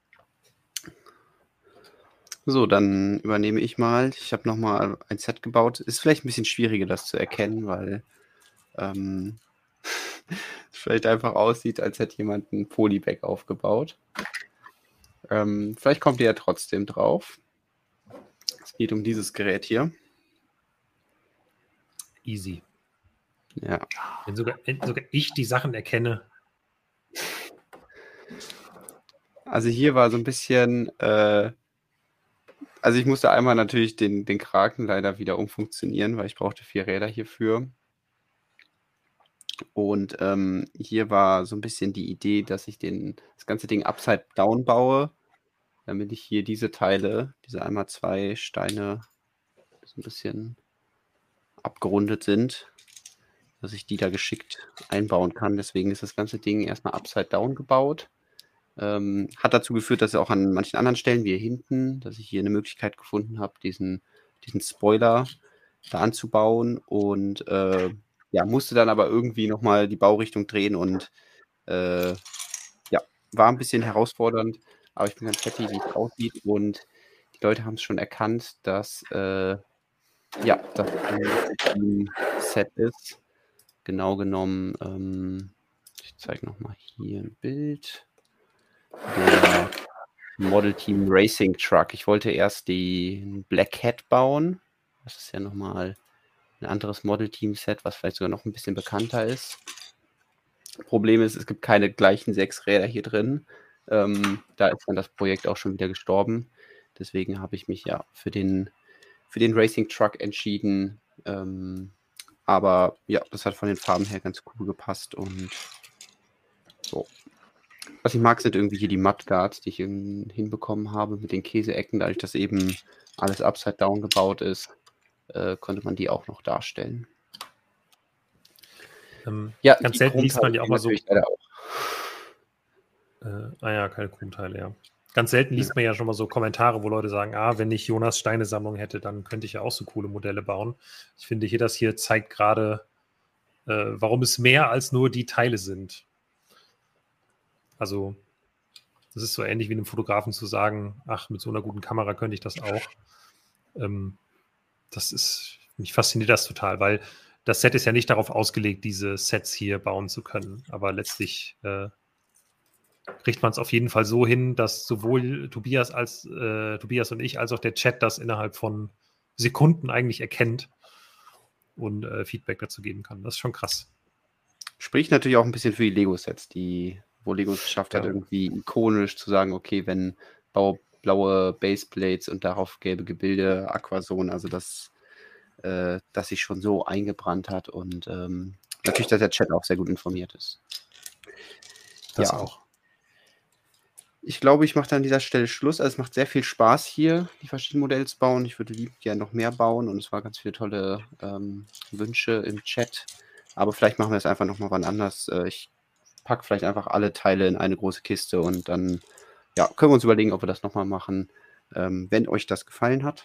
So, dann übernehme ich mal. Ich habe nochmal ein Set gebaut. Ist vielleicht ein bisschen schwieriger, das zu erkennen, weil ähm, es vielleicht einfach aussieht, als hätte jemand ein Polybag aufgebaut. Ähm, vielleicht kommt ihr ja trotzdem drauf. Es geht um dieses Gerät hier. Easy. Ja. Wenn sogar, wenn sogar ich die Sachen erkenne. Also hier war so ein bisschen, äh, also ich musste einmal natürlich den, den Kraken leider wieder umfunktionieren, weil ich brauchte vier Räder hierfür. Und ähm, hier war so ein bisschen die Idee, dass ich den, das ganze Ding upside down baue, damit ich hier diese Teile, diese einmal zwei Steine, so ein bisschen abgerundet sind, dass ich die da geschickt einbauen kann. Deswegen ist das ganze Ding erstmal upside down gebaut. Ähm, hat dazu geführt, dass auch an manchen anderen Stellen, wie hier hinten, dass ich hier eine Möglichkeit gefunden habe, diesen, diesen Spoiler da anzubauen und äh, ja, musste dann aber irgendwie nochmal die Baurichtung drehen und äh, ja, war ein bisschen herausfordernd, aber ich bin ganz happy, wie es aussieht und die Leute haben es schon erkannt, dass äh, ja, das ein Set ist. Genau genommen, ähm, ich zeige nochmal hier ein Bild. Der Model Team Racing Truck. Ich wollte erst die Black Cat bauen. Das ist ja nochmal ein anderes Model Team Set, was vielleicht sogar noch ein bisschen bekannter ist. Problem ist, es gibt keine gleichen sechs Räder hier drin. Ähm, da ist dann das Projekt auch schon wieder gestorben. Deswegen habe ich mich ja für den, für den Racing Truck entschieden. Ähm, aber ja, das hat von den Farben her ganz cool gepasst und so. Was ich mag, sind irgendwie hier die Mudguards, die ich hinbekommen habe mit den Käseecken. Dadurch, dass eben alles upside down gebaut ist, äh, konnte man die auch noch darstellen. Ähm, ja, ganz selten liest man ja auch mal so. Auch. Äh, ah ja, keine Krummteile, ja. Ganz selten liest ja. man ja schon mal so Kommentare, wo Leute sagen, ah, wenn ich Jonas Steinesammlung hätte, dann könnte ich ja auch so coole Modelle bauen. Ich finde, hier das hier zeigt gerade, äh, warum es mehr als nur die Teile sind. Also, das ist so ähnlich wie einem Fotografen zu sagen, ach, mit so einer guten Kamera könnte ich das auch. Ähm, das ist, mich fasziniert das total, weil das Set ist ja nicht darauf ausgelegt, diese Sets hier bauen zu können. Aber letztlich äh, kriegt man es auf jeden Fall so hin, dass sowohl Tobias als äh, Tobias und ich als auch der Chat das innerhalb von Sekunden eigentlich erkennt. und äh, Feedback dazu geben kann. Das ist schon krass. Spricht natürlich auch ein bisschen für die Lego-Sets, die, wo Lego es geschafft hat, Ja. irgendwie ikonisch zu sagen, okay, wenn blau, blaue Baseplates und darauf gelbe Gebilde, Aquazone, also das, äh, das sich schon so eingebrannt hat und ähm, natürlich, dass der Chat auch sehr gut informiert ist. Das Ja. auch. Ich glaube, ich mache dann an dieser Stelle Schluss. Also es macht sehr viel Spaß hier, die verschiedenen Modelle zu bauen. Ich würde liebend gerne noch mehr bauen und es waren ganz viele tolle ähm, Wünsche im Chat. Aber vielleicht machen wir es einfach nochmal wann anders. Äh, ich packe vielleicht einfach alle Teile in eine große Kiste und dann ja, können wir uns überlegen, ob wir das nochmal machen, ähm, wenn euch das gefallen hat.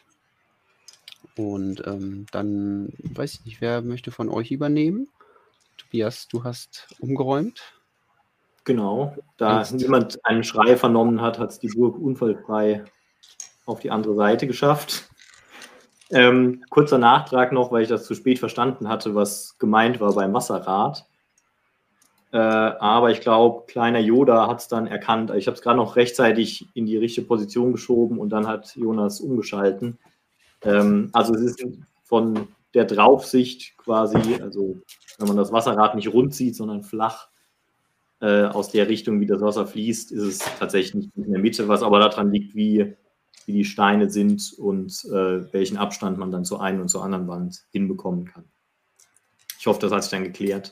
Und ähm, dann weiß ich nicht, wer möchte von euch übernehmen? Tobias, du hast umgeräumt. Genau, da Kannst- niemand einen Schrei vernommen hat, hat es die Burg unfallfrei auf die andere Seite geschafft. Ähm, kurzer Nachtrag noch, weil ich das zu spät verstanden hatte, was gemeint war beim Wasserrad. Äh, aber ich glaube, kleiner Yoda hat es dann erkannt. Ich habe es gerade noch rechtzeitig in die richtige Position geschoben und dann hat Jonas umgeschalten. Ähm, also es ist von der Draufsicht quasi, also wenn man das Wasserrad nicht rund sieht, sondern flach, äh, aus der Richtung, wie das Wasser fließt, ist es tatsächlich nicht in der Mitte, was aber daran liegt, wie, wie die Steine sind und äh, welchen Abstand man dann zur einen und zur anderen Wand hinbekommen kann. Ich hoffe, das hat sich dann geklärt.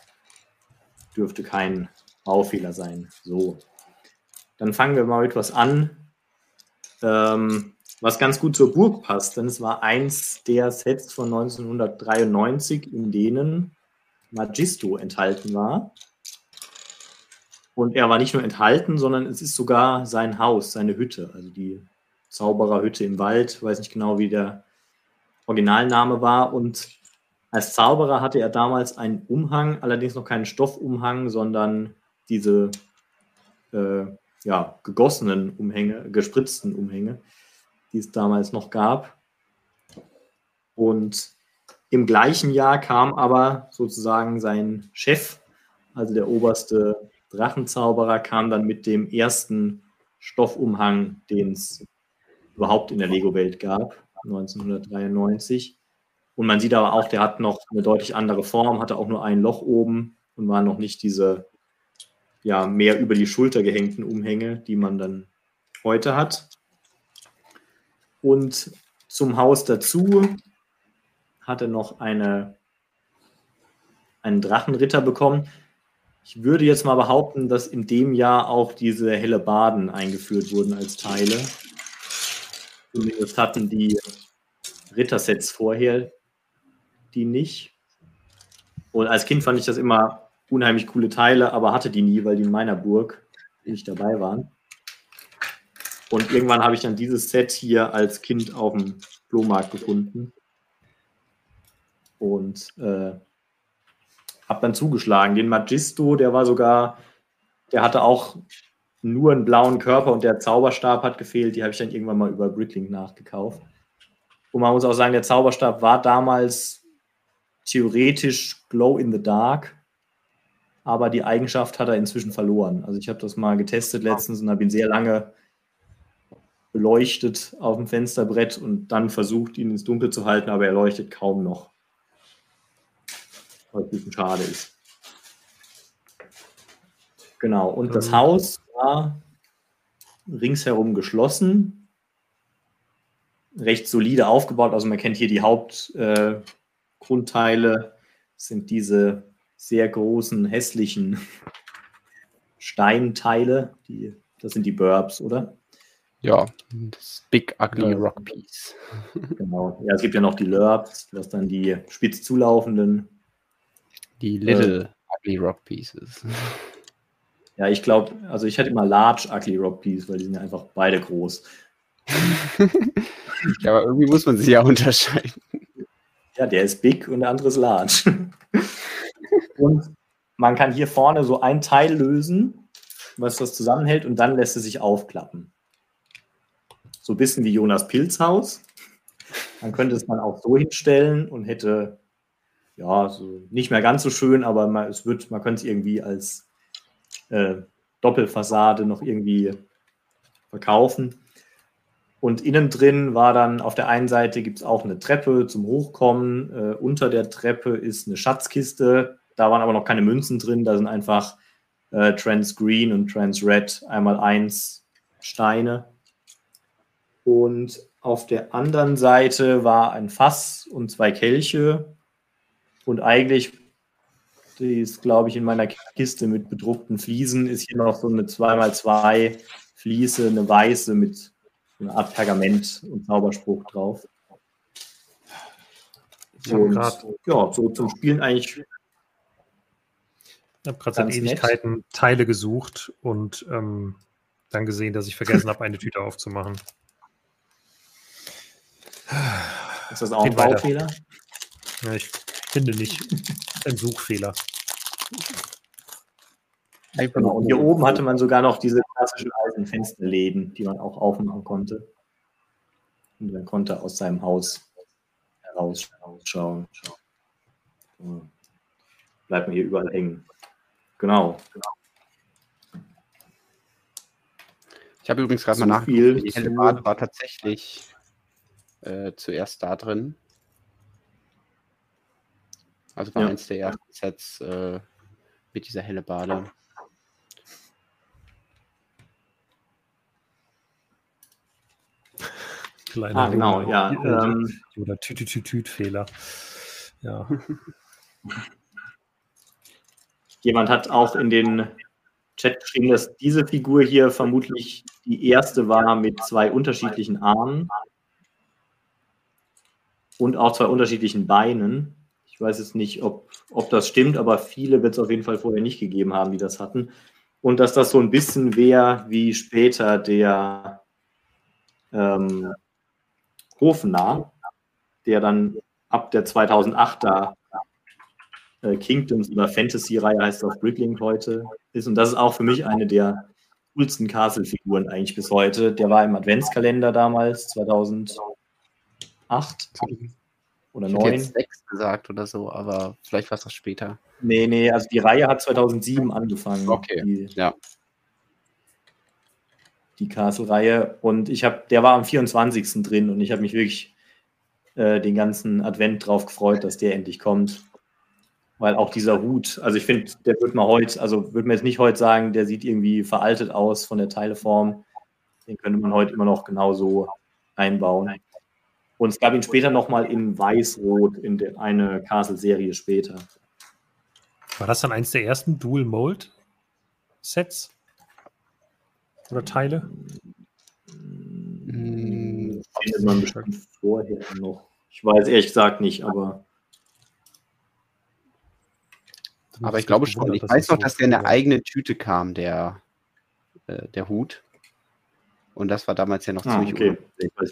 Dürfte kein Baufehler sein. So, dann fangen wir mal mit was an, ähm, was ganz gut zur Burg passt, denn es war eins der Sets von neunzehnhundertdreiundneunzig, in denen Magisto enthalten war. Und er war nicht nur enthalten, sondern es ist sogar sein Haus, seine Hütte, also die Zaubererhütte im Wald. Ich weiß nicht genau, wie der Originalname war. Und als Zauberer hatte er damals einen Umhang, allerdings noch keinen Stoffumhang, sondern diese äh, ja, gegossenen Umhänge, gespritzten Umhänge, die es damals noch gab. Und im gleichen Jahr kam aber sozusagen sein Chef, also der oberste Drachenzauberer, kam dann mit dem ersten Stoffumhang, den es überhaupt in der Lego-Welt gab, neunzehnhundertdreiundneunzig. Und man sieht aber auch, der hat noch eine deutlich andere Form, hatte auch nur ein Loch oben und war noch nicht diese ja, mehr über die Schulter gehängten Umhänge, die man dann heute hat. Und zum Haus dazu hat er noch eine, einen Drachenritter bekommen. Ich würde jetzt mal behaupten, dass in dem Jahr auch diese Hellebarden eingeführt wurden als Teile. Zumindest hatten die Rittersets vorher die nicht. Und als Kind fand ich das immer unheimlich coole Teile, aber hatte die nie, weil die in meiner Burg nicht dabei waren. Und irgendwann habe ich dann dieses Set hier als Kind auf dem Flohmarkt gefunden. Und äh, habe dann zugeschlagen. Den Magisto, der war sogar, der hatte auch nur einen blauen Körper und der Zauberstab hat gefehlt. Die habe ich dann irgendwann mal über Bricklink nachgekauft. Und man muss auch sagen, der Zauberstab war damals theoretisch Glow in the Dark, aber die Eigenschaft hat er inzwischen verloren. Also ich habe das mal getestet letztens und habe ihn sehr lange beleuchtet auf dem Fensterbrett und dann versucht, ihn ins Dunkel zu halten, aber er leuchtet kaum noch. Was ein bisschen schade ist. Genau, und das Haus war ringsherum geschlossen, recht solide aufgebaut. Also man kennt hier die Hauptgrundteile, äh, sind diese sehr großen, hässlichen Steinteile. Die, das sind die Burbs, oder? Ja, das Big Ugly Ja. Rock Piece. Genau. Ja, es gibt ja noch die Lurbs, das dann die spitz zulaufenden. Die Little Ugly Rock Pieces. Ja, ich glaube, also ich hatte immer Large Ugly Rock Piece, weil die sind ja einfach beide groß. Ja, aber irgendwie muss man sie ja unterscheiden. Ja, der ist big und der andere ist large. Und man kann hier vorne so ein Teil lösen, was das zusammenhält, und dann lässt es sich aufklappen. So ein bisschen wie Jonas Pilzhaus. Man könnte es dann auch so hinstellen und hätte, ja, so nicht mehr ganz so schön, aber man, es wird, man könnte es irgendwie als äh, Doppelfassade noch irgendwie verkaufen. Und innen drin war dann, auf der einen Seite gibt es auch eine Treppe zum Hochkommen. Äh, unter der Treppe ist eine Schatzkiste. Da waren aber noch keine Münzen drin. Da sind einfach äh, Trans Green und Trans Red einmal eins Steine. Und auf der anderen Seite war ein Fass und zwei Kelche. Und eigentlich, die ist, glaube ich, in meiner Kiste mit bedruckten Fliesen, ist hier noch so eine zwei mal zwei Fliese, eine weiße mit eine Art Pergament und Zauberspruch drauf. Ich habe Und gerade ja, so zum Spielen eigentlich hab grad seit ganz nett. Ewigkeiten Teile gesucht und ähm, dann gesehen, dass ich vergessen habe, eine Tüte aufzumachen. Ist das auch ein Geht weiter. Baufehler? Ja, ich finde nicht. Ein Suchfehler. Genau. Und hier oben hatte man sogar noch diese klassischen alten Fensterläden, die man auch aufmachen konnte. Und man konnte aus seinem Haus herausschauen. So. Bleibt mir hier überall hängen. Genau. Ich habe übrigens gerade So mal viel nachgeguckt. Die zu- Hellebade war tatsächlich äh, zuerst da drin. Also war Ja. eins der ersten Sets äh, mit dieser Hellebade. Kleiner Ah, genau, Roller- ja. äh, Ähm, Oder Tütütütüt-Fehler. Ja. Jemand hat auch in den Chat geschrieben, dass diese Figur hier vermutlich die erste war mit zwei unterschiedlichen Armen und auch zwei unterschiedlichen Beinen. Ich weiß jetzt nicht, ob, ob das stimmt, aber viele wird es auf jeden Fall vorher nicht gegeben haben, die das hatten. Und dass das so ein bisschen wäre wie später der ähm, Hofnarr, der dann ab der zweitausendachter äh, Kingdoms oder Fantasy-Reihe heißt auf Bricklink heute ist. Und das ist auch für mich eine der coolsten Castle-Figuren eigentlich bis heute. Der war im Adventskalender damals, zweitausendacht oder Ich hätte neun. jetzt sechs gesagt oder so, aber vielleicht war es auch später. Nee, nee, also die Reihe hat zweitausendsieben angefangen. Okay, Die, ja. die Castle-Reihe. Und ich habe, der war am vierundzwanzigsten drin und ich habe mich wirklich äh, den ganzen Advent drauf gefreut, dass der endlich kommt. Weil auch dieser Hut, also ich finde, der wird man heute, also würde man jetzt nicht heute sagen, der sieht irgendwie veraltet aus von der Teileform. Den könnte man heute immer noch genauso einbauen. Und es gab ihn später nochmal in Weiß-Rot in der, eine Castle-Serie später. War das dann eins der ersten Dual-Mold-Sets? Oder Teile? Hm, Findet man bestimmt vorher noch. Ich weiß ehrlich gesagt nicht, aber aber ich glaube schon. Ich weiß noch, dass der in eine eigene Tüte kam, der, äh, der Hut. Und das war damals ja noch ah, ziemlich okay. unüblich.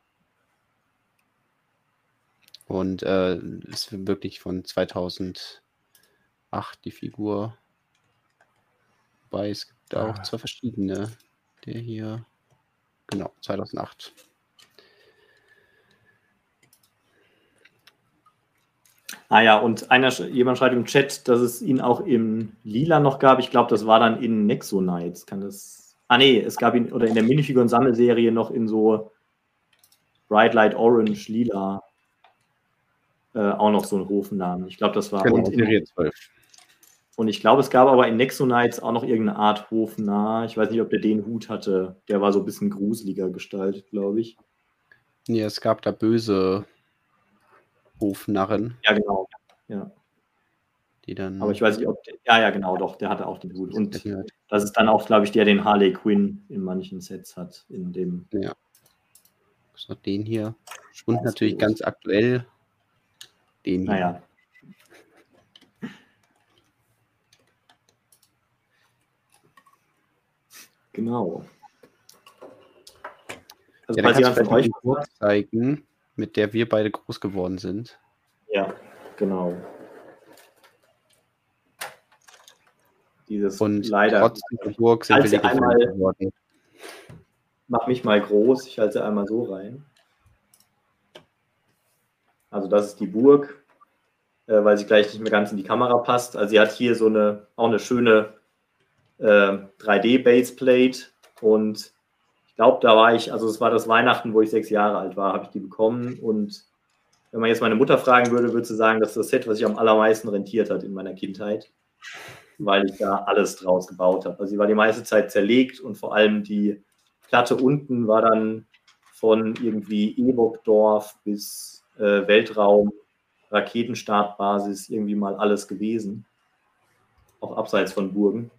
Und äh, ist wirklich von zweitausendacht die Figur. Wobei es gibt auch Ah. zwei verschiedene. Der hier, genau, zweitausendacht. Ah ja, und einer, jemand schreibt im Chat, dass es ihn auch im Lila noch gab. Ich glaube, das war dann in Nexo Knights. Kann das. Ah nee, es gab ihn oder in der Minifiguren-Sammelserie noch in so Bright Light Orange, Lila. Äh, auch noch so einen Hofnamen. Ich glaube, das war. Genau, und, in, Serie zwölf. und ich glaube, es gab aber in Nexo Knights auch noch irgendeine Art Hofnarr. Ich weiß nicht, ob der den Hut hatte. Der war so ein bisschen gruseliger gestaltet, glaube ich. Nee, es gab da böse Hofnarren, Ja, genau. Ja. die dann. Aber ich weiß nicht, ob der, ja, ja, genau, doch, der hatte auch den Hut. Und Ja, das ist dann auch, glaube ich, der, den Harley Quinn in manchen Sets hat. In dem. ja. So, den hier. Und natürlich ganz aktuell den hier. Naja. Genau. Also, Ja, dann falls kannst jemand du von euch. die Figur zeigen, mit der wir beide groß geworden sind. Ja, genau. Dieses Und leider. trotz der Burg sind wir Als sie wirklich einmal- geworden. Mach mich mal groß, ich halte sie einmal so rein. Also das ist die Burg, äh, weil sie gleich nicht mehr ganz in die Kamera passt. Also sie hat hier so eine, auch eine schöne äh, drei D-Baseplate und ich glaube, da war ich, also es war das Weihnachten, wo ich sechs Jahre alt war, habe ich die bekommen. Und wenn man jetzt meine Mutter fragen würde, würde sie sagen, das ist das Set, was sich am allermeisten rentiert hat in meiner Kindheit, weil ich da alles draus gebaut habe. Also sie war die meiste Zeit zerlegt und vor allem die Platte unten war dann von irgendwie Ebokdorf bis äh, Weltraum, Raketenstartbasis, irgendwie mal alles gewesen. Auch abseits von Burgen.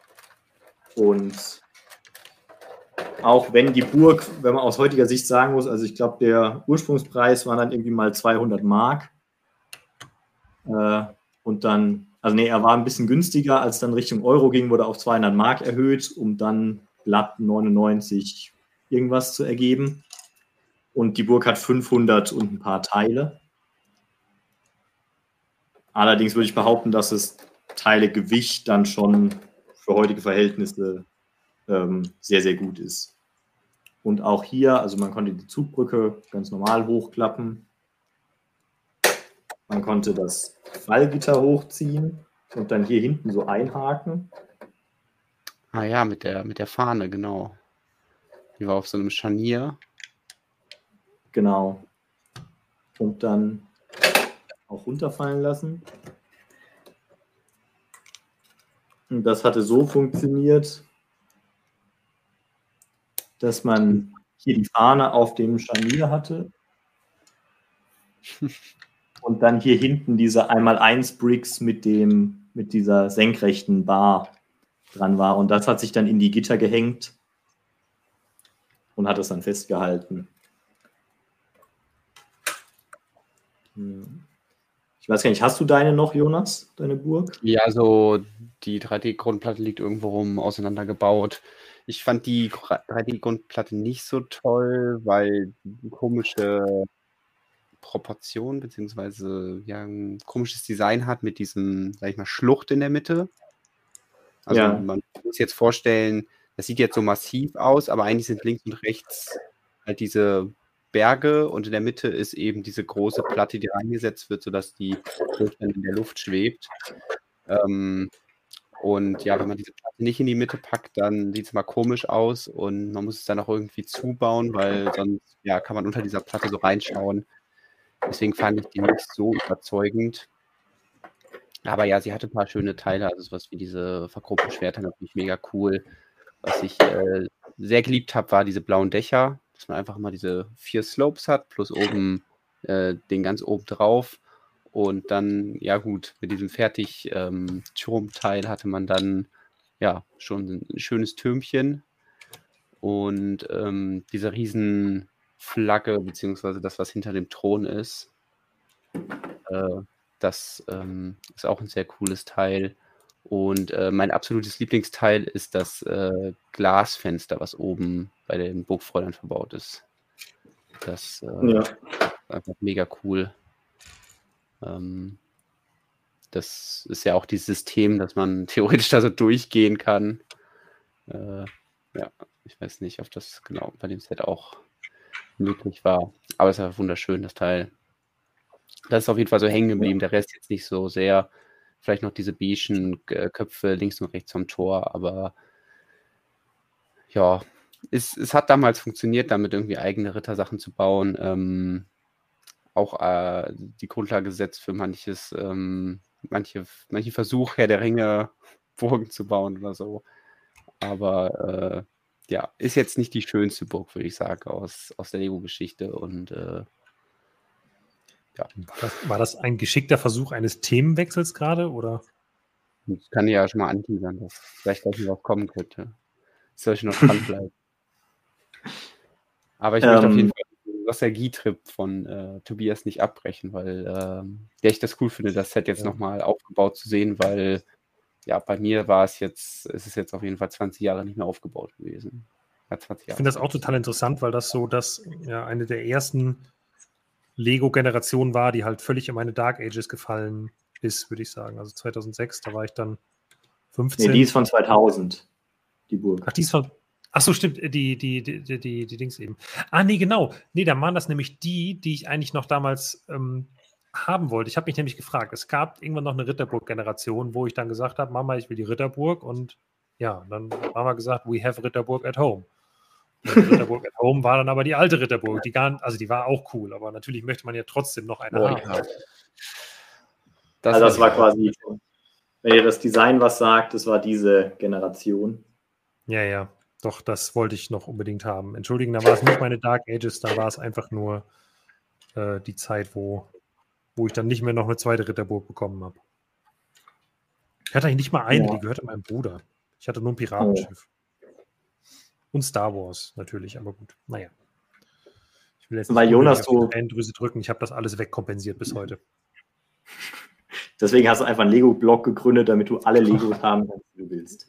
Und auch wenn die Burg, wenn man aus heutiger Sicht sagen muss, also ich glaube, der Ursprungspreis war dann irgendwie mal zweihundert Mark. Äh, und dann, also nee, er war ein bisschen günstiger, als dann Richtung Euro ging, wurde auf zweihundert Mark erhöht, um dann glatt neunundneunzig irgendwas zu ergeben. Und die Burg hat fünfhundert und ein paar Teile. Allerdings würde ich behaupten, dass das Teilegewicht dann schon für heutige Verhältnisse ähm, sehr, sehr gut ist. Und auch hier, also man konnte die Zugbrücke ganz normal hochklappen. Man konnte das Fallgitter hochziehen und dann hier hinten so einhaken. Ah ja, mit der, mit der Fahne, genau. Die war auf so einem Scharnier. Genau. Und dann auch runterfallen lassen. Und das hatte so funktioniert, dass man hier die Fahne auf dem Scharnier hatte und dann hier hinten diese einmal eins Bricks mit dem, mit dieser senkrechten Bar dran war. Und das hat sich dann in die Gitter gehängt und hat es dann festgehalten. Ich weiß gar nicht, hast du deine noch, Jonas, deine Burg? Ja, so die drei D-Grundplatte liegt irgendwo rum, auseinandergebaut. Ich fand die drei D-Grundplatte nicht so toll, weil die komische Proportion beziehungsweise ja, ein komisches Design hat mit diesem, sag ich mal, Schlucht in der Mitte. Also Ja. man muss jetzt vorstellen, das sieht jetzt so massiv aus, aber eigentlich sind links und rechts halt diese Berge und in der Mitte ist eben diese große Platte, die reingesetzt wird, sodass die dann in der Luft schwebt. Ähm, und ja, wenn man diese Platte nicht in die Mitte packt, dann sieht es mal komisch aus und man muss es dann auch irgendwie zubauen, weil sonst ja, kann man unter dieser Platte so reinschauen. Deswegen fand ich die nicht so überzeugend. Aber ja, sie hatte ein paar schöne Teile, also sowas wie diese verchromten Schwerter, natürlich mega cool. Was ich äh, sehr geliebt habe, war diese blauen Dächer, dass man einfach mal diese vier Slopes hat, plus oben äh, den ganz oben drauf. Und dann, ja gut, mit diesem fertig ähm, Turmteil hatte man dann ja schon ein schönes Türmchen. Und ähm, diese riesen Flagge, beziehungsweise das, was hinter dem Thron ist, äh, das ähm, ist auch ein sehr cooles Teil. Und äh, mein absolutes Lieblingsteil ist das äh, Glasfenster, was oben bei den Burgfräulein verbaut ist. Das äh, Ja. ist einfach mega cool. Ähm, das ist ja auch dieses System, dass man theoretisch da so durchgehen kann. Äh, ja, ich weiß nicht, ob das genau bei dem Set auch möglich war. Aber es ist ja wunderschön, das Teil. Das ist auf jeden Fall so hängen geblieben. Der Rest jetzt nicht so sehr. Vielleicht noch diese beigen äh, Köpfe links und rechts vom Tor. Aber ja, es, es hat damals funktioniert, damit irgendwie eigene Rittersachen zu bauen. Ähm, auch äh, die Grundlage gesetzt für manches, ähm, manche, manche Versuch, Herr der Ringe Burgen zu bauen oder so. Aber äh, ja, ist jetzt nicht die schönste Burg, würde ich sagen, aus, aus der Lego-Geschichte. Und äh, ja. Das, war das ein geschickter Versuch eines Themenwechsels gerade, oder? Das kann ja schon mal anteasern, dass vielleicht gleich noch was kommen könnte. Sollte noch dranbleiben. Aber ich ähm, möchte auf jeden Fall den Nostalgie-Trip von äh, Tobias nicht abbrechen, weil ähm, ja, ich das cool finde, das Set jetzt ja. nochmal aufgebaut zu sehen, weil ja, bei mir war es jetzt, es ist jetzt auf jeden Fall zwanzig Jahre nicht mehr aufgebaut gewesen. Ja, zwanzig Jahre. Ich finde das auch total interessant, weil das so das, ja, eine der ersten Lego-Generationen war, die halt völlig in meine Dark Ages gefallen ist, würde ich sagen. Also zweitausendsechs, da war ich dann fünfzehn. Nee, die ist von zweitausend, die Burg. Ach, die ist von, ach so, stimmt, die, die, die, die, die, die Dings eben. Ah, nee, genau. Nee, da waren das nämlich die, die ich eigentlich noch damals ähm, haben wollte. Ich habe mich nämlich gefragt, es gab irgendwann noch eine Ritterburg-Generation, wo ich dann gesagt habe, Mama, ich will die Ritterburg und ja, dann haben wir gesagt, we have Ritterburg at home. Die Ritterburg at Home war dann aber die alte Ritterburg. Die gar, also die war auch cool, aber natürlich möchte man ja trotzdem noch eine Oh, haben. ja. Das, Also das war war quasi, wenn ihr das Design was sagt, das war diese Generation. Ja, ja, doch, das wollte ich noch unbedingt haben. Entschuldigen, da war es nicht meine Dark Ages, da war es einfach nur äh, die Zeit, wo, wo ich dann nicht mehr noch eine zweite Ritterburg bekommen habe. Ich hatte eigentlich nicht mal eine, Ja. die gehörte meinem Bruder. Ich hatte nur ein Piratenschiff. Und Star Wars natürlich, aber gut, naja. Ich will jetzt Weil nicht Jonas unnötig auf so- die Tränendrüse drücken, ich habe das alles wegkompensiert bis heute. Deswegen hast du einfach einen Lego-Blog gegründet, damit du alle Legos haben kannst, die du willst.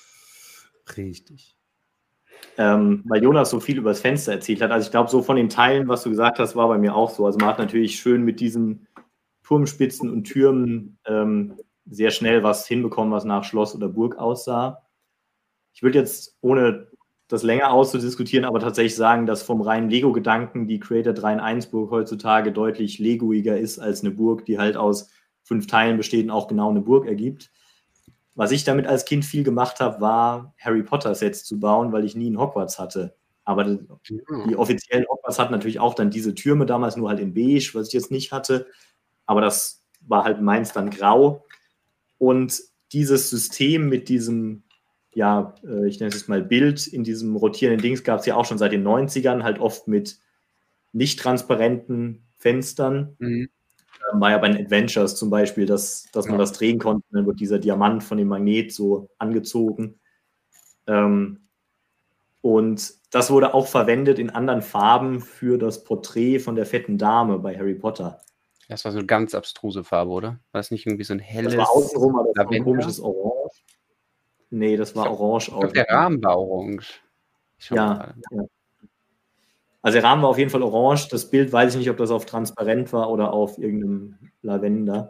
Richtig. Ähm, weil Jonas so viel über das Fenster erzählt hat. Also ich glaube, so von den Teilen, was du gesagt hast, war bei mir auch so. Also man hat natürlich schön mit diesen Turmspitzen und Türmen ähm, sehr schnell was hinbekommen, was nach Schloss oder Burg aussah. Ich würde jetzt, ohne das länger auszudiskutieren, aber tatsächlich sagen, dass vom reinen Lego-Gedanken die Creator drei in eins Burg heutzutage deutlich legoiger ist als eine Burg, die halt aus fünf Teilen besteht und auch genau eine Burg ergibt. Was ich damit als Kind viel gemacht habe, war Harry Potter-Sets zu bauen, weil ich nie einen Hogwarts hatte. Aber die, die offiziellen Hogwarts hatten natürlich auch dann diese Türme damals nur halt in beige, was ich jetzt nicht hatte. Aber das war halt meins dann grau. Und dieses System mit diesem, ja, äh, ich nenne es jetzt mal Bild, in diesem rotierenden Dings gab es ja auch schon seit den neunzigern, halt oft mit nicht transparenten Fenstern. Mhm. War ja bei den Adventures zum Beispiel, dass, dass man Ja. das drehen konnte, dann wird dieser Diamant von dem Magnet so angezogen. Ähm, und das wurde auch verwendet in anderen Farben für das Porträt von der fetten Dame bei Harry Potter. Das war so eine ganz abstruse Farbe, oder? War das nicht irgendwie so ein helles Das war außenrum, aber das war ein Lavender? komisches Orange. Nee, das war Ich glaub- orange Ich glaube, der außenrum. Rahmen war orange. Ich schau mal Ja, gerade. ja. Also der Rahmen war auf jeden Fall orange. Das Bild weiß ich nicht, ob das auf transparent war oder auf irgendeinem Lavender.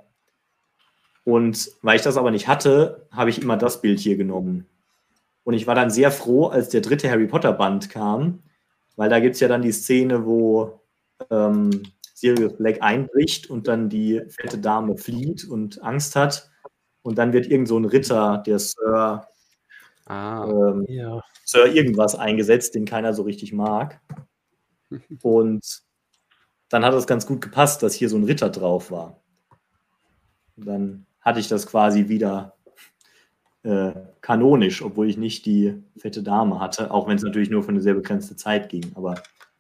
Und weil ich das aber nicht hatte, habe ich immer das Bild hier genommen. Und ich war dann sehr froh, als der dritte Harry Potter Band kam, weil da gibt es ja dann die Szene, wo ähm, Sirius Black einbricht und dann die fette Dame flieht und Angst hat. Und dann wird irgend so ein Ritter, der Sir, Ah, ähm, Ja. Sir irgendwas eingesetzt, den keiner so richtig mag. Und dann hat es ganz gut gepasst, dass hier so ein Ritter drauf war. Und dann hatte ich das quasi wieder äh, kanonisch, obwohl ich nicht die fette Dame hatte, auch wenn es natürlich nur für eine sehr begrenzte Zeit ging. Aber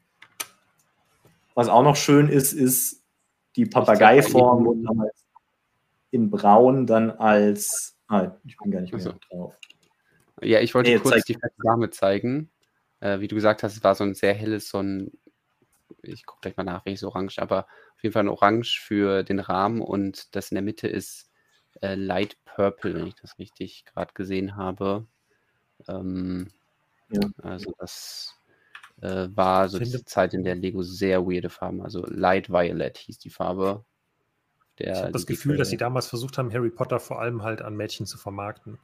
was auch noch schön ist, ist die Papageiform Ich und damals in Braun dann als. Ah, ich bin gar nicht mehr Ach so. drauf. ja, ich wollte Nee, kurz zeig- die fette Dame zeigen. Äh, wie du gesagt hast, es war so ein sehr helles, so ein, ich gucke gleich mal nach, welches Orange, aber auf jeden Fall ein Orange für den Rahmen und das in der Mitte ist äh, Light Purple, wenn ich das richtig gerade gesehen habe. Ähm, Ja. Also das äh, war so Finde- die Zeit, in der Lego sehr weirde Farben, also Light Violet hieß die Farbe. Der, Ich habe das die Gefühl, dass sie Dicke- damals versucht haben, Harry Potter vor allem halt an Mädchen zu vermarkten.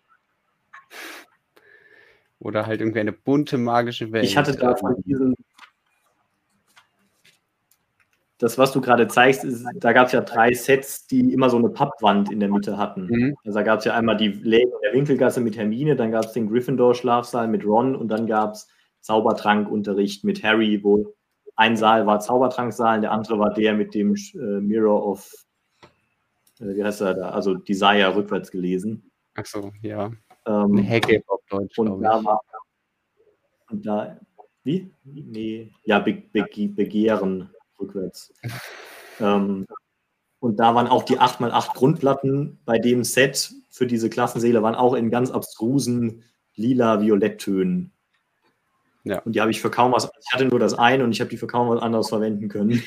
Oder halt irgendwie eine bunte magische Welt. Ich hatte da ähm, von diesen. Das, was du gerade zeigst, ist, da gab es ja drei Sets, die immer so eine Pappwand in der Mitte hatten. Mhm. Also da gab es ja einmal die Läden der Winkelgasse mit Hermine, dann gab es den Gryffindor-Schlafsaal mit Ron und dann gab es Zaubertrankunterricht mit Harry, wo ein Saal war Zaubertranksaal und der andere war der mit dem äh, Mirror of, äh, wie heißt er da, also Desire rückwärts gelesen. Ach so, ja. Ähm, Eine Hecke auf Deutsch, und glaube da ich. war, und da, wie? Nee, ja, Be Be Begehren rückwärts. ähm, und da waren auch die acht mal acht Grundplatten bei dem Set für diese Klassensäle waren auch in ganz abstrusen lila-Violetttönen. Ja. Und die habe ich für kaum was, ich hatte nur das eine und ich habe die für kaum was anderes verwenden können.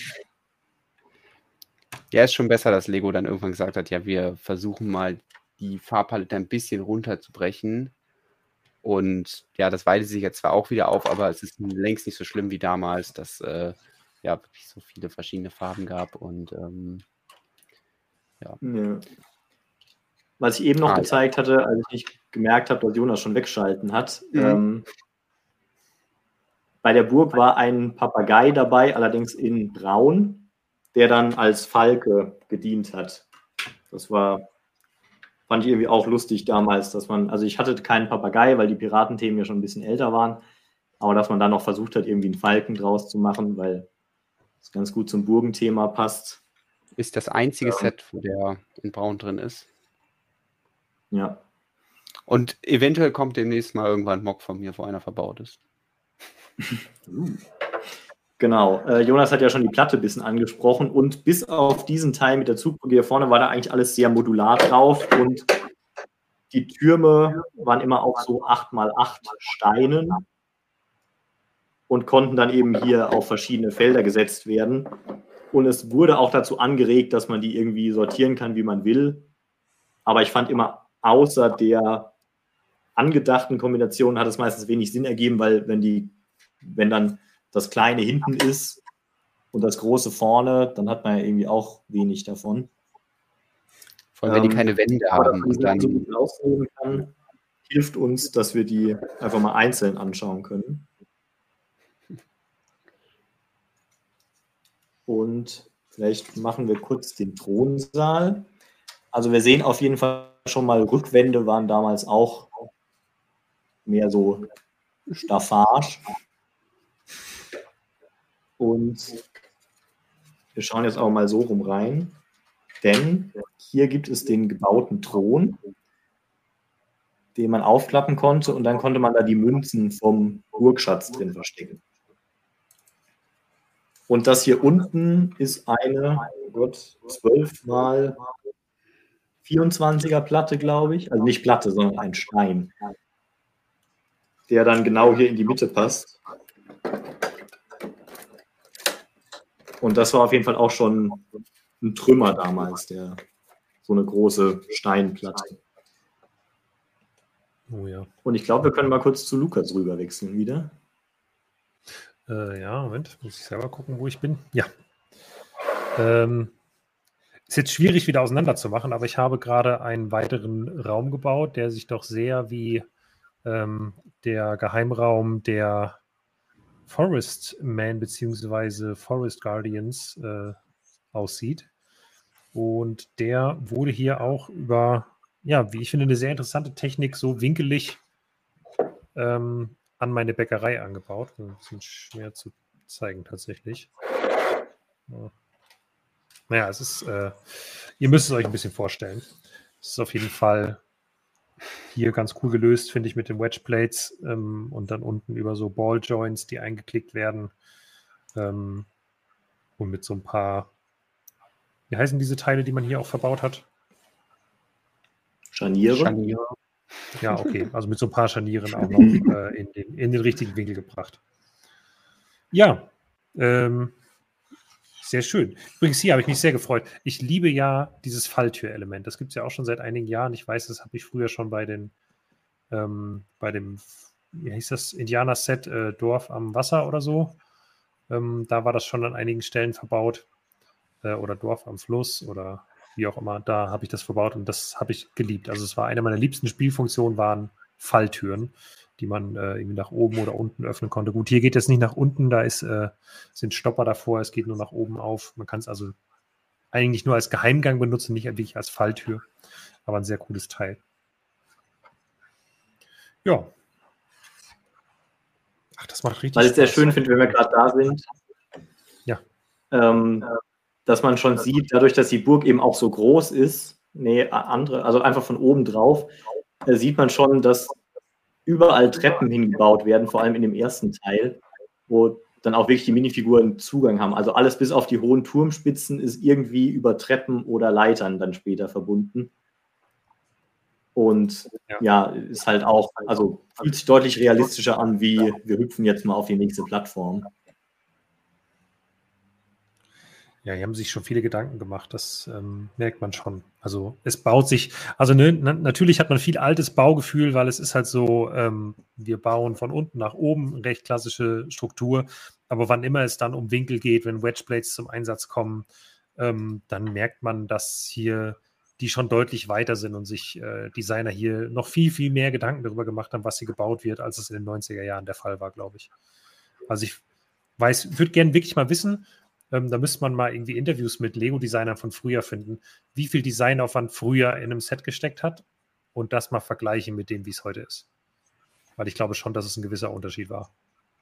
Ja, ist schon besser, dass Lego dann irgendwann gesagt hat, ja, wir versuchen mal die Farbpalette ein bisschen runterzubrechen. Und ja, das weitet sich jetzt zwar auch wieder auf, aber es ist längst nicht so schlimm wie damals, dass äh, ja wirklich so viele verschiedene Farben gab. Und ähm, Ja. Was ich eben noch Ah, ja. gezeigt hatte, als ich nicht gemerkt habe, dass Jonas schon wegschalten hat. Mhm. Ähm, bei der Burg war ein Papagei dabei, allerdings in Braun, der dann als Falke gedient hat. Das war, fand ich irgendwie auch lustig damals, dass man, also ich hatte keinen Papagei, weil die Piratenthemen ja schon ein bisschen älter waren. aber dass man dann noch versucht hat, irgendwie einen Falken draus zu machen, weil es ganz gut zum Burgenthema passt. Ist das einzige ja. Set, wo der in Braun drin ist. Ja. Und eventuell kommt demnächst mal irgendwann ein Mock von mir, wo einer verbaut ist. Genau. Äh, Jonas hat ja schon die Platte ein bisschen angesprochen und bis auf diesen Teil mit der Zugbrücke hier vorne war da eigentlich alles sehr modular drauf und die Türme waren immer auf so acht mal acht Steinen und konnten dann eben hier auf verschiedene Felder gesetzt werden. Und es wurde auch dazu angeregt, dass man die irgendwie sortieren kann, wie man will. Aber ich fand immer, außer der angedachten Kombination hat es meistens wenig Sinn ergeben, weil wenn die, wenn dann das Kleine hinten ist und das Große vorne, dann hat man ja irgendwie auch wenig davon. Vor allem, wenn die keine Wände aber haben. Und dann so gut ausnehmen kann, hilft uns, dass wir die einfach mal einzeln anschauen können. Und vielleicht machen wir kurz den Thronsaal. Also wir sehen auf jeden Fall schon mal, Rückwände waren damals auch mehr so Staffage. Und wir schauen jetzt auch mal so rum rein, denn hier gibt es den gebauten Thron, den man aufklappen konnte und dann konnte man da die Münzen vom Burgschatz drin verstecken. Und das hier unten ist eine, oh Gott, zwölf mal vierundzwanziger Platte, glaube ich. Also nicht Platte, sondern ein Stein, der dann genau hier in die Mitte passt. Und das war auf jeden Fall auch schon ein Trümmer damals, der so eine große Steinplatte. Oh ja. Und ich glaube, wir können mal kurz zu Lukas rüber wechseln wieder. Äh, ja, Moment, muss ich selber gucken, wo ich bin. Ja. Ähm, ist jetzt schwierig wieder auseinanderzumachen, aber ich habe gerade einen weiteren Raum gebaut, der sich doch sehr wie ähm, der Geheimraum der Forest Man bzw. Forest Guardians äh, aussieht. Und der wurde hier auch über, ja, wie ich finde, eine sehr interessante Technik, so winkelig ähm, an meine Bäckerei angebaut. Ein bisschen schwer zu zeigen tatsächlich. Ja. Naja, es ist, äh, ihr müsst es euch ein bisschen vorstellen. Es ist auf jeden Fall hier ganz cool gelöst, finde ich, mit den Wedge Plates ähm, und dann unten über so Ball Joints, die eingeklickt werden. Ähm, und mit so ein paar, wie heißen diese Teile, die man hier auch verbaut hat? Scharniere. Scharniere. Ja, okay. Also mit so ein paar Scharnieren auch noch äh, in, den, in den richtigen Winkel gebracht. Ja, ähm, sehr schön. Übrigens, hier habe ich mich sehr gefreut. Ich liebe ja dieses Falltürelement. Das gibt es ja auch schon seit einigen Jahren. Ich weiß, das habe ich früher schon bei den, ähm, bei dem, wie hieß das, Indianer-Set äh, Dorf am Wasser oder so. Ähm, da war das schon an einigen Stellen verbaut. Äh, oder Dorf am Fluss oder wie auch immer. Da habe ich das verbaut und das habe ich geliebt. Also es war eine meiner liebsten Spielfunktionen, waren Falltüren, die man äh, irgendwie nach oben oder unten öffnen konnte. Gut, hier geht es nicht nach unten, da ist, äh, sind Stopper davor, es geht nur nach oben auf. Man kann es also eigentlich nur als Geheimgang benutzen, nicht wirklich als Falltür. Aber ein sehr cooles Teil. Ja. Ach, das macht richtig Weil ich Spaß. sehr schön finde, wenn wir gerade da sind. Ja. Ähm, dass man schon sieht, dadurch, dass die Burg eben auch so groß ist, nee, andere, also einfach von oben drauf, äh, sieht man schon, dass überall Treppen hingebaut werden, vor allem in dem ersten Teil, wo dann auch wirklich die Minifiguren Zugang haben. Also alles bis auf die hohen Turmspitzen ist irgendwie über Treppen oder Leitern dann später verbunden. Und ja, ja ist halt auch, also fühlt sich deutlich realistischer an, wie wir hüpfen jetzt mal auf die nächste Plattform. Ja, hier haben sich schon viele Gedanken gemacht, das ähm, merkt man schon. Also es baut sich, also ne, na, natürlich hat man viel altes Baugefühl, weil es ist halt so, ähm, wir bauen von unten nach oben, recht klassische Struktur, aber wann immer es dann um Winkel geht, wenn Wedgeblades zum Einsatz kommen, ähm, dann merkt man, dass hier die schon deutlich weiter sind und sich äh, Designer hier noch viel, viel mehr Gedanken darüber gemacht haben, was hier gebaut wird, als es in den neunziger Jahren der Fall war, glaube ich. Also ich weiß, würde gerne wirklich mal wissen, Ähm, da müsste man mal irgendwie Interviews mit Lego-Designern von früher finden, wie viel Designaufwand früher in einem Set gesteckt hat und das mal vergleichen mit dem, wie es heute ist. Weil ich glaube schon, dass es ein gewisser Unterschied war.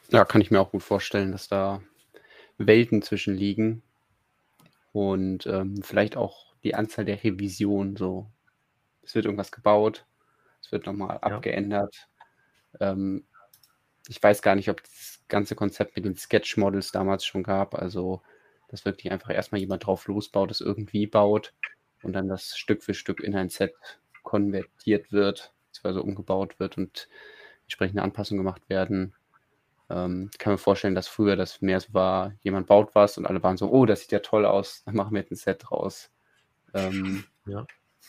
Ja, kann ich mir auch gut vorstellen, dass da Welten zwischen liegen und ähm, vielleicht auch die Anzahl der Revisionen so. Es wird irgendwas gebaut, es wird nochmal Ja. abgeändert. Ähm, ich weiß gar nicht, ob das ganze Konzept mit den Sketch-Models damals schon gab, also dass wirklich einfach erstmal jemand drauf losbaut, es irgendwie baut und dann das Stück für Stück in ein Set konvertiert wird, beziehungsweise umgebaut wird und entsprechende Anpassungen gemacht werden. Ähm, ich kann mir vorstellen, dass früher das mehr so war, jemand baut was und alle waren so, oh, das sieht ja toll aus, dann machen wir jetzt ein Set draus. Ähm, Ja.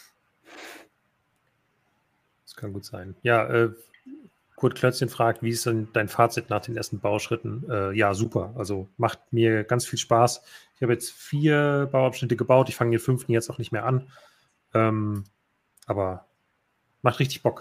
Das kann gut sein. Ja, äh, Kurt Klötzchen fragt, wie ist denn dein Fazit nach den ersten Bauschritten? Äh, ja, super. Also macht mir ganz viel Spaß. Ich habe jetzt vier Bauabschnitte gebaut. Ich fange den fünften jetzt auch nicht mehr an. Ähm, aber macht richtig Bock.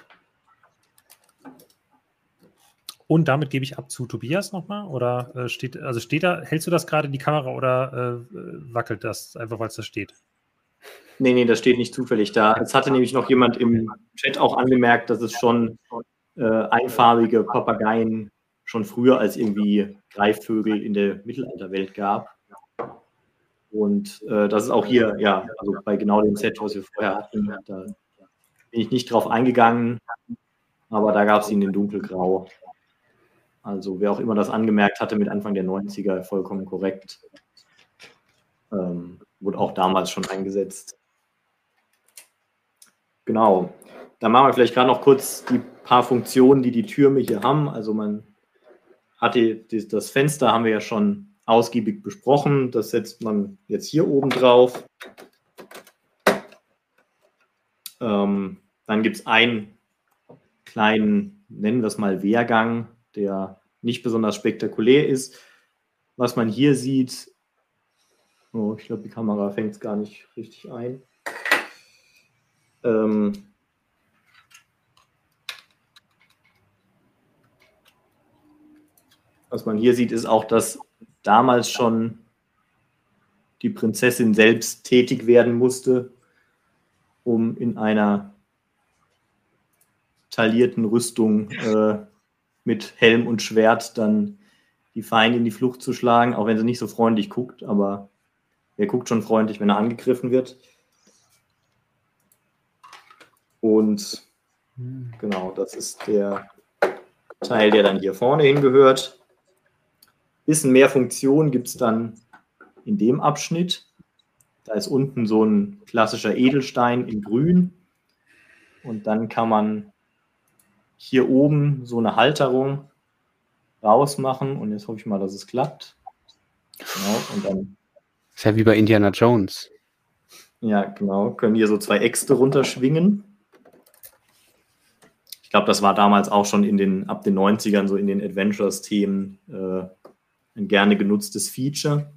Und damit gebe ich ab zu Tobias nochmal. Oder äh, steht, also steht da, hältst du das gerade in die Kamera oder äh, wackelt das einfach, weil es da steht? Nee, nee, das steht nicht zufällig da. Es hatte nämlich noch jemand im Chat auch angemerkt, dass es schon äh, einfarbige Papageien schon früher als irgendwie Greifvögel in der Mittelalterwelt gab. Und äh, das ist auch hier, ja, also bei genau dem Set, was wir vorher hatten, da bin ich nicht drauf eingegangen, aber da gab es ihn in dunkelgrau. Also wer auch immer das angemerkt hatte mit Anfang der neunziger, vollkommen korrekt. Ähm, wurde auch damals schon eingesetzt. Genau. Dann machen wir vielleicht gerade noch kurz die paar Funktionen, die die Türme hier haben. Also man hat die, das Fenster haben wir ja schon ausgiebig besprochen. Das setzt man jetzt hier oben drauf. Ähm, dann gibt es einen kleinen, nennen wir es mal Wehrgang, der nicht besonders spektakulär ist. Was man hier sieht, oh, ich glaube, die Kamera fängt es gar nicht richtig ein. Ähm, was man hier sieht, ist auch, dass damals schon die Prinzessin selbst tätig werden musste, um in einer taillierten Rüstung äh, mit Helm und Schwert dann die Feinde in die Flucht zu schlagen, auch wenn sie nicht so freundlich guckt, aber wer guckt schon freundlich, wenn er angegriffen wird. Und genau, das ist der Teil, der dann hier vorne hingehört. Bisschen mehr Funktion gibt es dann in dem Abschnitt. Da ist unten so ein klassischer Edelstein in grün. Und dann kann man hier oben so eine Halterung rausmachen. Und jetzt hoffe ich mal, dass es klappt. Genau, und dann. ist ja wie bei Indiana Jones. Ja, genau. Können hier so zwei Äxte runterschwingen. Ich glaube, das war damals auch schon in den, ab den neunzigern, so in den Adventures-Themen äh, ein gerne genutztes Feature.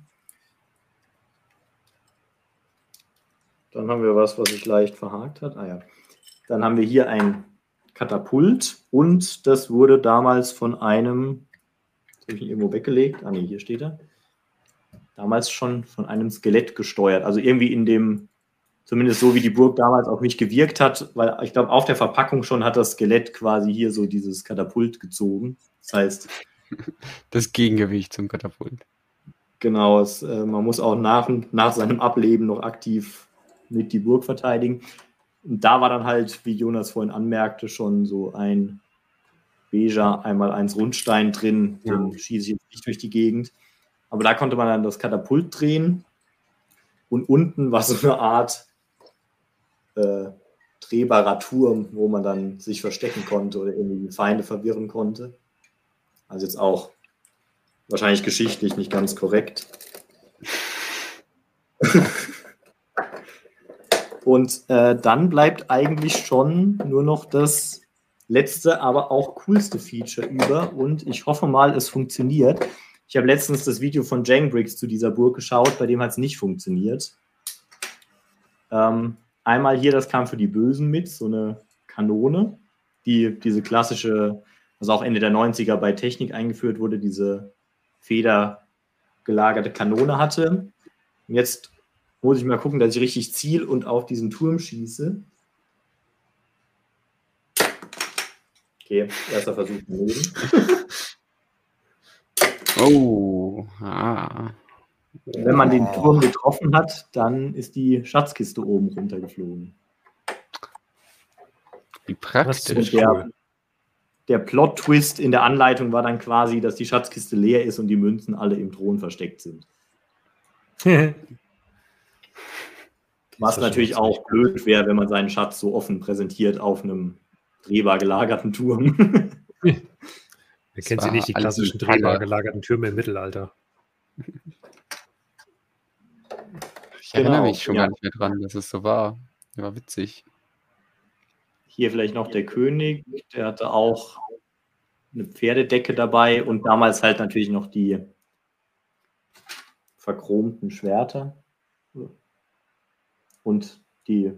Dann haben wir was, was sich leicht verhakt hat. Ah ja. Dann haben wir hier ein Katapult und das wurde damals von einem, das habe ich ihn irgendwo weggelegt, ah nee, hier steht er, damals schon von einem Skelett gesteuert. Also irgendwie in dem, zumindest so wie die Burg damals auf mich gewirkt hat, weil ich glaube, auf der Verpackung schon hat das Skelett quasi hier so dieses Katapult gezogen. Das heißt, das Gegengewicht zum Katapult. Genau, es, äh, man muss auch nach, nach seinem Ableben noch aktiv mit die Burg verteidigen. Und da war dann halt, wie Jonas vorhin anmerkte, schon so ein beiger, einmal eins Rundstein drin, ja. Den schieße ich jetzt nicht durch die Gegend. Aber da konnte man dann das Katapult drehen und unten war so eine Art äh, drehbarer Turm, wo man dann sich verstecken konnte oder irgendwie Feinde verwirren konnte. Also jetzt auch wahrscheinlich geschichtlich nicht ganz korrekt. Und äh, dann bleibt eigentlich schon nur noch das letzte, aber auch coolste Feature über. Und ich hoffe mal, es funktioniert. Ich habe letztens das Video von Jangbricks zu dieser Burg geschaut, bei dem hat es nicht funktioniert. Ähm, einmal hier, das kam für die Bösen mit, so eine Kanone, die diese klassische, also auch Ende der neunziger bei Technik eingeführt wurde, diese federgelagerte Kanone hatte. Und jetzt muss ich mal gucken, dass ich richtig ziel und auf diesen Turm schieße. Okay, erster Versuch daneben. Oh, ah. Wenn man den Turm getroffen hat, dann ist die Schatzkiste oben runtergeflogen. Wie praktisch. Und der, der Plot-Twist in der Anleitung war dann quasi, dass die Schatzkiste leer ist und die Münzen alle im Thron versteckt sind. Was natürlich auch blöd wäre, wenn man seinen Schatz so offen präsentiert auf einem drehbar gelagerten Turm. Wer kennt sie nicht, die klassischen drehbar gelagerten Türme im Mittelalter? Ich erinnere genau, mich schon ja. gar nicht mehr dran, dass es so war. Das war witzig. Hier vielleicht noch der König, der hatte auch eine Pferdedecke dabei und damals halt natürlich noch die verchromten Schwerter und die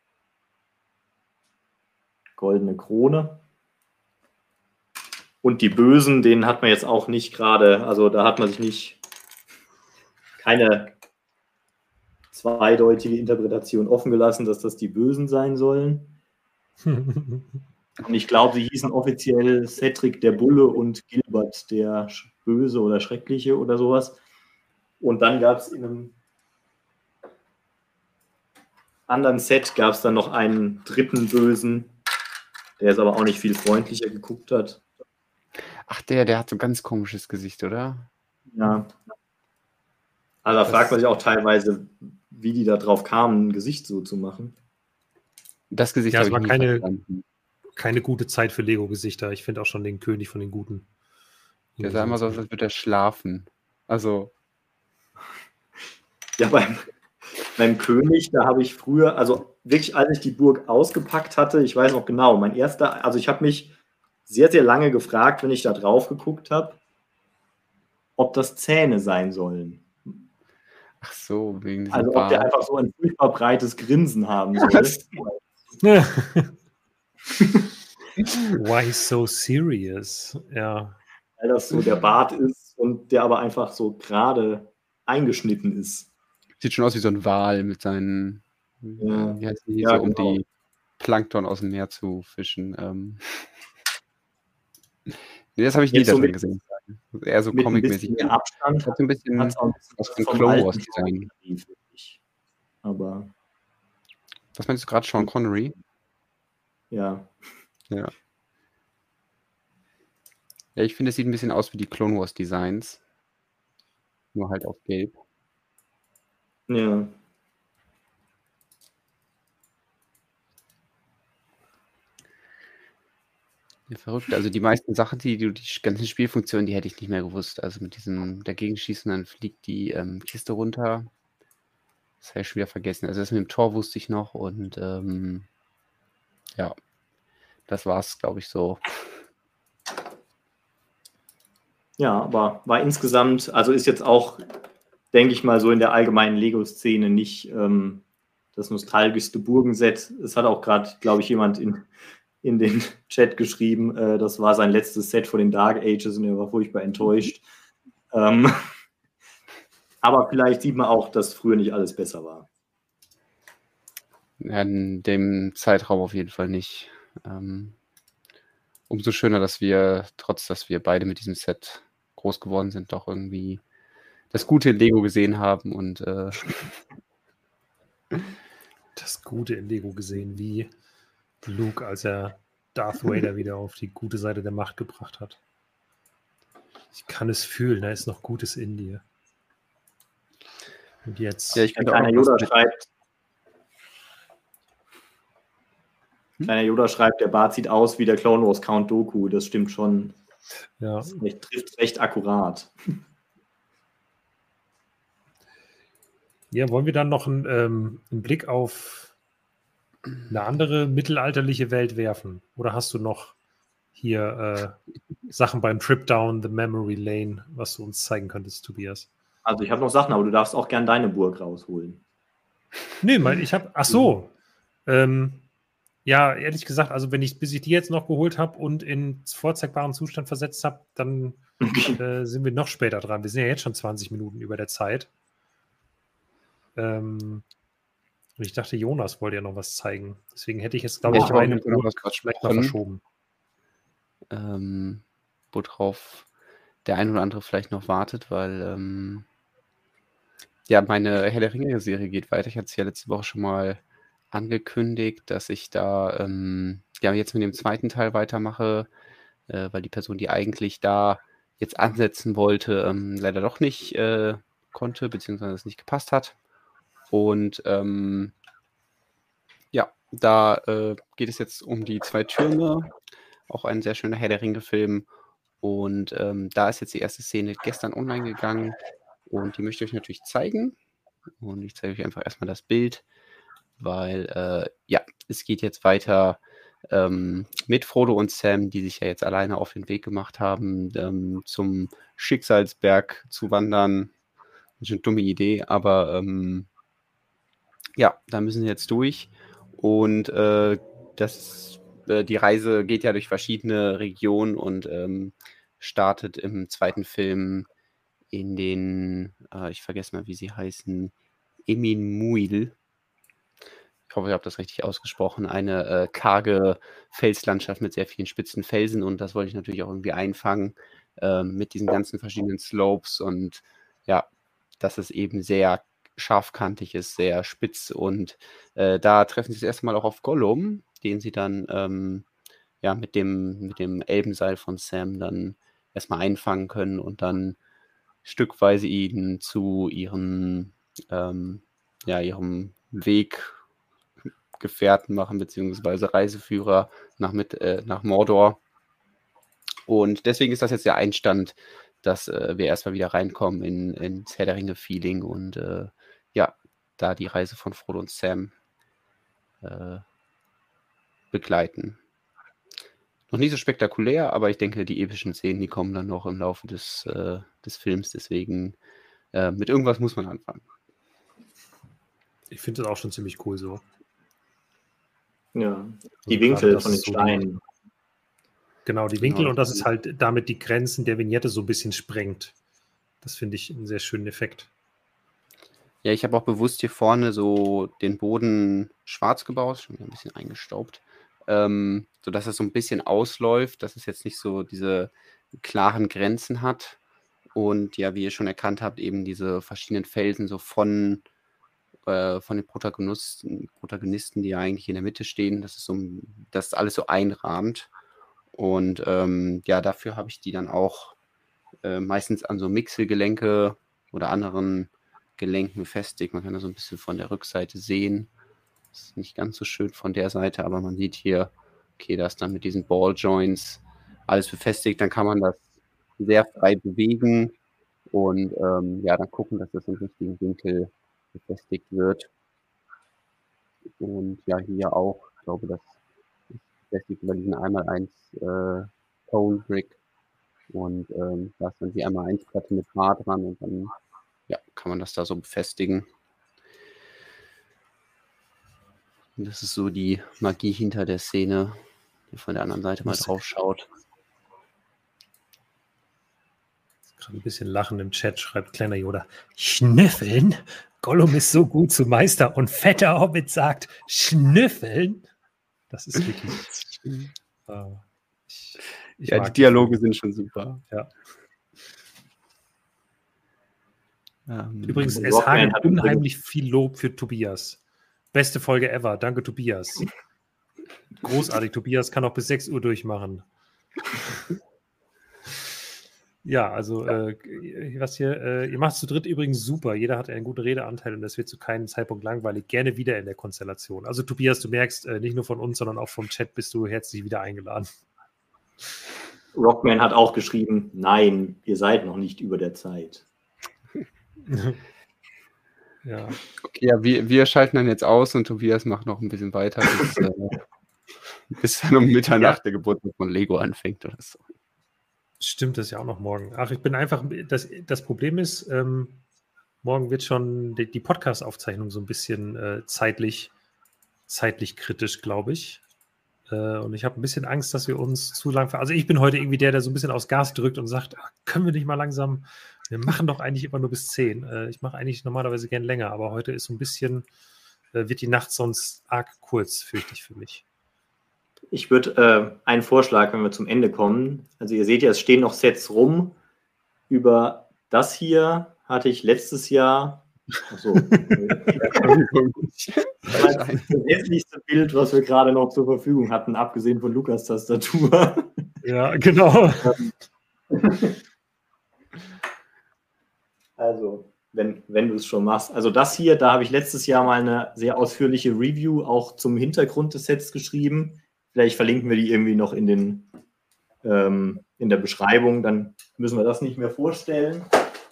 goldene Krone. Und die Bösen, denen hat man jetzt auch nicht gerade, also da hat man sich nicht keine zweideutige Interpretation offen gelassen, dass das die Bösen sein sollen. Und ich glaube, sie hießen offiziell Cedric der Bulle und Gilbert der Böse oder Schreckliche oder sowas. Und dann gab es in einem anderen Set gab es dann noch einen dritten Bösen, der es aber auch nicht viel freundlicher geguckt hat. Ach, der, der hat so ein ganz komisches Gesicht, oder? Ja. Also da das fragt man sich auch teilweise, wie die da drauf kamen, ein Gesicht so zu machen. Das Gesicht ja, habe es war ich keine, verstanden. keine gute Zeit für Lego-Gesichter. Ich finde auch schon den König von den Guten. Der sah immer so aus, als würde er schlafen. Also. Ja, beim, beim König, da habe ich früher, also wirklich, als ich die Burg ausgepackt hatte, ich weiß noch genau, mein erster, also ich habe mich sehr, sehr lange gefragt, wenn ich da drauf geguckt habe, ob das Zähne sein sollen. Ach so, wegen diesem Also ob Bart. der einfach so ein furchtbar breites Grinsen haben soll. Why so serious? Ja. Weil das so der Bart ist und der aber einfach so gerade eingeschnitten ist. Sieht schon aus wie so ein Wal mit seinen, ja. wie heißt die, Ja, so, um genau. die Plankton aus dem Meer zu fischen. Ähm. Nee, das habe ich nie Jetzt so da drin mit- gesehen. Eher so Mit ein comic-mäßig. bisschen mehr Abstand Hat so ein bisschen hat's auch ein bisschen was von vom Clone alten Wars Design. Sean finde ich. Aber Was meinst du gerade, Sean Connery? ja, Ja. Ja, ich finde, es sieht ein bisschen aus wie die Clone Wars Designs. Nur halt auf gelb. ja. Ja, verrückt. Also die meisten Sachen, die du, die ganzen Spielfunktionen, die hätte ich nicht mehr gewusst. Also mit diesem Dagegenschießen, dann fliegt die ähm, Kiste runter. Das habe ich schon wieder vergessen. Also das mit dem Tor wusste ich noch und ähm, ja, das war es, glaube ich, so. Ja, aber war insgesamt, also ist jetzt auch, denke ich mal, so in der allgemeinen Lego-Szene nicht ähm, das nostalgischste Burgenset. Es hat auch gerade, glaube ich, jemand in, in den Chat geschrieben, äh, das war sein letztes Set vor den Dark Ages und er war furchtbar enttäuscht. Ähm, aber vielleicht sieht man auch, dass früher nicht alles besser war. Ja, in dem Zeitraum auf jeden Fall nicht. Ähm, umso schöner, dass wir, trotz dass wir beide mit diesem Set groß geworden sind, doch irgendwie das Gute in Lego gesehen haben und äh, Das Gute in Lego gesehen, wie Luke, als er Darth Vader wieder auf die gute Seite der Macht gebracht hat. Ich kann es fühlen, da ist noch Gutes in dir. Und jetzt. ja, ich Der könnte auch kleine noch was Yoda mit- schreibt, kleiner Yoda schreibt, der Bart sieht aus wie der Clone Wars Count Dooku. Das stimmt schon. Ja, Das trifft recht akkurat. ja, wollen wir dann noch einen, ähm, einen Blick auf eine andere mittelalterliche Welt werfen? Oder hast du noch hier äh, Sachen beim Trip Down the Memory Lane, was du uns zeigen könntest, Tobias? Also ich habe noch Sachen, aber du darfst auch gern deine Burg rausholen. Nee, mein, ich habe. Ach so. Ähm, ja, ehrlich gesagt, also wenn ich, bis ich die jetzt noch geholt habe und in vorzeigbaren Zustand versetzt habe, dann äh, sind wir noch später dran. Wir sind ja jetzt schon zwanzig Minuten über der Zeit. Ähm, und ich dachte, Jonas wollte ja noch was zeigen. Deswegen hätte ich jetzt, glaube Ja, ich, ich habe meine auch noch was vielleicht mal versprochen. verschoben. ähm, wo drauf der ein oder andere vielleicht noch wartet, weil ähm, ja, meine Herr der Ringe-Serie geht weiter. Ich hatte es ja letzte Woche schon mal angekündigt, dass ich da ähm, ja jetzt mit dem zweiten Teil weitermache, äh, weil die Person, die eigentlich da jetzt ansetzen wollte, ähm, leider doch nicht äh, konnte, beziehungsweise es nicht gepasst hat. Und ähm, ja, da äh, geht es jetzt um die zwei Türme, auch ein sehr schöner Herr der Ringe-Film. Und ähm, da ist jetzt die erste Szene gestern online gegangen und die möchte ich euch natürlich zeigen. Und ich zeige euch einfach erstmal das Bild, weil äh, ja, es geht jetzt weiter ähm, mit Frodo und Sam, die sich ja jetzt alleine auf den Weg gemacht haben, ähm, zum Schicksalsberg zu wandern. Das ist eine dumme Idee, aber ähm, ja, da müssen sie jetzt durch. Und äh, das, äh, die Reise geht ja durch verschiedene Regionen und ähm, startet im zweiten Film in den, äh, ich vergesse mal, wie sie heißen, Emin Muil. Ich hoffe, ich habe das richtig ausgesprochen. Eine äh, karge Felslandschaft mit sehr vielen spitzen Felsen und das wollte ich natürlich auch irgendwie einfangen äh, mit diesen ganzen verschiedenen Slopes und ja, dass es eben sehr scharfkantig ist, sehr spitz und äh, da treffen sie das erste Mal auch auf Gollum, den sie dann ähm, ja mit dem, mit dem Elbenseil von Sam dann erstmal einfangen können und dann stückweise ihn zu ihren, ähm, ja, ihrem Weggefährten machen, beziehungsweise Reiseführer nach, mit, äh, nach Mordor. Und deswegen ist das jetzt der Einstand, dass äh, wir erstmal wieder reinkommen in, ins Herr der Ringe-Feeling und äh, ja, da die Reise von Frodo und Sam äh, begleiten. Noch nicht so spektakulär, aber ich denke, die epischen Szenen, die kommen dann noch im Laufe des, äh, des Films. Deswegen, äh, mit irgendwas muss man anfangen. Ich finde das auch schon ziemlich cool so. Ja, die Also Winkel gerade, von den dass es so Steinen. Genau, die Winkel Genau, und dass das es halt damit die Grenzen der Vignette so ein bisschen sprengt. Das finde ich einen sehr schönen Effekt. Ja, ich habe auch bewusst hier vorne so den Boden schwarz gebaut, schon wieder ein bisschen eingestaubt, ähm, sodass es so ein bisschen ausläuft, dass es jetzt nicht so diese klaren Grenzen hat. Und ja, wie ihr schon erkannt habt, eben diese verschiedenen Felsen so von, äh, von den Protagonisten, Protagonisten, die ja eigentlich in der Mitte stehen, dass es so, das alles so einrahmt. Und ähm, ja, dafür habe ich die dann auch äh, meistens an so Mixelgelenke oder anderen Gelenken befestigt. Man kann das so ein bisschen von der Rückseite sehen. Das ist nicht ganz so schön von der Seite, aber man sieht hier, okay, da ist dann mit diesen Ball-Joints alles befestigt. Dann kann man das sehr frei bewegen und ähm, ja, dann gucken, dass das im richtigen Winkel befestigt wird. Und ja, hier auch, ich glaube, das ist befestigt über diesen einmal eins äh, Cone Brick. Und ähm, da ist dann die einmal eins Platte mit Haar dran und dann ja, kann man das da so befestigen. Und das ist so die Magie hinter der Szene, die von der anderen Seite mal drauf schaut. Gerade ein bisschen Lachen im Chat, schreibt kleiner Yoda. Schnüffeln? Gollum ist so gut zu Meister und fetter Hobbit sagt Schnüffeln? Das ist wirklich... äh, ich, ich ja, die Dialoge die sind schon super. Ja. Ähm, Übrigens, es hagelt unheimlich viel Lob für Tobias. Beste Folge ever. Danke, Tobias. Großartig. Tobias kann auch bis sechs Uhr durchmachen. Ja, also äh, was hier, äh, ihr macht es zu dritt übrigens super. Jeder hat einen guten Redeanteil und das wird zu keinem Zeitpunkt langweilig. Gerne wieder in der Konstellation. Also Tobias, du merkst, äh, nicht nur von uns, sondern auch vom Chat bist du herzlich wieder eingeladen. Rockman hat auch geschrieben, nein, ihr seid noch nicht über der Zeit. Ja. Okay, ja, wir, wir schalten dann jetzt aus und Tobias macht noch ein bisschen weiter, bis, äh, bis dann um Mitternacht ja. der Geburtstag von Lego anfängt oder so. Stimmt, das ist ja auch noch morgen. Ach, ich bin einfach, das, das Problem ist, ähm, morgen wird schon die, die Podcast-Aufzeichnung so ein bisschen äh, zeitlich, zeitlich kritisch, glaube ich. Äh, und ich habe ein bisschen Angst, dass wir uns zu lang... Also ich bin heute irgendwie der, der so ein bisschen aufs Gas drückt und sagt, ach, können wir nicht mal langsam... Wir machen doch eigentlich immer nur bis zehn. Äh, ich mache eigentlich normalerweise gern länger, aber heute ist so ein bisschen... Äh, wird die Nacht sonst arg kurz, fürchte ich für mich. Ich würde äh, einen Vorschlag, wenn wir zum Ende kommen. Also ihr seht ja, es stehen noch Sets rum. über das hier hatte ich letztes Jahr, achso, das hässlichste Bild, was wir gerade noch zur Verfügung hatten, abgesehen von Lukas Tastatur. Ja, genau. Also, wenn, wenn du es schon machst. Also das hier, da habe ich letztes Jahr mal eine sehr ausführliche Review auch zum Hintergrund des Sets geschrieben. Vielleicht verlinken wir die irgendwie noch in, den, ähm, in der Beschreibung, dann müssen wir das nicht mehr vorstellen.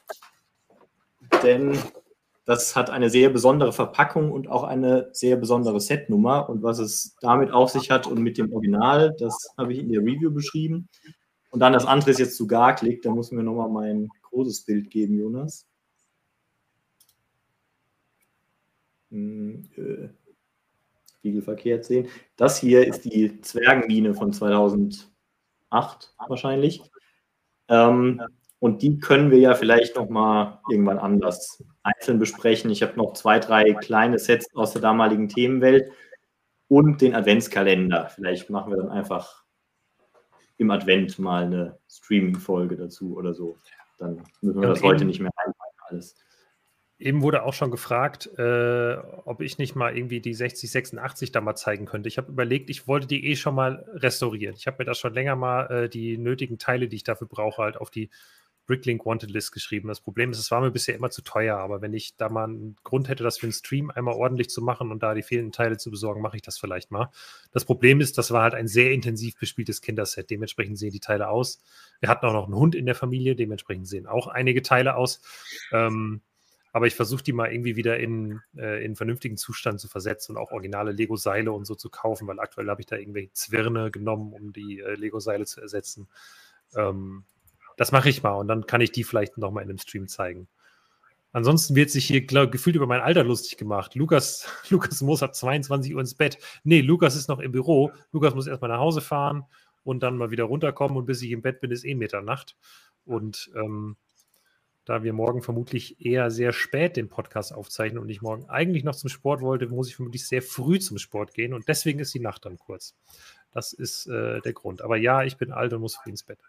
Denn das hat eine sehr besondere Verpackung und auch eine sehr besondere Setnummer. Und was es damit auf sich hat und mit dem Original, das habe ich in der Review beschrieben. Und dann das andere ist jetzt zu Garklick. Da muss mir nochmal mein großes Bild geben, Jonas. Hm, äh, spiegelverkehrt sehen. Das hier ist die Zwergenmine von zweitausendacht wahrscheinlich. Ähm, und die können wir ja vielleicht nochmal irgendwann anders einzeln besprechen. Ich habe noch zwei, drei kleine Sets aus der damaligen Themenwelt und den Adventskalender. Vielleicht machen wir dann einfach im Advent mal eine Streaming-Folge dazu oder so. Dann müssen wir Ja, das heute nicht mehr reinpacken alles. Eben wurde auch schon gefragt, äh, ob ich nicht mal irgendwie die sechzig sechsundachtzig da mal zeigen könnte. Ich habe überlegt, ich wollte die eh schon mal restaurieren. Ich habe mir da schon länger mal äh, die nötigen Teile, die ich dafür brauche, halt auf die Bricklink Wanted List geschrieben. Das Problem ist, es war mir bisher immer zu teuer, aber wenn ich da mal einen Grund hätte, das für einen Stream einmal ordentlich zu machen und da die fehlenden Teile zu besorgen, mache ich das vielleicht mal. Das Problem ist, das war halt ein sehr intensiv bespieltes Kinderset. Dementsprechend sehen die Teile aus. Wir hatten auch noch einen Hund in der Familie, dementsprechend sehen auch einige Teile aus. Ähm, aber ich versuche die mal irgendwie wieder in, äh, in vernünftigen Zustand zu versetzen und auch originale Lego-Seile und so zu kaufen, weil aktuell habe ich da irgendwelche Zwirne genommen, um die äh, Lego-Seile zu ersetzen. Ähm, das mache ich mal und dann kann ich die vielleicht nochmal in einem Stream zeigen. Ansonsten wird sich hier glaub, gefühlt über mein Alter lustig gemacht. Lukas, Lukas muss ab zweiundzwanzig Uhr ins Bett. Nee, Lukas ist noch im Büro. Lukas muss erstmal nach Hause fahren und dann mal wieder runterkommen und bis ich im Bett bin, ist eh Mitternacht. Und ähm, da wir morgen vermutlich eher sehr spät den Podcast aufzeichnen und ich morgen eigentlich noch zum Sport wollte, muss ich vermutlich sehr früh zum Sport gehen und deswegen ist die Nacht dann kurz. Das ist äh, der Grund. Aber ja, ich bin alt und muss früh ins Bett.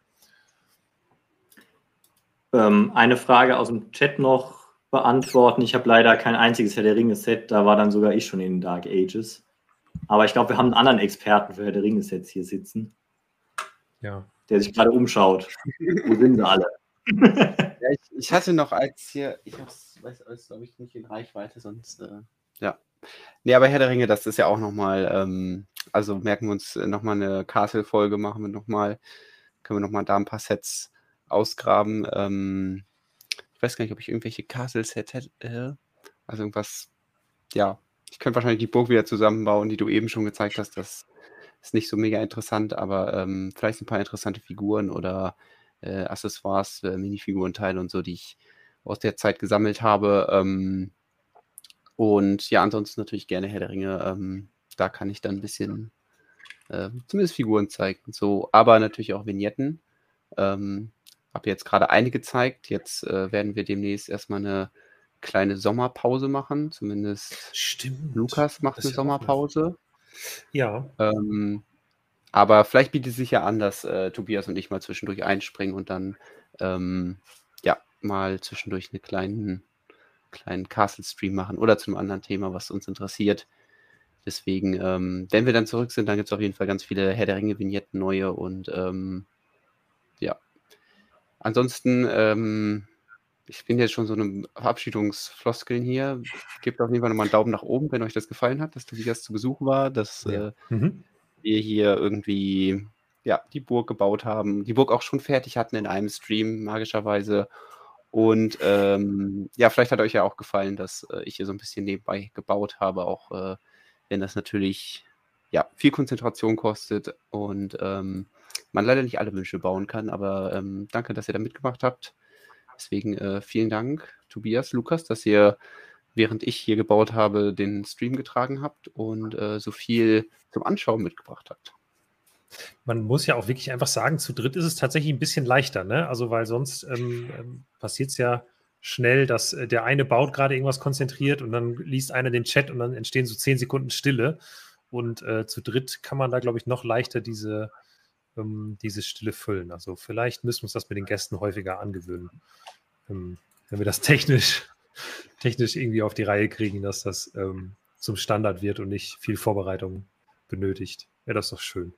Ähm, eine Frage aus dem Chat noch beantworten. Ich habe leider kein einziges Herr der Ringe-Set, da war dann sogar ich schon in den Dark Ages. Aber ich glaube, wir haben einen anderen Experten für Herr der Ringe-Sets hier sitzen. Ja. Der sich gerade umschaut. Wo sind sie alle? Ja, ich, ich hatte noch als hier, ich hab's, weiß alles, glaube ich, nicht in Reichweite, sonst, äh, ja. Nee, aber Herr der Ringe, das ist ja auch nochmal, ähm, also merken wir uns nochmal eine Castle-Folge, machen wir nochmal, können wir nochmal da ein paar Sets ausgraben. Ähm, ich weiß gar nicht, ob ich irgendwelche Castle-Sets hätte, also irgendwas, ja, ich könnte wahrscheinlich die Burg wieder zusammenbauen, die du eben schon gezeigt hast, das ist nicht so mega interessant, aber ähm, vielleicht ein paar interessante Figuren oder Äh, Accessoires, äh, Minifigurenteile und so, die ich aus der Zeit gesammelt habe. Ähm, und ja, ansonsten natürlich gerne Herr der Ringe. Ähm, da kann ich dann ein bisschen äh, zumindest Figuren zeigen und so, aber natürlich auch Vignetten. Ähm, habe jetzt gerade eine gezeigt. Jetzt äh, werden wir demnächst erstmal eine kleine Sommerpause machen. Zumindest Stimmt. Lukas macht Das eine ist ja auch eine- Sommerpause. Ja. Ähm, aber vielleicht bietet es sich ja an, dass äh, Tobias und ich mal zwischendurch einspringen und dann ähm, ja mal zwischendurch einen kleinen, kleinen Castle-Stream machen oder zu einem anderen Thema, was uns interessiert. Deswegen, ähm, wenn wir dann zurück sind, dann gibt es auf jeden Fall ganz viele Herr der Ringe-Vignetten neue und ähm, ja. Ansonsten, ähm, ich bin jetzt schon so eine Verabschiedungsfloskeln hier. Gebt auf jeden Fall nochmal einen Daumen nach oben, wenn euch das gefallen hat, dass Tobias zu Besuch war, dass Ja. äh, Mhm. wir hier irgendwie ja, die Burg gebaut haben, die Burg auch schon fertig hatten in einem Stream, magischerweise. Und ähm, ja, vielleicht hat euch ja auch gefallen, dass äh, ich hier so ein bisschen nebenbei gebaut habe, auch äh, wenn das natürlich ja, viel Konzentration kostet und ähm, man leider nicht alle Wünsche bauen kann. Aber ähm, danke, dass ihr da mitgemacht habt. Deswegen äh, vielen Dank, Tobias, Lukas, dass ihr, während ich hier gebaut habe, den Stream getragen habt und äh, so viel zum Anschauen mitgebracht habt. Man muss ja auch wirklich einfach sagen, zu dritt ist es tatsächlich ein bisschen leichter, ne? Also, weil sonst ähm, ähm, passiert es ja schnell, dass äh, der eine baut gerade irgendwas konzentriert und dann liest einer den Chat und dann entstehen so zehn Sekunden Stille. Und äh, zu dritt kann man da, glaube ich, noch leichter diese ähm, diese Stille füllen. Also vielleicht müssen wir uns das mit den Gästen häufiger angewöhnen. Ähm, wenn wir das technisch, technisch irgendwie auf die Reihe kriegen, dass das ähm, zum Standard wird und nicht viel Vorbereitung benötigt. Wäre das doch schön.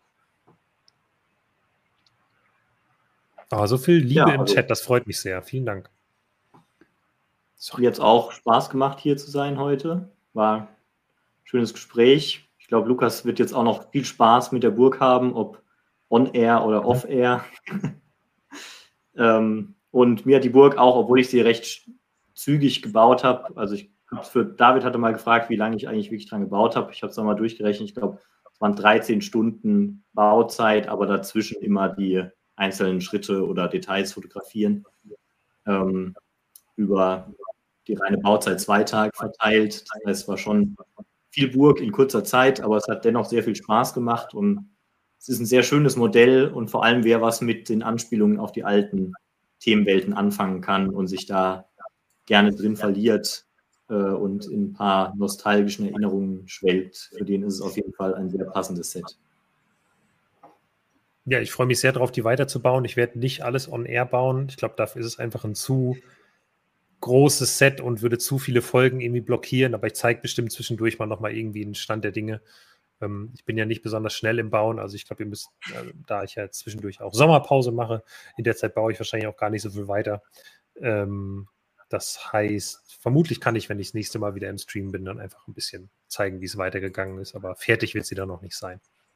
Aber so viel Liebe Ja, im also- Chat, das freut mich sehr. Vielen Dank. Es hat jetzt auch Spaß gemacht, hier zu sein heute. War ein schönes Gespräch. Ich glaube, Lukas wird jetzt auch noch viel Spaß mit der Burg haben, ob on-air oder off-air. ähm, und mir hat die Burg auch, obwohl ich sie recht zügig gebaut habe, also ich für David hatte mal gefragt, wie lange ich eigentlich wirklich dran gebaut habe. Ich habe es nochmal durchgerechnet. Ich glaube, es waren dreizehn Stunden Bauzeit, aber dazwischen immer die einzelnen Schritte oder Details fotografieren. Ähm, über die reine Bauzeit zwei Tage verteilt. Das heißt, es war schon viel Burg in kurzer Zeit, aber es hat dennoch sehr viel Spaß gemacht und es ist ein sehr schönes Modell und vor allem, wer was mit den Anspielungen auf die alten Themenwelten anfangen kann und sich da gerne drin verliert äh, und in ein paar nostalgischen Erinnerungen schwelgt, für den ist es auf jeden Fall ein sehr passendes Set. Ja, ich freue mich sehr darauf, die weiterzubauen. Ich werde nicht alles on-air bauen. Ich glaube, dafür ist es einfach ein zu großes Set und würde zu viele Folgen irgendwie blockieren, aber ich zeige bestimmt zwischendurch mal nochmal irgendwie einen Stand der Dinge. Ähm, ich bin ja nicht besonders schnell im Bauen, also ich glaube, ihr müsst, äh, da ich ja zwischendurch auch Sommerpause mache, in der Zeit baue ich wahrscheinlich auch gar nicht so viel weiter. Ähm, das heißt, vermutlich kann ich, wenn ich das nächste Mal wieder im Stream bin, dann einfach ein bisschen zeigen, wie es weitergegangen ist, aber fertig wird sie dann noch nicht sein.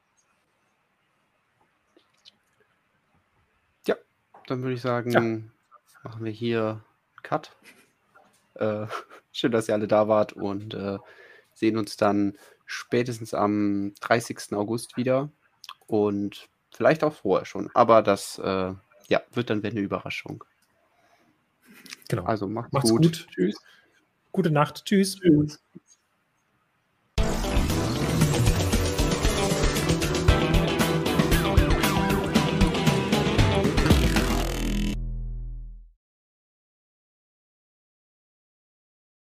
Ja, dann würde ich sagen, Ja. machen wir hier einen Cut. Äh, schön, dass ihr alle da wart und äh, sehen uns dann spätestens am dreißigsten August wieder und vielleicht auch vorher schon, aber das äh, ja, wird dann eine Überraschung. Genau. Also macht's, Macht's gut. gut. Tschüss. Gute Nacht. Tschüss. Tschüss.